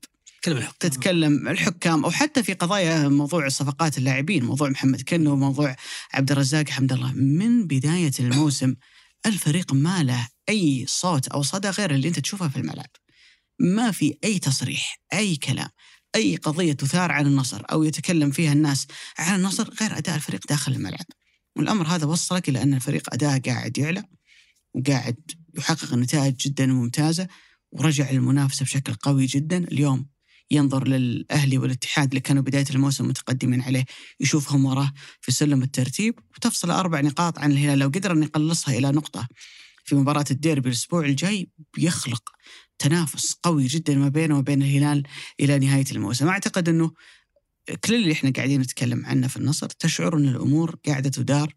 تتكلم الحكام، أو حتى في قضايا موضوع صفقات اللاعبين، موضوع محمد كنو وموضوع عبد الرزاق حمد الله. من بداية الموسم الفريق ما له أي صوت أو صدى غير اللي أنت تشوفه في الملعب. ما في أي تصريح، أي كلام، أي قضية تثار عن النصر أو يتكلم فيها الناس عن النصر غير أداء الفريق داخل الملعب. والأمر هذا وصلك إلى أن الفريق أداء قاعد يعلى وقاعد يحقق نتائج جدا ممتازة، ورجع المنافسة بشكل قوي جدا. اليوم ينظر للأهلي والاتحاد اللي كانوا بداية الموسم متقدمين عليه، يشوفهم وراه في سلم الترتيب، وتفصل 4 نقاط عن الهلال. لو قدر أن يقلصها إلى نقطة في مباراة الديربي الأسبوع الجاي بيخلق تنافس قوي جدا ما بينه وبين الهلال إلى نهاية الموسم. أعتقد أنه كل اللي إحنا قاعدين نتكلم عنه في النصر تشعر أن الأمور قاعدة تدار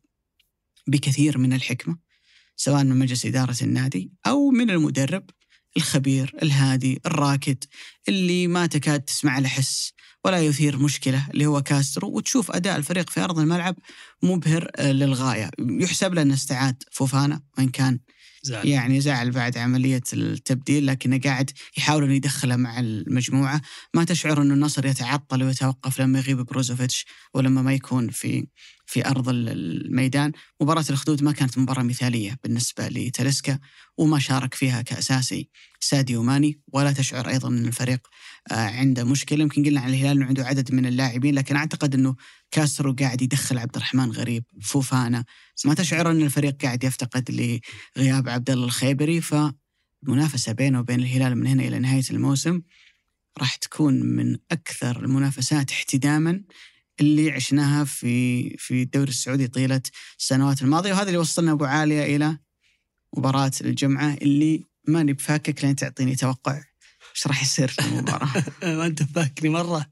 بكثير من الحكمة، سواء من مجلس إدارة النادي أو من المدرب الخبير الهادي الراكد اللي ما تكاد تسمع له حس ولا يثير مشكلة، اللي هو كاسترو. وتشوف أداء الفريق في أرض الملعب مبهر للغاية. يحسب له أنه استعاد فوفانا، وإن كان يعني زعل بعد عملية التبديل، لكنه قاعد يحاول أن يدخله مع المجموعة. ما تشعر أن النصر يتعطل ويتوقف لما يغيب بروزوفيتش ولما ما يكون في أرض الميدان. مباراة الأخدود ما كانت مباراة مثالية بالنسبة لتاليسكا، وما شارك فيها كأساسي ساديو ماني. ولا تشعر أيضا أن الفريق عنده مشكلة. يمكن قلنا عن الهلال أنه عنده عدد من اللاعبين، لكن أعتقد أنه كاسترو قاعد يدخل عبد الرحمن غريب، فوفانا. ما تشعر أن الفريق قاعد يفتقد لغياب عبد الله الخيبري. فالمنافسة بينه وبين الهلال من هنا إلى نهاية الموسم راح تكون من أكثر المنافسات احتداما اللي عشناها في الدوري السعودي طيلة السنوات الماضية. وهذا اللي وصلنا أبو عالية إلى مباراة الجمعة، اللي ماني بفاكك لين تعطيني توقع إيش راح يصير في المباراة. ما أنت فاكني مرة.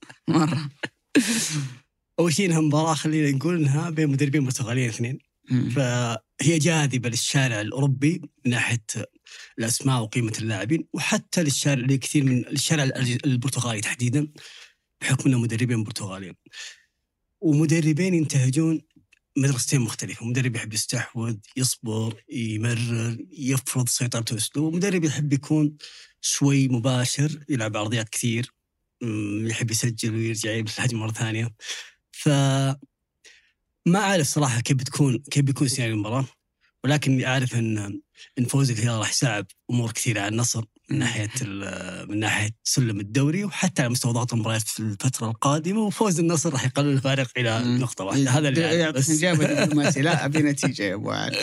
أول شيء إنها مباراة خلينا نقول إنها بين مدربين برتغاليين 2، فهي جاذبة للشارع الأوروبي من ناحية الأسماء وقيمة اللاعبين، وحتى لكثير من الشارع البرتغالي تحديدا، بحكم أنه مدربين برتغاليين ومدربين ينتهجون مدرستين مختلفة. مدرب يحب يستحوذ، يصبر، يمرر، يفرض سيطرته وأسلوبه. مدرب يحب يكون شوي مباشر، يلعب عرضيات كثير، يحب يسجل ويرجع بالهجمة مرة ثانية. فما أعرف صراحة كيف بيكون سيناريو المباراة، ولكن أعرف أن فوز الهلال راح يصعب أمور كثيرة على النصر من ناحية سلم الدوري، وحتى على مستوى ضغط المباريات في الفترة القادمة. وفوز النصر راح يقلل الفارق إلى نقطة واحدة. هذا اللي يعطيك إجابة دبلوماسية. لا أبي نتيجة يا أبو علي.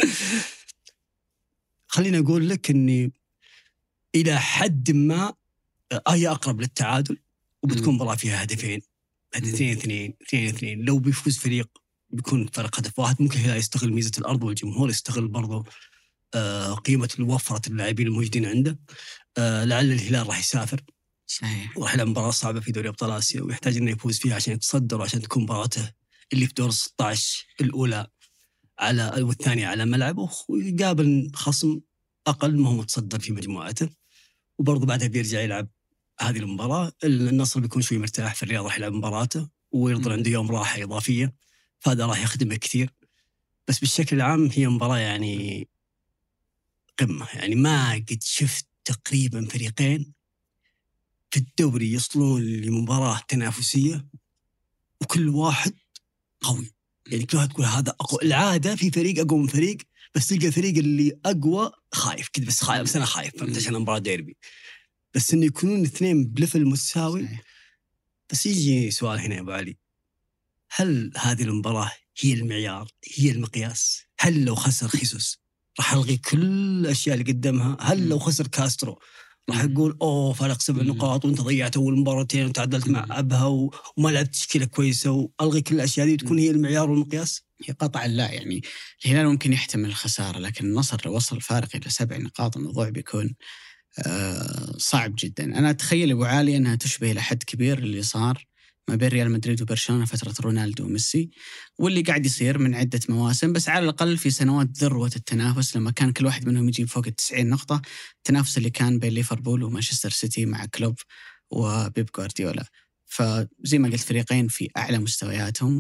خليني أقول لك إني إلى حد ما هي أقرب للتعادل، وبتكون مباراة فيها هدفين 2-2. لو بيفوز فريق بيكون فرق هدف واحد. ممكن الهلال يستغل ميزة الأرض والجمهور، يستغل برضو قيمة وفرة اللاعبين الموجودين عنده. لعل الهلال راح يسافر، صحيح، وراح يلعب مباراة صعبة في دوري أبطال آسيا، ويحتاج إنه يفوز فيها عشان يتصدر، وعشان تكون مباراته اللي في دور 16 الأولى والثانية على ملعبه، ويقابل خصم أقل ما هو متصدر في مجموعته. وبرضو بعدها بيرجع يلعب هذه المباراة. النصر بيكون شوي مرتاح في الرياض، راح يلعب مباراته ويرضى عنده يوم راحة إضافية، فهذا راح يخدمه كثير. بس بالشكل العام هي مباراة يعني قمة. يعني ما قد شفت تقريبا فريقين في الدوري يصلون لمباراة تنافسية وكل واحد قوي. يعني كل واحد تقول هذا أقوى. العادة في فريق أقوى من فريق، بس تلقى الفريق اللي أقوى خايف كده، بس خايف، بس أنا خايف فهمت عشان مباراة ديربي. بس إنه يكونون اثنين بليفل مساوي. بس يجي سؤال هنا يا أبو علي، هل هذه المباراة هي المعيار، هي المقياس؟ هل لو خسر خيسوس راح ألغي كل الأشياء اللي قدمها؟ هل لو خسر كاسترو راح أقول أوه فارق 7 نقاط وأنت ضيعت أول مباراتين وتعادلت مع أبها وما لعبت تشكيلة كويسة، وألغي كل الأشياء دي تكون هي المعيار والمقياس؟ هي قطعا لا. يعني الهلال ممكن يحتمل الخسارة، لكن النصر لو وصل فارق إلى 7 نقاط الموضوع بيكون صعب جدا. أنا أتخيل أبو عالي أنها تشبه إلى حد كبير اللي صار ما بين ريال مدريد وبرشلونة فترة رونالدو وميسي، واللي قاعد يصير من عدة مواسم، بس على الأقل في سنوات ذروة التنافس لما كان كل واحد منهم يجيب فوق 90 نقطة. التنافس اللي كان بين ليفربول ومانشستر سيتي مع كلوب وبيب غوارديولا. فزي ما قلت فريقين في أعلى مستوياتهم،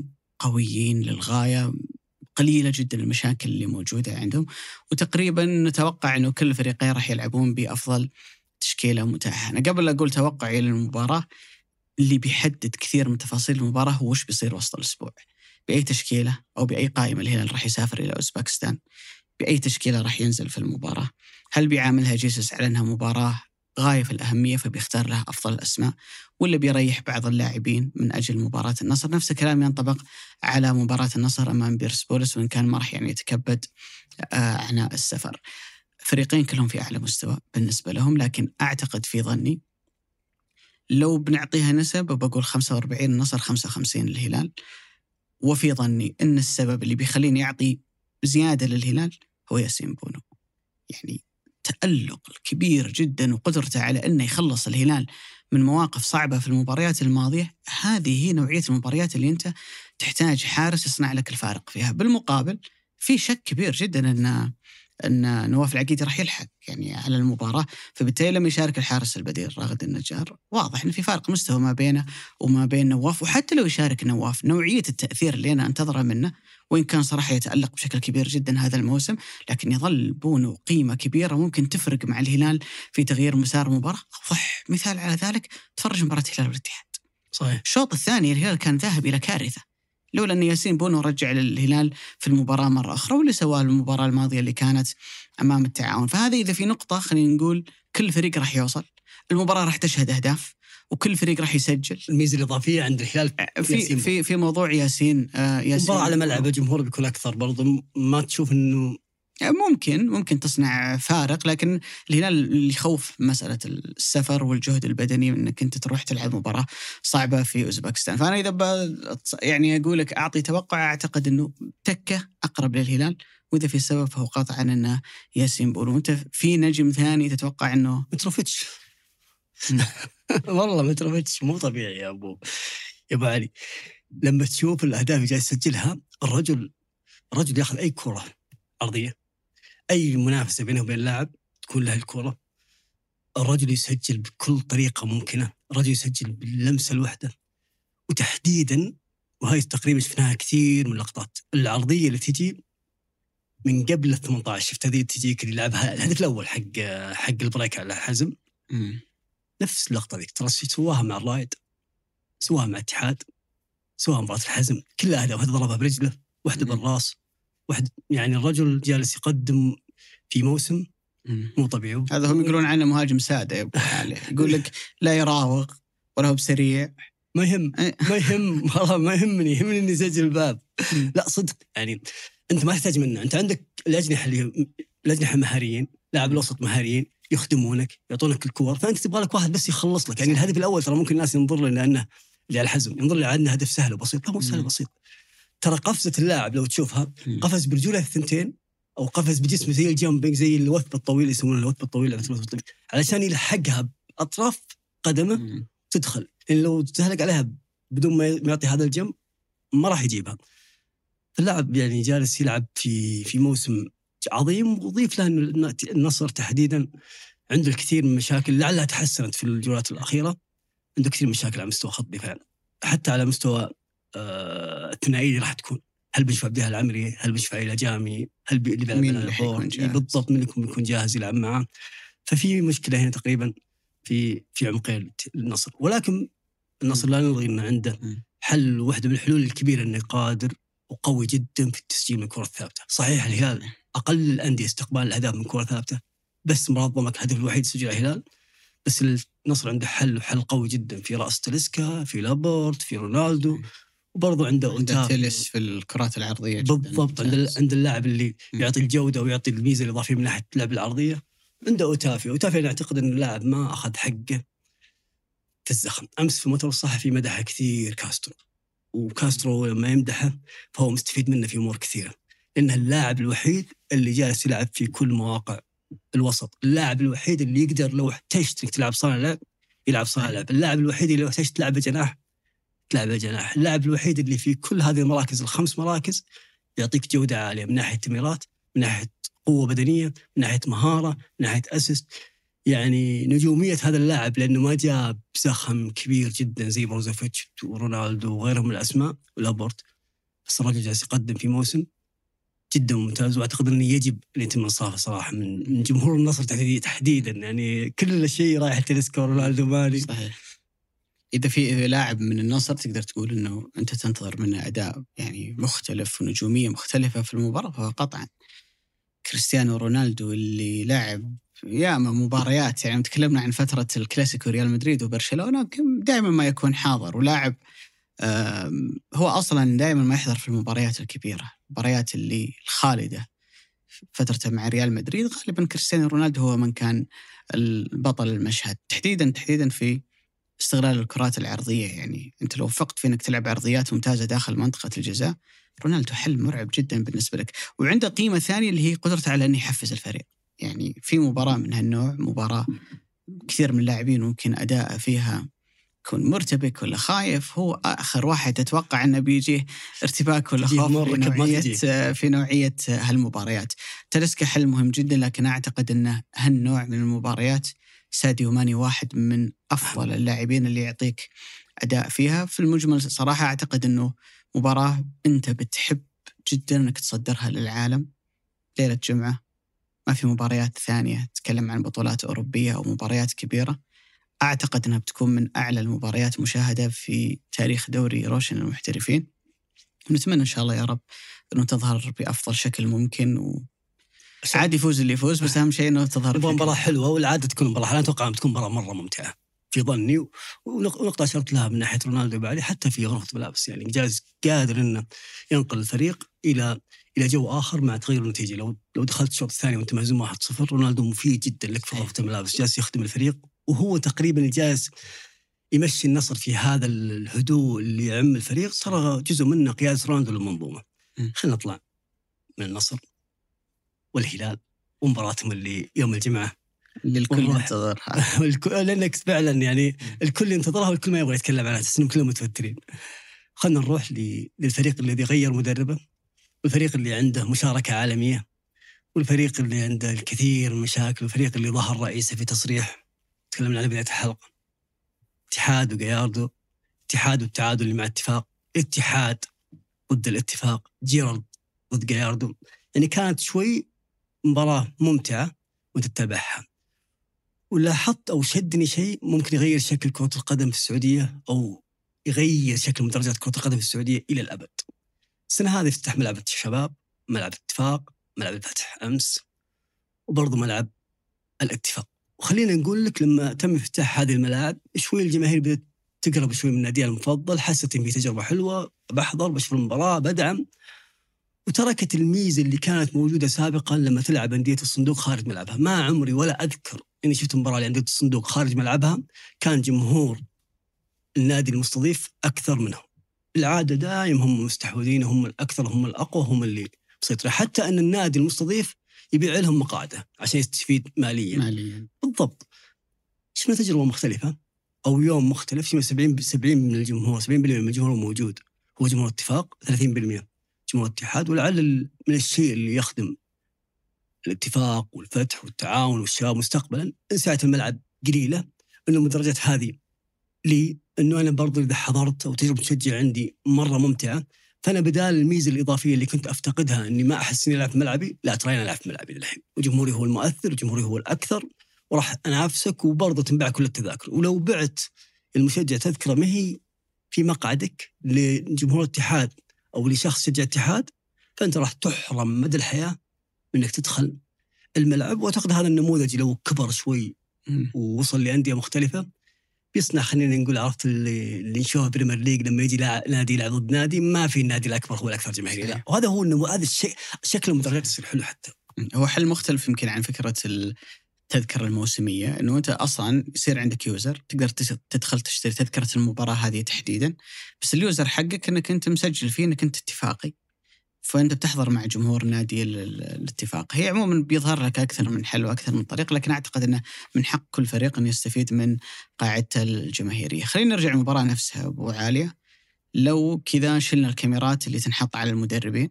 قويين للغاية، قليلة جدا المشاكل اللي موجودة عندهم، وتقريبا نتوقع أنه كل فريقين راح يلعبون بأفضل تشكيلة متاحة. أنا قبل أقول توقعي للمباراة، اللي بيحدد كثير من تفاصيل المباراة هو وش بيصير وسط الأسبوع، بأي تشكيلة أو بأي قائمة الهلال راح يسافر إلى أوزبكستان، بأي تشكيلة راح ينزل في المباراة، هل بيعاملها جيسوس على أنها مباراة غاية في الأهمية فبيختار لها أفضل الأسماء، ولا بيريح بعض اللاعبين من أجل مباراة النصر. نفس الكلام ينطبق على مباراة النصر أمام بيرسبوليس، وإن كان ما راح يعني يتكبد عناء السفر. فريقين كلهم في أعلى مستوى بالنسبة لهم، لكن أعتقد في ظني لو بنعطيها نسب بقول 45 النصر 55 الهلال، وفي ظني أن السبب اللي بيخليني أعطي زيادة للهلال هو ياسين بونو. يعني تألق كبير جدا وقدرته على أنه يخلص الهلال من مواقف صعبة في المباريات الماضية. هذه هي نوعية المباريات اللي أنت تحتاج حارس يصنع لك الفارق فيها. بالمقابل في شك كبير جدا أن نواف العقيدي راح يلحق يعني على المباراة، فبالتالي لما يشارك الحارس البديل راغد النجار واضح أن في فارق مستوى ما بينه وما بين نواف. وحتى لو يشارك نواف، نوعية التأثير اللي أنا أنتظره منه، وإن كان صراحة يتألق بشكل كبير جدا هذا الموسم، لكن يظل بونو قيمة كبيرة ممكن تفرق مع الهلال في تغيير مسار المباراة. أوضح مثال على ذلك تفرج مباراة الهلال والاتحاد. صحيح. الشوط الثاني الهلال كان ذاهب إلى كارثة لولا أن ياسين بونو رجع للهلال في المباراة مرة أخرى، واللي سواه المباراة الماضية اللي كانت أمام التعاون. فهذا إذا في نقطة خلينا نقول كل فريق راح يوصل، المباراة راح تشهد أهداف وكل فريق راح يسجل. الميزة الإضافية عند الهلال في موضوع ياسين المباراة على ملعب الجمهور بيكون أكثر برضو، ما تشوف إنه ممكن تصنع فارق، لكن الهلال اللي يخوف مسألة السفر والجهد البدني انك انت تروح تلعب مباراة صعبة في اوزبكستان. فانا اذا يعني اقول لك اعطي توقع، اعتقد انه تكة اقرب للهلال، واذا في سبب فهو قطعا انه ياسين بونو. انت في نجم ثاني تتوقع انه متروفيتش؟ والله متروفيتش مو طبيعي يا ابو علي. لما تشوف الاهداف اللي جاي يسجلها الرجل ياخذ اي كرة ارضية، أي منافسة بينه وبين اللاعب تكون له الكرة، الرجل يسجل بكل طريقة ممكنة، الرجل يسجل باللمسة الواحدة. وتحديدا وهي تقريبا شفناها كثير من اللقطات العرضية اللي تجي من قبل 18، شفت هذه تجيك اللي لعبها الهدف الأول حق البريك على حزم. نفس اللقطة ذيك ترى سواها مع الرايد، سواها مع الاتحاد، سواها مباراة الحزم، كلها أهداف. واحدة ضربها برجله، واحدة بالراس، واحد. يعني الرجل جالس يقدم في موسم مو طبيعي. هذا هم يقولون عنه مهاجم سادة يا أبو علي. يقول لك لا يراوغ ولا هو بسريع، ما يهم والله ما يهمني إني أسجل الباب. لا صدق، يعني أنت ما تحتاج منه. أنت عندك الأجنحة مهاريين، لاعب الوسط مهاريين يخدمونك، يعطونك الكور، فأنت تبغى لك واحد بس يخلص لك. يعني الهدف الأول ترى ممكن الناس ينظر له لأنه اللي على الحزم، ينظر له عندنا هدف سهل وبسيط. لا مو سهل وبسيط، ترى قفزة اللاعب لو تشوفها قفز برجوله الثنتين أو قفز بجسمه زي الجامبينج، زي الوثب الطويل يسمونه الوثب الطويل، علشان يلحقها بأطراف قدمه تدخل. لأن لو تهلك عليها بدون ما يعطي هذا الجنب ما راح يجيبها. اللاعب يعني جالس يلعب في موسم عظيم. وضيف له أن النصر تحديدا عنده الكثير من مشاكل لعلها تحسنت في الجولات الأخيرة. عنده كثير من مشاكل على مستوى خط دفاع، حتى على مستوى الثنائية اللي راح تكون. هل بنشوف عبد الله العمري؟ هل بنشوف عيل جامي؟ هل بالضبط منكم بيكون جاهز يلعب معه؟ ففي مشكلة هنا تقريبا في عمقين النصر. ولكن النصر لا نلغي أنه عنده حل، واحدة من الحلول الكبيرة أنه قادر وقوي جدا في التسجيل من الكرة الثابتة. صحيح الهلال أقل الأندية استقبال الأهداف من كرة ثابتة، بس منظمك الهدف الوحيد سجل الهلال. بس النصر عنده حل قوي جدا في رأس تلسكا، في لابورت، في رونالدو، وبرضه عنده تيليس في الكرات العرضية جدا. بالضبط، عند اللاعب اللي يعطي الجودة ويعطي الميزة الإضافية من ناحية اللعب العرضية. عنده أوتافي أنا أعتقد أن اللاعب ما أخذ حقه في الزخم. أمس في المؤتمر الصحفي مدحه كثير وكاسترو لما يمدحه فهو مستفيد منه في أمور كثيرة، لأنه اللاعب الوحيد اللي جالس يلعب في كل مواقع الوسط، اللاعب الوحيد اللي يقدر لو احتجت تلعب صانع لعب يلعب صانع لعب، اللاعب الوحيد اللي لو احتجت تلعب جناح تلعب جناح، اللاعب الوحيد اللي في كل هذه المراكز ال5 مراكز يعطيك جودة عالية من ناحية تمريرات، من ناحية قوة بدنية، من ناحية مهارة، من ناحية أسيست. يعني نجومية هذا اللاعب لأنه ما جاء بزخم كبير جدا زي بروزوفيتش ورونالدو وغيرهم من الأسماء ولابورت، بس الرجل جالس يقدم في موسم جدا ممتاز، واعتقد انه يجب ان يتم انصافه صراحه من جمهور النصر تحديدا. يعني كل شيء رايح تلسكو رونالدو ماني. صحيح. اذا في لاعب من النصر تقدر تقول انه انت تنتظر منه اداء يعني مختلف ونجوميه مختلفه في المباراه، فهو قطعا كريستيانو رونالدو اللي لعب ياما مباريات. يعني تكلمنا عن فتره الكلاسيكو ريال مدريد وبرشلونه، دائما ما يكون حاضر ولاعب. هو أصلا دائما ما يحضر في المباريات الكبيرة، المباريات اللي الخالدة. فترته مع ريال مدريد غالبا كريستيانو رونالدو هو من كان البطل المشهد، تحديدا في استغلال الكرات العرضية. يعني أنت لو وفقت في أنك تلعب عرضيات ممتازة داخل منطقة الجزاء، رونالدو حل مرعب جدا بالنسبة لك. وعنده قيمة ثانية اللي هي قدرته على أن يحفز الفريق. يعني في مباراة من هالنوع، مباراة كثير من اللاعبين ممكن أداء فيها يكون مرتبك ولا خايف، هو آخر واحد تتوقع أنه بيجيه ارتباك ولا خوف في نوعية هالمباريات. تاليسكا حل مهم جدا، لكن أعتقد أنه هالنوع من المباريات ساديو ماني واحد من أفضل اللاعبين اللي يعطيك أداء فيها. في المجمل صراحة أعتقد أنه مباراة أنت بتحب جدا أنك تصدرها للعالم ليلة جمعة. ما في مباريات ثانية تتكلم عن بطولات أوروبية أو مباريات كبيرة. أعتقد أنها بتكون من أعلى المباريات مشاهدة في تاريخ دوري روشن المحترفين، ونتمنى إن شاء الله يا رب أنه تظهر بأفضل شكل ممكن. عاد يفوز اللي يفوز، بس أهم شيء أنه تظهر مباراة حلوة، والعادة تكون مباراة. أنا أتوقع تكون مباراة مرة ممتعة في ظني، ونقطة أشرت لها من ناحية رونالدو بعد حتى في غرفة ملابس. يعني جالس قادر إنه ينقل الفريق إلى جو آخر مع تغير النتيجة. لو دخلت الشوط الثاني وأنت مهزوم 1-0، رونالدو مفيد جدا لك في غرفة الملابس، جالس يخدم الفريق، وهو تقريبا جالس يمشي النصر في هذا الهدوء اللي يعم الفريق. صار جزء منه قيادة رونالدو للمنظومة. خلينا نطلع من النصر والهلال ومباراتهم اللي يوم الجمعة اللي الكل ينتظرها لأنك فعلا يعني الكل ينتظرها والكل ما يبغى يتكلم عنها، تحس إنهم كلهم متوترين. خلنا نروح للفريق الذي غير مدربه، والفريق اللي عنده مشاركة عالمية، والفريق اللي عنده الكثير من مشاكل، والفريق اللي ظهر رئيسه في تصريح تكلمنا على بداية الحلقة. اتحاد وجاياردو، اتحاد والتعادل اللي مع اتفاق، اتحاد ضد الاتفاق، جيرارد ضد جاياردو. يعني كانت شوي مباراة ممتعة وتتابعها. ولاحظت أو شدني شيء ممكن يغير شكل كرة القدم في السعودية، أو يغير شكل مدرجات كرة القدم في السعودية إلى الأبد. السنة هذه افتتح ملعب الشباب، ملعب الاتفاق، ملعب الفتح أمس، وبرضو ملعب الاتفاق. وخلينا نقول لك لما تم افتتاح هذه الملاعب شوي الجماهير بدأت تقرب شوي من ناديها المفضل، حست إن في تجربة حلوة، بحضر بشوف المباراة بدعم. وتركت الميزة اللي كانت موجودة سابقا لما تلعب أندية الصندوق خارج ملعبها. ما عمري ولا أذكر إني شفت مباراة لأندية الصندوق خارج ملعبها كان جمهور النادي المستضيف أكثر منهم. العادة دائم هم مستحوذين، هم الأكثر، هم الأقوى، هم اللي مسيطرين. حتى أن النادي المستضيف يبيع لهم مقاعدة عشان يستفيد ماليا. بالضبط. شفنا تجربة مختلفة أو يوم مختلف. شفنا 70 من الجمهور، 70% من الجمهور موجود هو جمهور اتفاق، 30% جمهور الاتحاد. ولعل من الشيء اللي يخدم الاتفاق والفتح والتعاون والشباب مستقبلا إن ساعة الملعب قليلة، إنه من الدرجات هذه لي إنه أنا برضو إذا حضرت أو تجربة تشجيع عندي مرة ممتعة، فأنا بدال الميزة الإضافية اللي كنت أفتقدها إني ما أحس إني ألعب في ملعبي، لا ترى أنا ألعب في ملعبي للحين، وجمهوري هو المؤثر، وجمهوري هو الأكثر، وراح أنافسك، وبرضو تنباع كل التذاكر. ولو بعت المشجع تذكرة ما هي في مقعدك لجمهور الاتحاد أو لشخص شجع اتحاد، فأنت راح تحرم مدى الحياة إنك تدخل الملعب. وأعتقد هذا النموذج لو كبر شوي ووصل لأندية مختلفة بيصنع، خلينا نقول، عرفت اللي نشوفه بريمير ليج لما يجي نادي يلعب ضد نادي، ما في النادي الأكبر هو الأكثر جماهيرية. لا، وهذا هو هذا الشيء، شكل المدرجات يصير حلو. حتى هو حل مختلف يمكن عن فكرة التذكرة الموسمية، إنه أنت أصلاً يصير عندك يوزر تقدر تدخل تشتري تذكرة المباراة هذه تحديداً، بس اليوزر حقك إنك أنت مسجل فيه إنك أنت اتفاقي، فأنت بتحضر مع جمهور نادي الاتفاق. هي عموماً بيظهر لك أكثر من حل وأكثر من طريق، لكن أعتقد أنه من حق كل فريق أن يستفيد من قاعدته الجماهيرية. خلينا نرجع المباراة نفسها أبو عالية. لو كذا شلنا الكاميرات اللي تنحط على المدربين،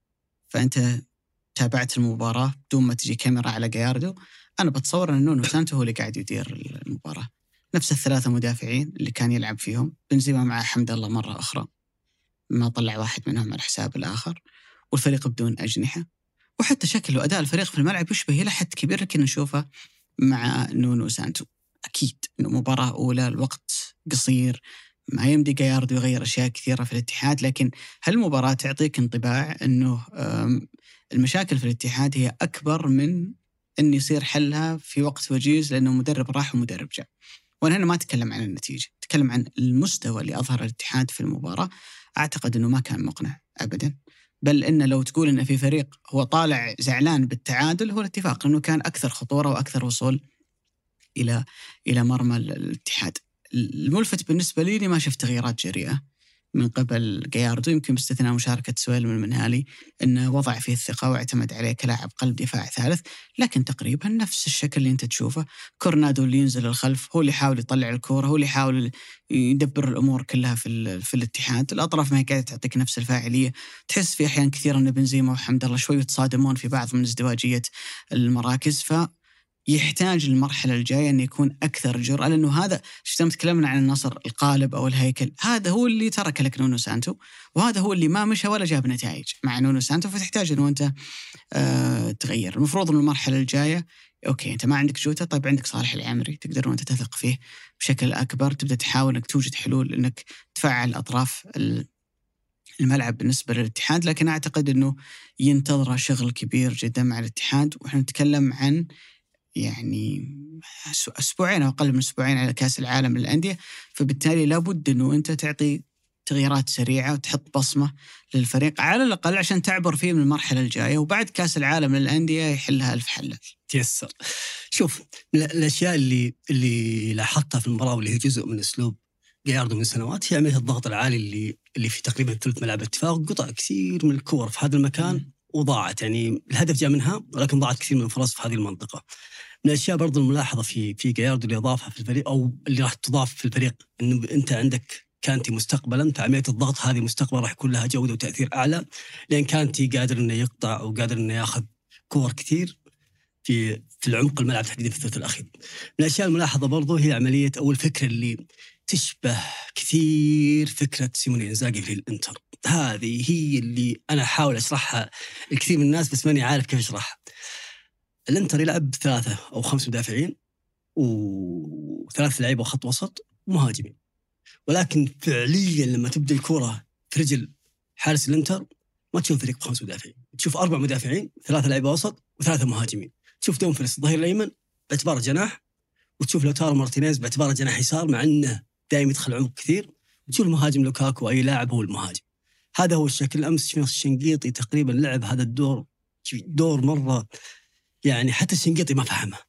فأنت تابعت المباراة بدون ما تجي كاميرا على جاياردو، أنا بتصور أن نونو سانتو هو اللي قاعد يدير المباراة، نفس الثلاثة مدافعين اللي كان يلعب فيهم، بنزيما مع حمد الله مرة أخرى، ما طلع واحد منهم على حساب الآخر، والفريق بدون أجنحة، وحتى شكل وأداء الفريق في الملعب يشبه إلى حد كبير كنا نشوفه مع نونو سانتو. أكيد إنه مباراة أولى، الوقت قصير، ما يمدي جاياردو يغير أشياء كثيرة في الاتحاد، لكن هالمباراة تعطيك انطباع إنه المشاكل في الاتحاد هي أكبر من إن يصير حلها في وقت وجيز، لأنه مدرب راح ومدرب جاء. وأنا هنا ما أتكلم عن النتيجة، أتكلم عن المستوى اللي أظهر الاتحاد في المباراة. أعتقد أنه ما كان مقنع أبدا، بل إن لو تقول أن في فريق هو طالع زعلان بالتعادل هو الاتفاق، أنه كان أكثر خطورة وأكثر وصول إلى مرمى الاتحاد. الملفت بالنسبة لي ما شفت تغييرات جريئة من قبل جاياردو، يمكن باستثناء مشاركة سويلم المنهالي أنه وضع فيه الثقة واعتمد عليه كلاعب قلب دفاع ثالث، لكن تقريبا نفس الشكل اللي أنت تشوفه. كورنادو اللي ينزل الخلف، هو اللي يحاول يطلع الكورة، هو اللي يحاول يدبر الأمور كلها في الاتحاد. الأطراف ما هي قاعدة تعطيك نفس الفاعلية، تحس في أحيان كثيرة أن بنزيما وحمد الله شوي يتصادمون في بعض من ازدواجية المراكز، يحتاج المرحلة الجاية أن يكون أكثر جرأة، لأنه هذا شفتم تكلمنا عن النصر القالب أو الهيكل، هذا هو اللي ترك لك نونو سانتو، وهذا هو اللي ما مشى ولا جاب نتائج مع نونو سانتو. فتحتاج أنه أنت تغير. المفروض أن المرحلة الجاية أوكي أنت ما عندك جوتا، طيب عندك صالح العامري تقدر وأنت تثق فيه بشكل أكبر، تبدأ تحاول أنك توجد حلول أنك تفعل أطراف الملعب بالنسبة للاتحاد. لكن أعتقد أنه ينتظر شغل كبير جدا مع الاتحاد، وإحنا نتكلم عن يعني أسبوعين أو أقل من أسبوعين على كأس العالم للأندية، فبالتالي لابد أنه أنت تعطي تغييرات سريعة وتحط بصمة للفريق على الأقل عشان تعبر فيه من المرحلة الجاية، وبعد كأس العالم للأندية يحلها ألف حلة. تيسر. شوف الأشياء اللي لاحظتها في المباراة واللي هي جزء من أسلوب جاياردو من سنوات هي عملية الضغط العالي اللي في تقريبا ثلث ملعب الاتفاق، قطع كثير من الكور في هذا المكان وضاعت، يعني الهدف جاء منها ولكن ضاعت كثير من الفرص في هذه المنطقة. من الأشياء برضو الملاحظة في جاياردو اللي أضافها في الفريق أو اللي راح تضاف في الفريق، إنه أنت عندك كانتي مستقبلا، فعملية الضغط هذه مستقبلا راح يكون لها جودة وتأثير أعلى، لأن كانتي قادر إنه يقطع وقادر إنه يأخذ كور كثير في العمق الملعب تحديدا في الثلث الأخير. من الأشياء الملاحظة برضو هي عملية أو الفكرة اللي تشبه كثير فكرة سيموني إنزاغي في الإنتر. هذه هي اللي أنا أحاول أشرحها لكثير من الناس بس ماني عارف كيف أشرحها. الإنتر يلعب 3 أو 5 مدافعين و3 لعيبة وخط وسط ومهاجمين، ولكن فعليا لما تبدأ الكرة في رجل حارس الإنتر ما تشوف فريق 5 مدافعين، تشوف 4 مدافعين، 3 لعيبة وسط و3 مهاجمين. تشوف دومفريس الظهير الأيمن باعتباره جناح، وتشوف لوتارو مارتينيز باعتباره جناح يسار مع أنه دائما يدخل عمق كثير، وتشوف المهاجم لوكاكو أي لاعب هو المهاجم. هذا هو الشكل. أمس شفنا الشنقيطي تقريبا لعب هذا الدور مرة، يعني حتى الشنقيطي ما فهمه.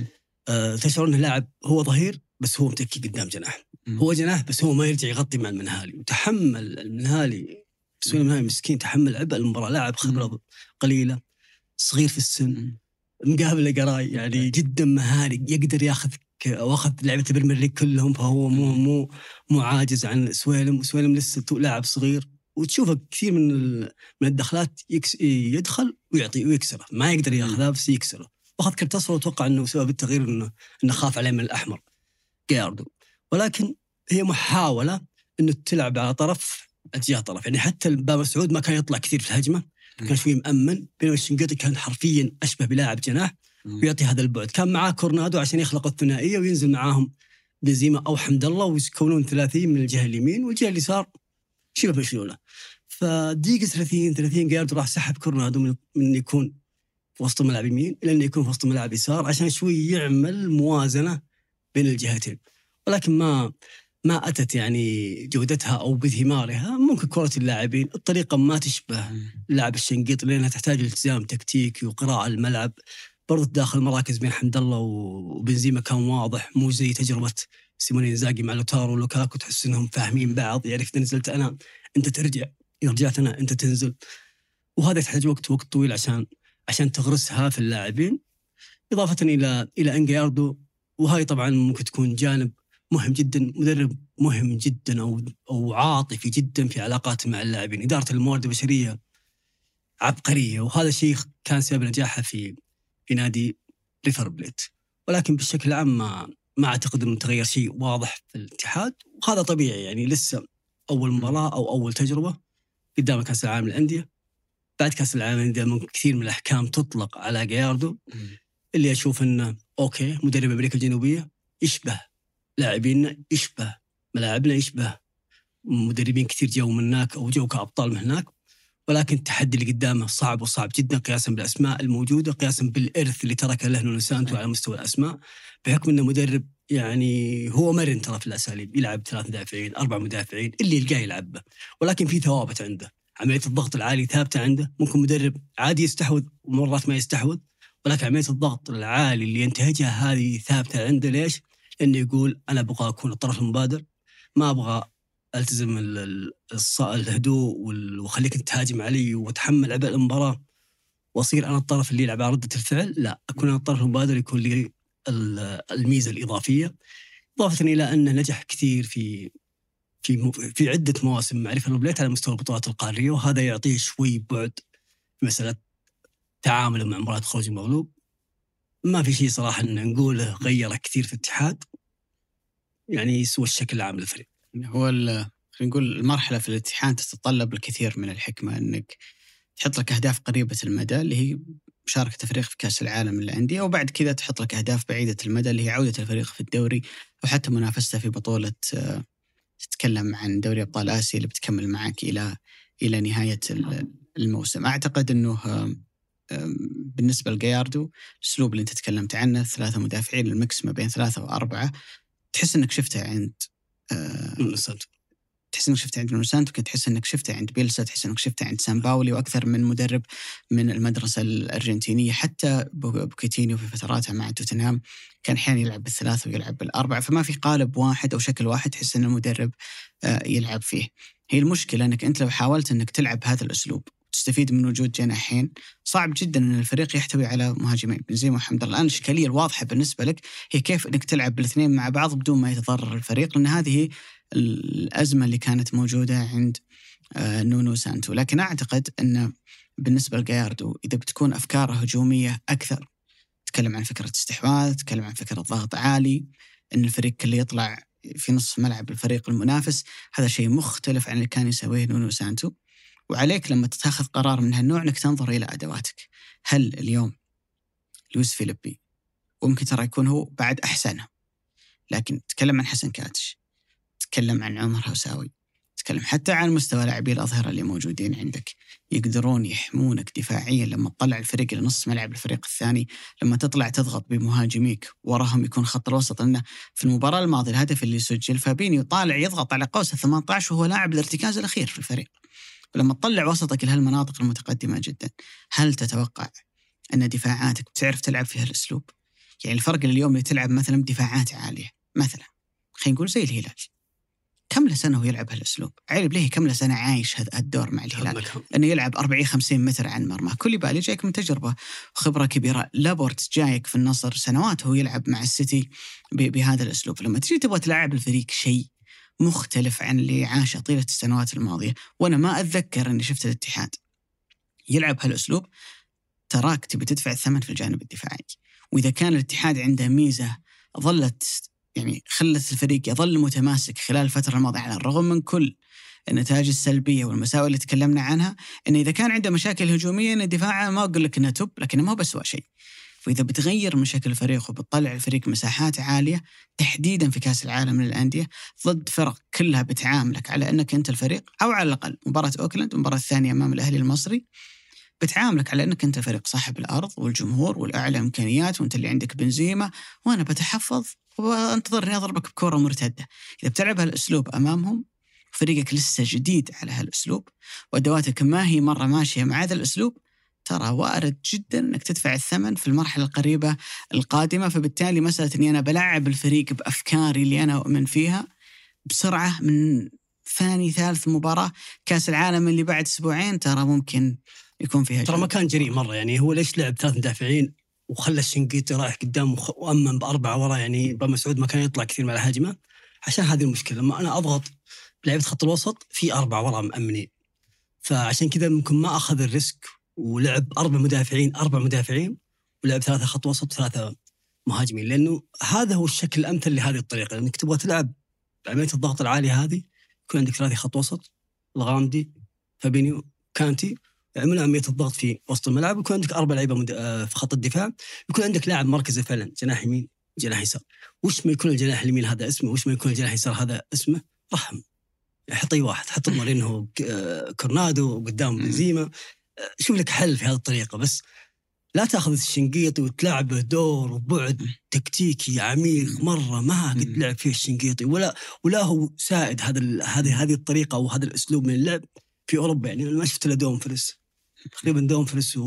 تشعر أنه لاعب هو ظهير بس هو متكي قدام جناح، هو جناح بس هو ما يرجع يغطي مع المنهالي، وتحمل المنهالي سوينا المنهالي مسكين تحمل عبء المباراة. لاعب خبرة قليلة، صغير في السن، مقابل قراي، يعني جدا مهاري، يقدر ياخذ لعبة البريمير ليج كلهم، فهو مو عاجز عن سويلم لسه لاعب صغير، وتشوفه كثير من الدخلات يدخل ويعطي ويكسره، ما يقدر ياخذها بس يكسره. واخذ كرت اصفر وتوقع انه سبب التغيير انه خاف عليه من الاحمر جاياردو، ولكن هي محاولة انه تلعب على طرف اتجاه طرف. يعني حتى بابا سعود ما كان يطلع كثير في الهجمة، كان شوي مأمن، بينما الشنقيطي كان حرفيا أشبه بلاعب جناح ويعطي هذا البعد. كان معاه كورنادو عشان يخلق الثنائية وينزل معاهم بنزيما أو حمد الله ويكونون ثلاثيين من الجهة اليمين، والجهة اليسار شبه مشلولة. فدقيقة 30 جاياردو راح سحب كورنادو من يكون في وسط الملعب يمين إلى أن يكون في وسط الملعب يسار عشان شوي يعمل موازنة بين الجهتين، ولكن ما أتت يعني جودتها أو بثمارها. ممكن كرة اللاعبين الطريقة ما تشبه لاعب الشنقيط لأنها تحتاج التزام تكتيكي وقراءة الملعب. برضو داخل المراكز بين حمد الله وبنزيما كان واضح، مو زي تجربة سيموني إنزاغي مع لوتارو ولوكاكو، تحس إنهم فاهمين بعض، يعرف إذا نزلت أنا أنت ترجع، إذا رجعت أنا أنت تنزل، وهذا يحتاج وقت طويل عشان تغرسها في اللاعبين. إضافة إلى أن جاياردو، وهاي طبعا ممكن تكون جانب مهم جدا، مدرب مهم جدا أو عاطفي جدا في علاقاته مع اللاعبين. إدارة الموارد البشرية عبقرية، وهذا شيء كان سبب نجاحه في نادي ريفر بليت. ولكن بالشكل العام ما أعتقد أنه تغير شيء واضح في الاتحاد، وهذا طبيعي، يعني لسه أول مباراة أو أول تجربة، قدام كأس العالم للأندية. بعد كأس العالم للأندية ممكن كثير من الأحكام تطلق على جاياردو، اللي أشوف إنه أوكي مدرب أمريكا الجنوبية يشبه لاعبين، يشبه ملاعبنا، يشبه مدربين كثير جو من هناك أو جو كأبطال من هناك، ولكن التحدي اللي قدامه صعب وصعب جدا قياسا بالأسماء الموجودة، قياسا بالإرث اللي تركه له نونو سانتو على مستوى الأسماء، بحكم أنه مدرب يعني هو مرن ترى في الأساليب، يلعب 3 مدافعين 4 مدافعين اللي يلقاه يلعبه، ولكن في ثوابت عنده، عملية الضغط العالي ثابتة عنده. ممكن مدرب عادي يستحوذ ومرات ما يستحوذ، ولكن عملية الضغط العالي اللي ينتهجها هذه ثابتة عنده. ليش؟ إنه يقول أنا أبغى أكون الطرف المبادر، ما أبغى التزم الهدوء وخليك تهاجم علي وتحمل عبء المباراة واصير انا الطرف اللي يلعب على ردة الفعل، لا، اكون انا الطرف المبادر، يكون لي الميزة الإضافية، إضافة إلى أنه نجح كثير في عدة مواسم مع ريفر بليت على مستوى البطولات القارية، وهذا يعطيه شوي بعد في مسألة تعامله مع مباراة خروج المغلوب. ما في شيء صراحة أن نقوله غير كثير في الاتحاد، يعني يسوى الشكل العام للفريق. هو نقول المرحلة في الاتحاد تتطلب الكثير من الحكمة، أنك تحط لك أهداف قريبة المدى اللي هي مشاركة الفريق في كأس العالم للأندية، وبعد كذا تحط لك أهداف بعيدة المدى اللي هي عودة الفريق في الدوري وحتى منافسته في بطولة، تتكلم عن دوري أبطال آسيا اللي بتكمل معك إلى نهاية الموسم. أعتقد أنه بالنسبة لجاياردو الأسلوب اللي أنت تكلمت عنه 3 مدافعين، المكس ما بين 3 و4، تحس أنك شفته عند تحس انك شفته عند نونو سانتو، كنت تحس انك شفته عند بيلسا، تحس انك شفته عند سامباولي واكثر من مدرب من المدرسه الارجنتينيه. حتى بوكيتينيو في فتراته مع توتنهام كان احيانا يلعب بال3 ويلعب بال4، فما في قالب واحد او شكل واحد تحس ان المدرب يلعب فيه. هي المشكله انك انت لو حاولت انك تلعب هذا الاسلوب تستفيد من وجود جناحين، صعب جدا ان الفريق يحتوي على مهاجمين. بنزيما وحمد الله الان الاشكاليه الواضحه بالنسبه لك هي كيف انك تلعب بالاثنين مع بعض بدون ما يتضرر الفريق، لان هذه الأزمة اللي كانت موجودة عند نونو سانتو. لكن أعتقد أن بالنسبة لجاياردو إذا بتكون أفكاره هجومية أكثر، تكلم عن فكرة استحواذ، تكلم عن فكرة ضغط عالي، أن الفريق اللي يطلع في نصف ملعب الفريق المنافس، هذا شيء مختلف عن اللي كان يسويه نونو سانتو. وعليك لما تتخذ قرار من هالنوع أنك تنظر إلى أدواتك. هل اليوم لويس فيليبي وممكن ترى يكون هو بعد أحسنه، لكن تكلم عن حسن كاتش، تكلم عن عمر هوساوي، تكلم حتى عن مستوى لاعبي الأظهرة اللي موجودين عندك، يقدرون يحمونك دفاعيا لما تطلع الفريق لنص ملعب الفريق الثاني، لما تطلع تضغط بمهاجميك وراهم يكون خط الوسط. لأنه في المباراة الماضية الهدف اللي سجل فابينيو طالع يضغط على قوس 18 وهو لاعب الارتكاز الأخير في الفريق، ولما تطلع وسطك لهالمناطق المتقدمة جدا، هل تتوقع أن دفاعاتك بتعرف تلعب في هالأسلوب؟ يعني الفرق اليوم اللي تلعب مثلا بدفاعات عالية، مثلا خلينا نقول زي الهلال، كم له سنة هو يلعب هالأسلوب؟ علي بليهي كم له سنة عايش هذا الدور مع الهلال، أنه يلعب 40-50 متر عن مرمى. كوليبالي جايك من تجربة وخبرة كبيرة، لابورت جايك في النصر سنوات هو يلعب مع السيتي بهذا الأسلوب. لما تجي تبغى تلعب الفريق شيء مختلف عن اللي عاشه طيلة السنوات الماضية، وأنا ما أتذكر أني شفت الاتحاد يلعب هالأسلوب، تراك تبي تدفع الثمن في الجانب الدفاعي. وإذا كان الاتحاد عنده ميزة ظلت يعني خلت الفريق يظل متماسك خلال الفترة الماضية على الرغم من كل النتائج السلبية والمساوئ اللي تكلمنا عنها، إن إذا كان عنده مشاكل هجومية إن الدفاع ما أقول لك إنه توب، لكنه ما بسوى شيء. وإذا بتغير من شكل الفريق وبتطلع الفريق مساحات عالية تحديدا في كأس العالم للأندية ضد فرق كلها بتعاملك على أنك أنت الفريق، أو على الأقل مباراة أوكلاند والمباراة الثانية أمام الأهلي المصري بتعاملك على أنك أنت فريق صاحب الأرض والجمهور والأعلى إمكانيات، وأنت اللي عندك بنزيما وأنا بتحفظ وانتظرني أضربك بكرة مرتدة. إذا بتلعب هالأسلوب أمامهم، فريقك لسه جديد على هالأسلوب وأدواتك ما هي مرة ماشية مع هذا الأسلوب، ترى وارد جدا أنك تدفع الثمن في المرحلة القريبة القادمة. فبالتالي مسألة أني أنا بلعب الفريق بأفكاري اللي أنا أؤمن فيها بسرعة من ثاني ثالث مباراة كأس العالم اللي بعد أسبوعين، ترى ممكن يكون فيها ترى ما كان جريء مرة. يعني هو ليش لعب 3 مدافعين وخلى الشنقيطي رايح قدام وأمن ب4 ورا؟ يعني بمسعود ما كان يطلع كثير مع الهاجمة عشان هذه المشكلة. لما أنا أضغط بلعبة خط الوسط في 4 ورا مأمنين، فعشان كذا ممكن ما أخذ الريسك ولعب 4 مدافعين ولعب 3 خط وسط 3 مهاجمين، لأنه هذا هو الشكل الأمثل لهذه الطريقة. لأنك تبغى تلعب بعملية الضغط العالي هذه يكون عندك 3 خط وسط، الغامدي فابينيو كانتي يعملون عملية الضغط في وسط الملعب. يكون عندك 4 لعيبة في خط الدفاع، يكون عندك لاعب مركزه فعلا جناح يمين جناح يسار. وش ما يكون الجناح اليمين هذا اسمه، وش ما يكون الجناح يسار هذا اسمه، رحم حط أي واحد، حط مورينهو كورنادو قدام بنزيما، شوف لك حل في هذه الطريقة. بس لا تأخذ الشنقيطي وتلعبه دور وبعد تكتيكي عميق مرة ما قد لعب فيه الشنقيطي ولا هو سائد هذه الطريقة أو هذا الأسلوب من اللعب في أوروبا. يعني ما شفت له دومفريس تقريبا، دومفريس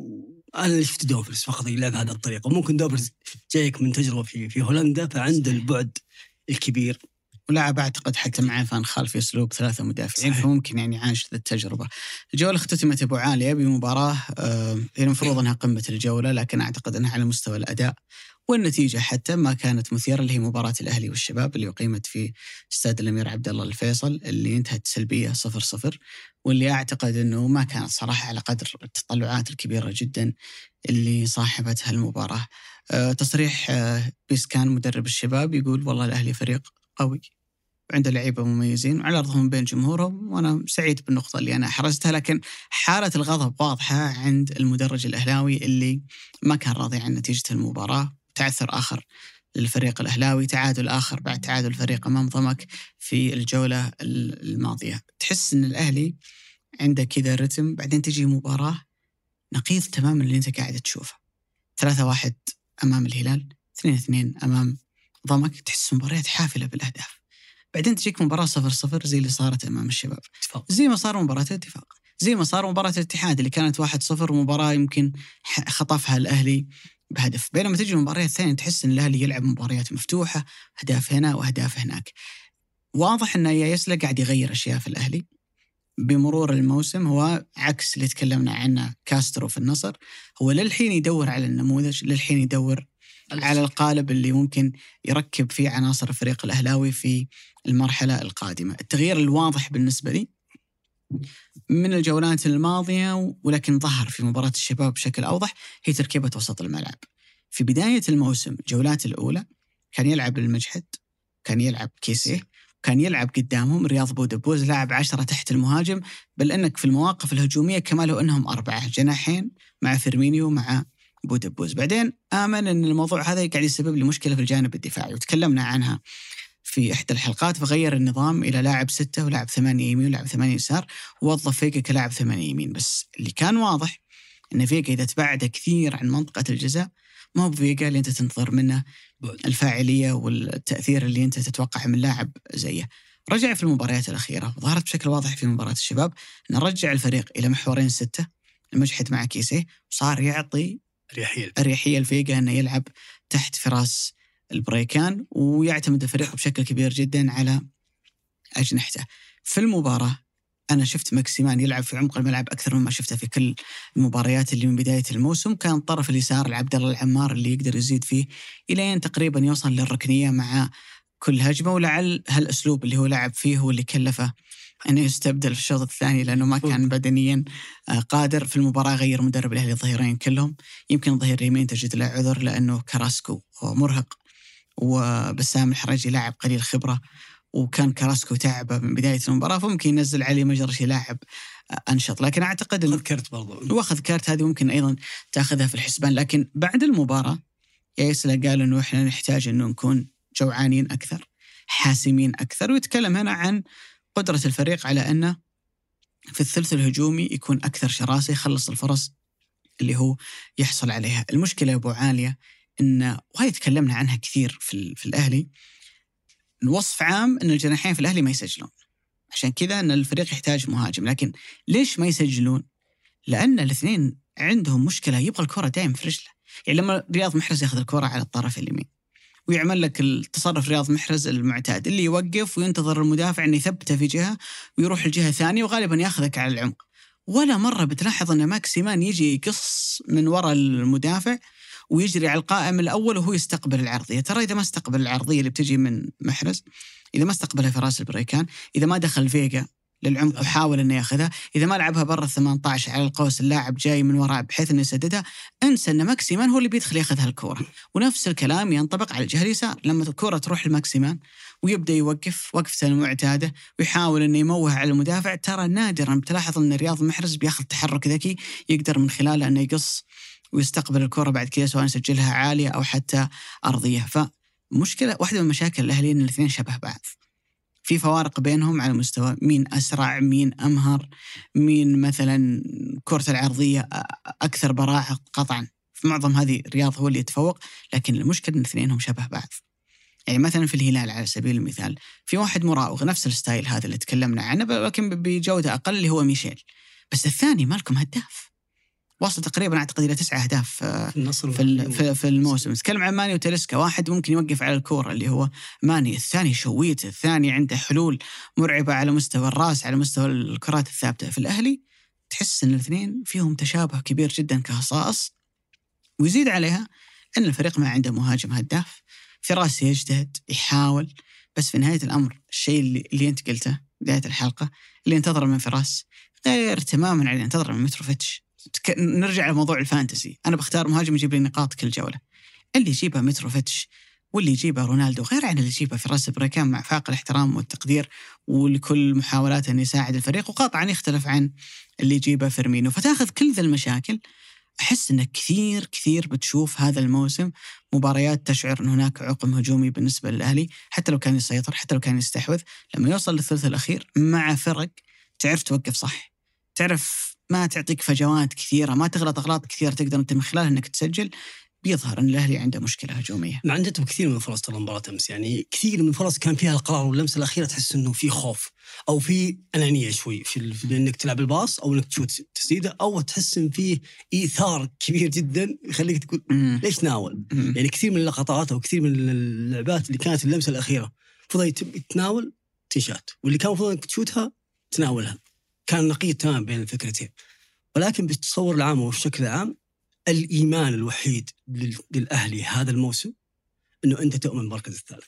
أنا اللي شفت دومفريس فقط يلعب هذا الطريقة. وممكن دومفريس جايك من تجربة في هولندا فعنده البعد الكبير. ولاعب أعتقد حتى معه فان خال في أسلوب 3 مدافعين، فممكن يعني عاش ذا التجربة. الجولة اختتمت أبو عالية بمباراة هي المفروض أنها قمة الجولة، لكن أعتقد أنها على مستوى الأداء والنتيجة حتى ما كانت مثيرة، اللي هي مباراة الأهلي والشباب اللي أقيمت في استاد الأمير عبد الله الفيصل، اللي انتهت سلبية 0-0، واللي أعتقد أنه ما كانت صراحة على قدر التطلعات الكبيرة جدا اللي صاحبتها المباراة. تصريح بيسكان مدرب الشباب يقول والله الأهلي فريق قوي وعنده لعيبة مميزين وعلى أرضهم بين جمهورهم، وأنا سعيد بالنقطة اللي أنا حرزتها. لكن حالة الغضب واضحة عند المدرج الأهلاوي اللي ما كان راضي عن نتيجة المباراة. تعثر آخر للفريق الأهلاوي، تعادل آخر بعد تعادل الفريق أمام ضمك في الجولة الماضية. تحس أن الأهلي عنده كذا رتم، بعدين تجي مباراة نقيض تماما اللي أنت قاعد تشوفه. 3-1 أمام الهلال، 2-2 أمام ضمك، تحس مباريات حافلة بالأهداف. بعدين تجيك مباراة 0-0 زي اللي صارت أمام الشباب، زي ما صار مباراة الاتفاق، زي ما صار مباراة الاتحاد اللي كانت 1-0 ومباراة يمكن خطفها الأهلي بهدف. بينما تجي المباريات الثانية تحس أن الأهلي يلعب مباريات مفتوحة، أهداف هنا وأهداف هناك. واضح أن ياسلا قاعد يغير أشياء في الأهلي بمرور الموسم. هو عكس اللي تكلمنا عنه كاسترو في النصر، هو للحين يدور على النموذج، للحين يدور على القالب اللي ممكن يركب فيه عناصر الفريق الأهلاوي في المرحلة القادمة. التغيير الواضح بالنسبة لي من الجولات الماضية ولكن ظهر في مباراة الشباب بشكل أوضح هي تركيبة وسط الملعب. في بداية الموسم الجولات الأولى كان يلعب المجحد، كان يلعب كيسيه، كان يلعب قدامهم رياض بودبوز لاعب 10 تحت المهاجم، بل أنك في المواقف الهجومية كماله أنهم 4 جناحين مع فيرمينيو مع بودبوز. بعدين آمن أن الموضوع هذا قاعد يسبب لي مشكلة في الجانب الدفاعي وتكلمنا عنها في إحدى الحلقات، فغير النظام إلى لاعب 6 ولاعب 8 يمين ولاعب 8 يسار، ووظف فيجا كلاعب 8 يمين. بس اللي كان واضح أن فيجا إذا تبعد كثير عن منطقة الجزاء ما هو فيجا اللي أنت تنتظر منه الفاعلية والتأثير اللي أنت تتوقع من لاعب زيه. رجع في المباريات الأخيرة وظهرت بشكل واضح في مباراة الشباب أن رجع الفريق إلى محورين 6، المجحد مع كيسيه، وصار يعطي الريحية الفيجا أنه يلعب تحت فراس البريكان ويعتمد الفريق بشكل كبير جدا على أجنحته. في المباراة أنا شفت ماكسيمان يلعب في عمق الملعب أكثر مما شفته في كل المباريات اللي من بداية الموسم. كان الطرف اليسار العبد الله العمار اللي يقدر يزيد فيه إلى أن تقريبا يوصل للركنية مع كل هجمة، ولعل هالأسلوب اللي هو لعب فيه هو اللي كلفه أنه يستبدل في الشوط الثاني لأنه ما كان بدنيا قادر. في المباراة غير مدرب الأهلي الظهيرين كلهم، يمكن الظهير اليمين تجد له عذر لأنه كراسكو هو مرهق وبسام الحرجي لاعب قليل خبرة، وكان كراسكو تعبه من بداية المباراة فممكن ينزل علي مجرشي لاعب أنشط. لكن أعتقد أنه كرت برضو واخذ كارت، هذه ممكن أيضا تأخذها في الحسبان. لكن بعد المباراة ياسلا قال أنه إحنا نحتاج أنه نكون جوعانين أكثر، حاسمين أكثر، ويتكلم هنا عن قدرة الفريق على أنه في الثلث الهجومي يكون أكثر شراسة، يخلص الفرص اللي هو يحصل عليها. المشكلة أبو عالية إن وهي تكلمنا عنها كثير في الأهلي، الوصف عام أن الجناحين في الأهلي ما يسجلون، عشان كذا أن الفريق يحتاج مهاجم. لكن ليش ما يسجلون؟ لأن الاثنين عندهم مشكلة، يبغى الكرة دائما في رجله. يعني لما رياض محرز يأخذ الكرة على الطرف اليمين ويعمل لك التصرف رياض محرز المعتاد اللي يوقف وينتظر المدافع أن يثبته في جهة ويروح الجهة الثانية وغالبا يأخذك على العمق. ولا مرة بتلاحظ أن ماكسيمان يجي يقص من وراء المدافع ويجري على القائم الأول وهو يستقبل العرضية. ترى إذا ما استقبل العرضية اللي بتجي من محرز، إذا ما استقبلها فراس البريكان، إذا ما دخل فيجا للعمق وحاول انه ياخذها. اذا ما لعبها برا 18 على القوس، اللاعب جاي من وراء بحيث انه يسددها، انسى ان ماكسيمان هو اللي بيدخل ياخذ هالكوره. ونفس الكلام ينطبق على الجهه اليسار، لما الكوره تروح لماكسيمان ويبدا يوقف وقفته المعتاده ويحاول انه يموه على المدافع، ترى نادرا بتلاحظ ان رياض محرز بياخذ تحرك ذكي يقدر من خلاله انه يقص ويستقبل الكرة بعد كذا، سواء سجلها عالية أو حتى أرضية. فمشكلة واحدة من مشاكل الأهلي إن الاثنين شبه بعض، في فوارق بينهم على مستوى مين أسرع، مين أمهر، مين مثلا كرة العرضية أكثر براعة. قطعا في معظم هذه رياض هو اللي يتفوق، لكن المشكلة إن الاثنينهم شبه بعض. يعني مثلا في الهلال على سبيل المثال في واحد مراوغ نفس الستايل هذا اللي تكلمنا عنه، لكن بجودة أقل، اللي هو ميشيل. بس الثاني مالكم هداف، وصل تقريبا أعتقد إلى 9 أهداف في الموسم. نتكلم عن ماني وتاليسكا، واحد ممكن يوقف على الكورة اللي هو ماني، الثاني شويت، الثاني عنده حلول مرعبة على مستوى الراس، على مستوى الكرات الثابتة. في الأهلي تحس أن الاثنين فيهم تشابه كبير جدا كخصائص، ويزيد عليها أن الفريق ما عنده مهاجم هداف. فراس يجتهد يحاول، بس في نهاية الأمر الشيء اللي أنت قلته بداية الحلقة، اللي ينتظر من فراس غير تماما عن اللي ينتظر من متروفيتش. نرجع لموضوع الفانتسي، أنا بختار مهاجم يجيب لي نقاط كل جولة. اللي يجيبها متروفيتش واللي يجيبها رونالدو غير عن اللي يجيبها فراس بريكان، مع فاق الاحترام والتقدير ولكل محاولاته أن يساعد الفريق، وقطعا يختلف عن اللي يجيبها فيرمينو. فتاخذ كل ذا المشاكل. أحس أنك كثير بتشوف هذا الموسم مباريات تشعر أن هناك عقم هجومي بالنسبة للأهلي، حتى لو كان يسيطر، حتى لو كان يستحوذ. لما يوصل للثلث الأخير مع فرق تعرف توقف صح، تعرف ما تعطيك فجوات كثيرة، ما تغلط أغلاط كثيرة تقدر أنت من خلالها أنك تسجل، بيظهر أن الأهلي عنده مشكلة هجومية. مع عنده كثير من الفرص ترى مباراة أمس، يعني كثير من الفرص كان فيها القرار واللمسة الأخيرة تحس إنه في خوف أو في أنانية شوي في إنك تلعب الباص أو إنك تشوت تسديدة، أو تحس إن فيه إيثار كبير جدا يخليك تقول ليش ناول. يعني كثير من اللقطات أو كثير من اللعبات اللي كانت اللمسة الأخيرة فضل تناول تنشات، واللي كان فضل إنك تشوتها تناولها، كان نقيض تمام بين الفكرتين. ولكن بالتصور العام والشكل العام، الإيمان الوحيد للأهلي هذا الموسم أنه أنت تؤمن بالمركز الثالث.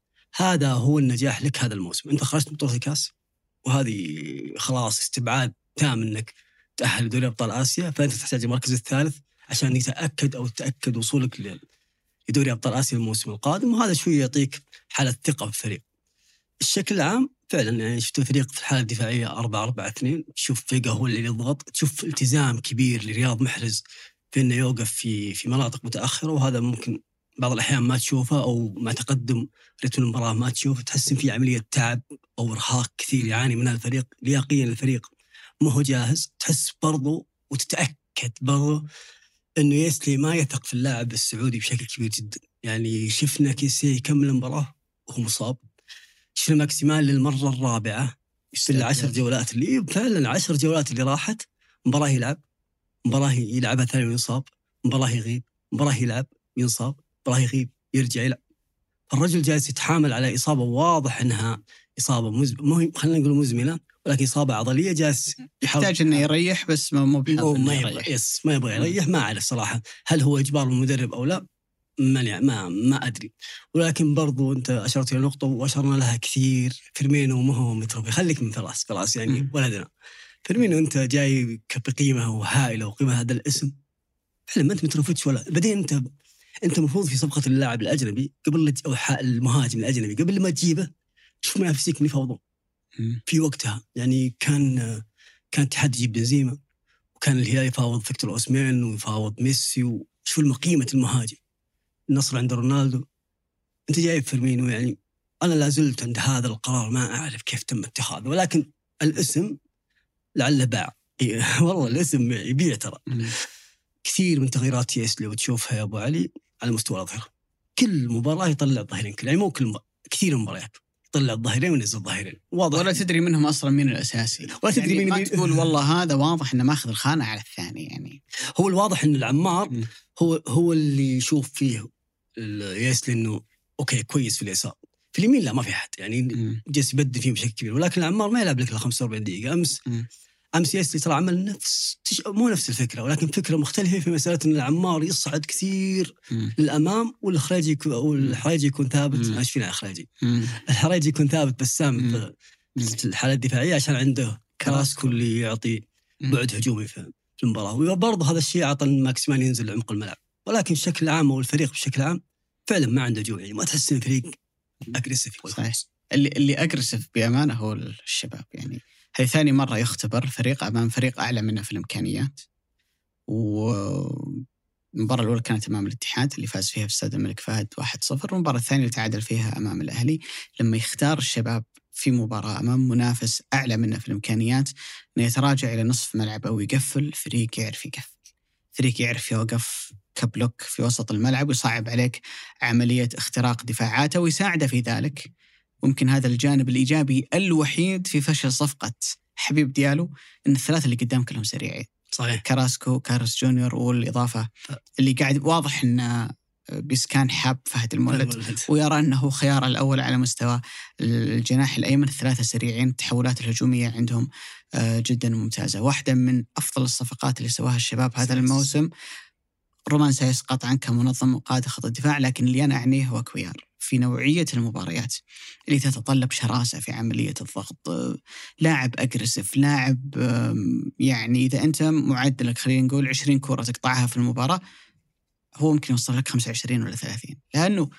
هذا هو النجاح لك هذا الموسم. أنت خرجت من بطولة الكاس، وهذه خلاص استبعاد تام أنك تأهل لدوري أبطال آسيا، فأنت تحتاج المركز الثالث عشان تتأكد وصولك لدوري أبطال آسيا الموسم القادم. وهذا شوي يعطيك حالة ثقة في الفريق. الشكل العام فعلا يعني شفت الفريق في الحالة الدفاعية 4-4-2، تشوف فيجا هو اللي يضغط، تشوف التزام كبير لرياض محرز في إنه يوقف في مناطق متأخرة، وهذا ممكن بعض الأحيان ما تشوفه، أو مع تقدم رتم المباراة ما تشوف، تحس إن في عملية تعب أو إرهاق كثير يعاني منها الفريق. لياقيا الفريق ما هو جاهز. تحس برضو وتتأكد برضو إنه يسلي ما يثق في اللاعب السعودي بشكل كبير جدا. يعني شفنا كيسي يكمل المباراة وهو مصاب، شفنا ماكسيمان للمرة الرابعة في 10 جولات اللي فعلا 10 جولات اللي راحت، مباراة يلعب، مباراة يلعبها ثاني وينصاب، مباراة يغيب، مباراة يلعب ينصاب، مباراة يغيب يرجع يلعب. الرجل جالس يتحامل على إصابة واضح إنها إصابة خلينا نقول مزمنة، ولكن إصابة عضلية، جالس يحتاج إنه يريح، بس ما يبغى يريح. ما أعرف صراحة هل هو إجبار المدرب أو لا، ما أدري. ولكن برضو أنت أشرت إلى نقطة وأشرنا لها كثير، فيرمينو ما هو متروفي. خليك من فراس يعني ولدنا فيرمينو، أنت جاي بقيمة هائلة وقيمة هذا الاسم فعلا ما أنت متروفيتش ولا. بعدين أنت مفروض في صفقة اللاعب الأجنبي قبل أو المهاجم الأجنبي قبل ما تجيبه تشوف منافسيك اللي يفاوضون في وقتها. يعني كان اتحاد يجيب بنزيما، وكان الهلال يفاوض فيكتور أوسمان ويفاوض ميسي، وشوف قيمة المهاجم. النصر عند رونالدو، أنت جايب فيرمينو. يعني أنا لازلت عند هذا القرار، ما أعرف كيف تم اتخاذه، ولكن الاسم لعله باع. والله الاسم يبيع ترى. كثير من تغييرات يسلي وتشوفها يا أبو علي على مستوى الأظهرة، كل مباراة يطلع الظهيرين، يعني مو كثير من مباريات يطلع الظهيرين وينزل الظهيرين، واضح. ولا تدري منهم أصلا مين الأساسي، ولا تدري يعني ما تقول والله هذا واضح إنه ماخذ الخانة على الثاني. يعني هو الواضح إن العمار هو اللي يشوف فيه يسلي إنه أوكي كويس في اليسار، في اليمين لا ما في حد، يعني جالس يبدل فيه بشكل كبير. ولكن العمار ما يلعب لك 45 دقيقة. أمس يسلي ترى عمل مو نفس الفكرة، ولكن فكرة مختلفة في مسألة إن العمار يصعد كثير للأمام، والحريجي يكون ثابت. عايش فينا الحريجي يكون ثابت بسام الحالة الدفاعية عشان عنده كراسكو اللي يعطي بعد هجومي في المباراة. وبرضه هذا الشيء عطى ماكسيمان ينزل عمق الملعب، ولكن بشكل عام أو الفريق بشكل عام فعلا ما عنده هجوم، يعني ما تحس إن فريق أجريسيف. صحيح. اللي أجريسيف بأمانة هو الشباب، يعني هي ثاني مرة يختبر الفريق أمام فريق أعلى منه في الإمكانيات. والمباراة الأولى كانت أمام الاتحاد اللي فاز فيها في استاد الملك فهد 1-0، والمباراة الثانية اللي تعادل فيها أمام الأهلي. لما يختار الشباب في مباراة أمام منافس أعلى منه في الإمكانيات أنه يتراجع إلى نصف ملعب أو يقفل، فريق يعرف يقفل، فريق يعرف يوقف كبلوك في وسط الملعب ويصعب عليك عملية اختراق دفاعاته ويساعده في ذلك. ممكن هذا الجانب الإيجابي الوحيد في فشل صفقة حبيب ديالو، إن الثلاثة اللي قدام كلهم سريعين. صحيح. كراسكو، كارلس جونيور، والإضافة اللي قاعد واضح إنه بإسكان حاب فهد المولد ويرى أنه خيار الأول على مستوى الجناح الأيمن. الثلاثة سريعين، التحولات الهجومية عندهم جدا ممتازة. واحدة من أفضل الصفقات اللي سواها الشباب هذا الموسم رومان سايس قطعا كمنظم وقائد خط الدفاع، لكن اللي أنا أعنيه هو كويار في نوعية المباريات اللي تتطلب شراسة في عملية الضغط. لاعب أجريسيف، لاعب يعني إذا أنت معدلك خلينا نقول 20 كرة تقطعها في المباراة، هو ممكن يوصل لك 25 ولا 30، لأنه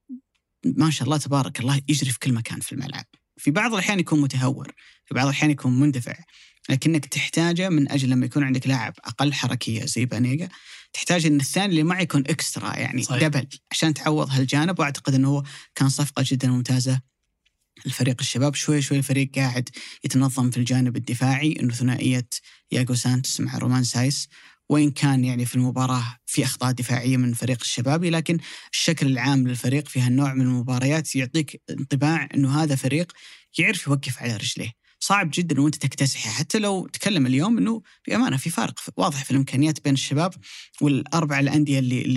ما شاء الله تبارك الله يجري في كل مكان في الملعب. في بعض الأحيان يكون متهور، في بعض الأحيان يكون مندفع، لكنك تحتاجه من أجل لما يكون عندك لاعب أقل حركية زي بانيجا، تحتاج أن الثاني اللي معه يكون إكسترا، يعني دبل عشان تعوض هالجانب. وأعتقد أنه هو كان صفقة جدا ممتازة الفريق الشباب. شوي شوي الفريق قاعد يتنظم في الجانب الدفاعي، أنه ثنائية ياغو سانتوس مع رومان سايس، وإن كان يعني في المباراة في أخطاء دفاعية من فريق الشبابي، لكن الشكل العام للفريق في هالنوع من المباريات يعطيك انطباع أنه هذا فريق يعرف يوقف على رجليه. صعب جدا وانت تكتسحه، حتى لو تكلم اليوم انه بامانه في فارق واضح في الامكانيات بين الشباب والاربع الانديه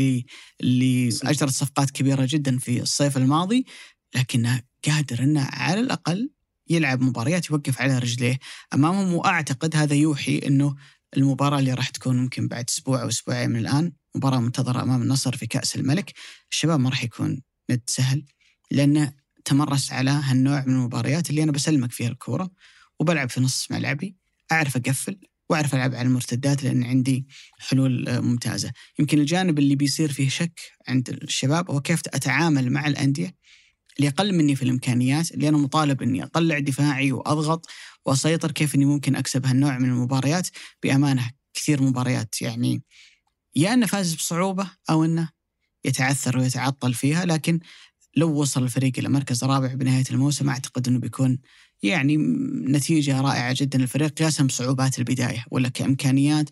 اللي اجرت صفقات كبيره جدا في الصيف الماضي، لكنه قادر انه على الاقل يلعب مباريات يوقف على رجليه امامهم. واعتقد هذا يوحي انه المباراه اللي راح تكون ممكن بعد اسبوع او اسبوعين من الان، مباراه منتظره امام النصر في كاس الملك، الشباب ما راح يكون ند سهل، لانه تمرس على هالنوع من المباريات اللي انا بسلمك فيها الكوره وبلعب في نص ملعبي، أعرف أقفل وأعرف ألعب على المرتدات لأن عندي حلول ممتازة. يمكن الجانب اللي بيصير فيه شك عند الشباب هو كيف أتعامل مع الأندية اللي أقل مني في الإمكانيات، اللي أنا مطالب أني أطلع دفاعي وأضغط وأسيطر، كيف أني ممكن أكسب هالنوع من المباريات. بأمانة كثير مباريات يعني يا أنه فاز بصعوبة أو أنه يتعثر ويتعطل فيها، لكن لو وصل الفريق إلى مركز رابع بنهاية الموسم أعتقد أنه بيكون يعني نتيجة رائعة جدا للفريق قياسا بصعوبات البداية، ولا كإمكانيات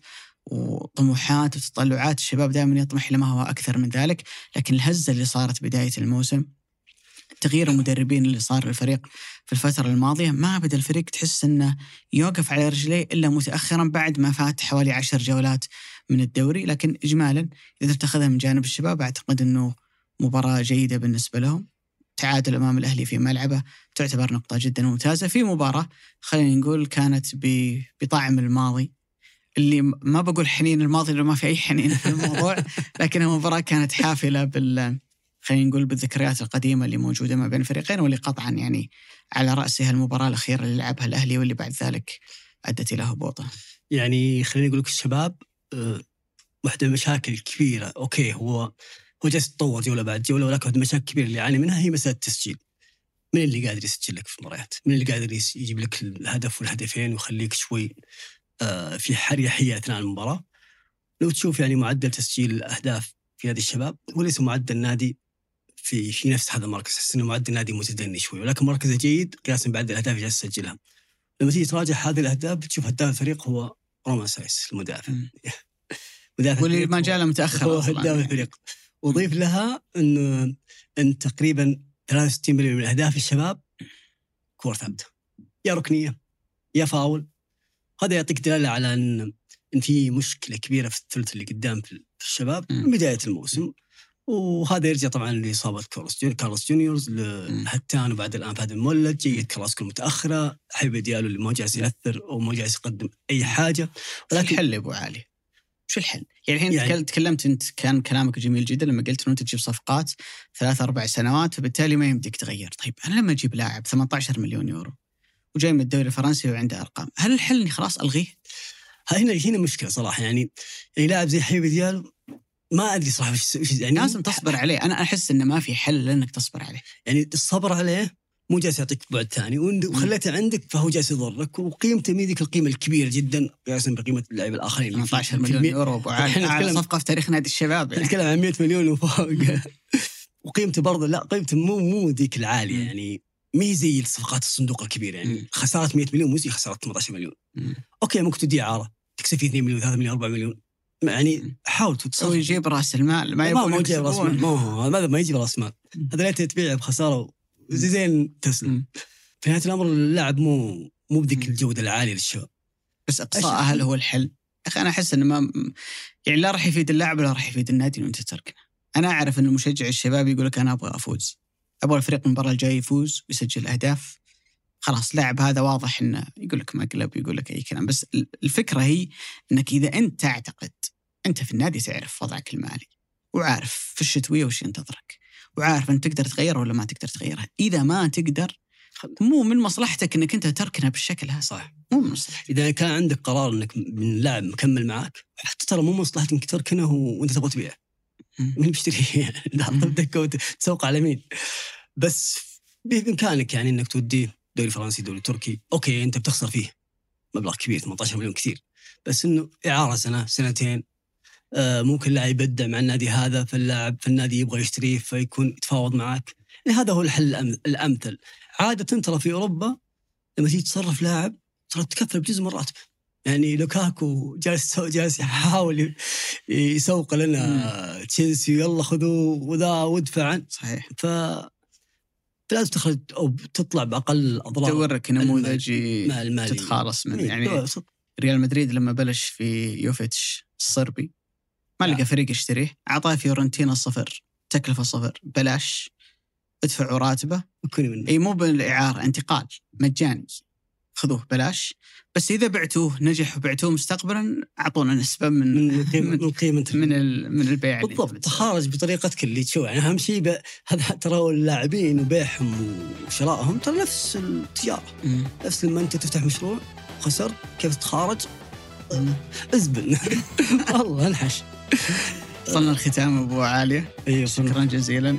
وطموحات وتطلعات الشباب دائما يطمح لما هو أكثر من ذلك. لكن الهزة اللي صارت بداية الموسم، تغيير المدربين اللي صار للفريق في الفترة الماضية، ما بدأ الفريق تحس أنه يوقف على رجليه إلا متأخرا بعد ما فات حوالي 10 جولات من الدوري. لكن إجمالا إذا تأخذها من جانب الشباب أعتقد أنه مباراة جيدة بالنسبة لهم. تعادل أمام الأهلي في ملعبه تعتبر نقطة جدا ممتازة في مباراة خلينا نقول كانت بطعم الماضي، اللي ما بقول حنين الماضي لأنه ما في أي حنين في الموضوع، لكن المباراة كانت حافلة خلينا نقول بالذكريات القديمة اللي موجودة ما بين الفريقين، واللي قطعا يعني على رأسها المباراة الأخيرة اللي لعبها الأهلي واللي بعد ذلك أدت إلى هبوطه. يعني خلينا نقول لك الشباب واحدة من المشاكل الكبيرة، أوكي هو جالس يتطور جولة بعد جولة، ولكن واحدة من المشاكل الكبيرة اللي يعاني منها هي مسألة التسجيل. من اللي قادر يسجل لك في المباريات؟ من اللي قادر يجيب لك الهدف والهدفين ويخليك شوي في حريحية أثناء المباراة؟ لو تشوف يعني معدل تسجيل الأهداف في نادي الشباب وليس معدل نادي في نفس هذا المركز، أحس إنه معدل نادي متدني شوي، ولكن مركزه جيد قياسا بعد الأهداف اللي جالس يسجلها. لما تيجي تراجع هذه الأهداف بتشوف هداف الفريق هو رومان سايس المدافع واللي ما جاء له متأخر هو هداف الفريق. وضيف لها أن تقريبا 63% من أهداف الشباب كورة ثابتة، يا ركنية يا فاول. هذا يعطيك دلالة على أن في مشكلة كبيرة في الثلث اللي قدام في الشباب من بداية الموسم. وهذا يرجع طبعا لإصابة كارلوس جونيورز لهتان، وبعد الآن فهد المولد جيد كراسكو متأخرة، حبيب ديالو اللي ما جالس يأثر أو ما جالس يقدم أي حاجة. ولكن الحل يا أبو علي شو الحل؟ يعني الحين تكلمت أنت، كان كلامك جميل جدا لما قلت إنه أنت تجيب صفقات 3-4 سنوات فبالتالي ما يمديك تغير. طيب أنا لما أجيب لاعب 18 مليون يورو وجاي من الدوري الفرنسي وعنده أرقام، هل الحل إني خلاص ألغيه؟ هنا مشكلة صراحة يعني لاعب زي حبيب ديال ما أدري صراحة يعني لازم تصبر عليه. أنا أحس إنه ما في حل لأنك تصبر عليه. يعني الصبر عليه مو جالس يعطيك بعد ثاني، وخليته عندك فهو جالس يضرك، وقيمته ميديك القيمة الكبيرة جدا قياسا بقيمة اللاعبين الآخرين. 18 مليون يورو أبو علي، أعلى صفقة في تاريخ نادي الشباب يعني. نتكلم عن 100 مليون وفوق. وقيمته برضه لا قيمته مو ذيك العالية يعني، مي زي الصفقات الصندوق الكبير يعني. خسارة 100 مليون مو زي خسارة 18 مليون. أوكي ممكن تدي عارة تكسب فيه 2 مليون 3 مليون 4 مليون يعني، حاول تتصرف ويجيب رأس المال. ما يجيب رأس مال، هذا ما يجيب رأس مال، هذا لا تبيعه بخسارة زين تسلم. في نهاية الأمر اللاعب مو بذيك الجودة العالية للشباب. بس إقصاء هل هو الحل؟ أخي أنا أحس إنه ما يعني لا راح يفيد اللاعب ولا راح يفيد النادي إنه أنت تركنه. أنا أعرف إنه مشجع الشباب يقول لك أنا أبغى أفوز، أبغى الفريق المباراة الجاي يفوز ويسجل أهداف. خلاص لاعب هذا واضح إنه يقول لك مقلب يقول لك أي كلام. بس الفكرة هي إنك إذا أنت تعتقد أنت في النادي تعرف وضعك المالي وعارف في الشتوية وش ينتظرك وعارف أن تقدر تغيره ولا ما تقدر تغيره. إذا ما تقدر مو من مصلحتك أنك أنت تركنه بالشكل هذا. صح، مو من مصلحتك. إذا كان عندك قرار أنك من لاعب مكمل معك، حتى ترى مو مصلحتك أنك تركنه وأنت تبغى تبيعه. من بيشتريه؟ لا تبدأ وتسوق على مين؟ بس بإمكانك يعني أنك توديه دوري فرنسي دوري تركي. أوكي أنت بتخسر فيه مبلغ كبير 18 مليون كثير، بس إنه إعارة سنة سنتين، ممكن لاعب يبدع مع النادي هذا، فاللاعب في النادي يبغى يشتريه فيكون يتفاوض معك. يعني هذا هو الحل الأمثل. عادة ترى في أوروبا لما تيجي تصرف لاعب ترى تكفل بجزء من راتبه. يعني لوكاكو جالس يحاول يسوق لنا تشيلسي، يلا خذوه وذا وادفع عنه. صحيح. فلازم تخرج أو تطلع بأقل أضرار. تورك نموذج تتخلص من يعني ريال مدريد لما بلش في يوفيتش الصربي ما لقى فريق يشتريه، أعطاه فيورنتينا 0 تكلفة 0 بلاش، ادفعوا راتبه. أي مو بالإعارة، انتقال مجاني، خذوه بلاش. بس إذا بعتوه نجح وبعتوه مستقبلا أعطونا نسبة من قيمة من البيع. بالضبط. تخارج بطريقتك اللي تشوف. يعني أهم شيء هذا ترى اللاعبين وبيعهم وشرائهم ترى نفس التجارة. نفس لما أنت تفتح مشروع خسرت كيف تتخارج أزبن. والله انحش. وصلنا الختام أبو عالية. أيوة. شكرا جزيلا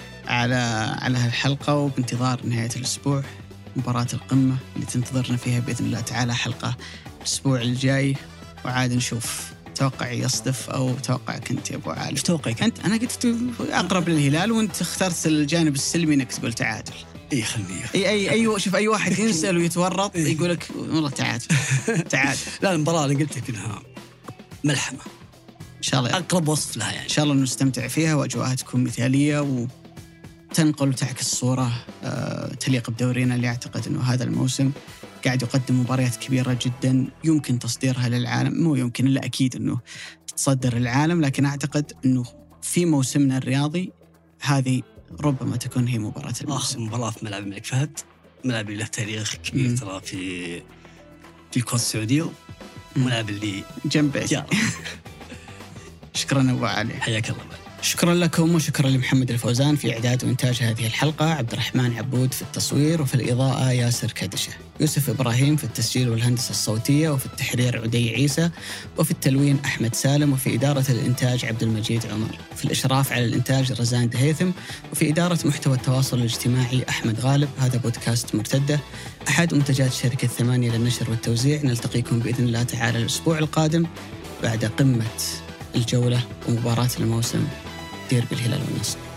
على هالحلقة، وبانتظار نهاية الأسبوع مباراة القمة اللي تنتظرنا فيها بإذن الله تعالى حلقة الأسبوع الجاي، وعاد نشوف توقع يصدف أو توقعك أنت يا أبو عالي. إيش توقعك أنت؟ أنا قلت أقرب للهلال وأنت اخترت الجانب السلمي إنك تقول تعادل. اي خليه اي شوف اي واحد ينسال ويتورط يقول لك والله تعادل. لا المباراه انا قلت لك انها ملحمه ان شاء الله، اقرب وصف لها يعني. ان شاء الله نستمتع فيها واجواءها تكون مثاليه وتنقل وتعكس صوره تليق بدورينا اللي اعتقد انه هذا الموسم قاعد يقدم مباريات كبيره جدا يمكن تصديرها للعالم. مو يمكن الا اكيد انه تتصدر العالم، لكن اعتقد انه في موسمنا الرياضي هذه ربما تكون هي مباراة الموسم. مباراة في ملعب الملك فهد، ملعب له تاريخ كبير ترى في الكرة السعودية، ملعب اللي جنبه. شكرا أبو علي، حياك الله. شكرا لكم وشكرا لمحمد الفوزان في إعداد وإنتاج هذه الحلقة، عبد الرحمن عبود في التصوير وفي الإضاءة ياسر كدشة، يوسف إبراهيم في التسجيل والهندسة الصوتية، وفي التحرير عدي عيسى، وفي التلوين أحمد سالم، وفي إدارة الإنتاج عبد المجيد عمر، في الإشراف على الإنتاج رزان دهيثم، وفي إدارة محتوى التواصل الاجتماعي أحمد غالب. هذا بودكاست مرتدة، أحد منتجات شركة 8 للنشر والتوزيع. نلتقيكم بإذن الله تعالى الأسبوع القادم بعد قمة الجولة ومباراة الموسم ديربي الهلال والنصر.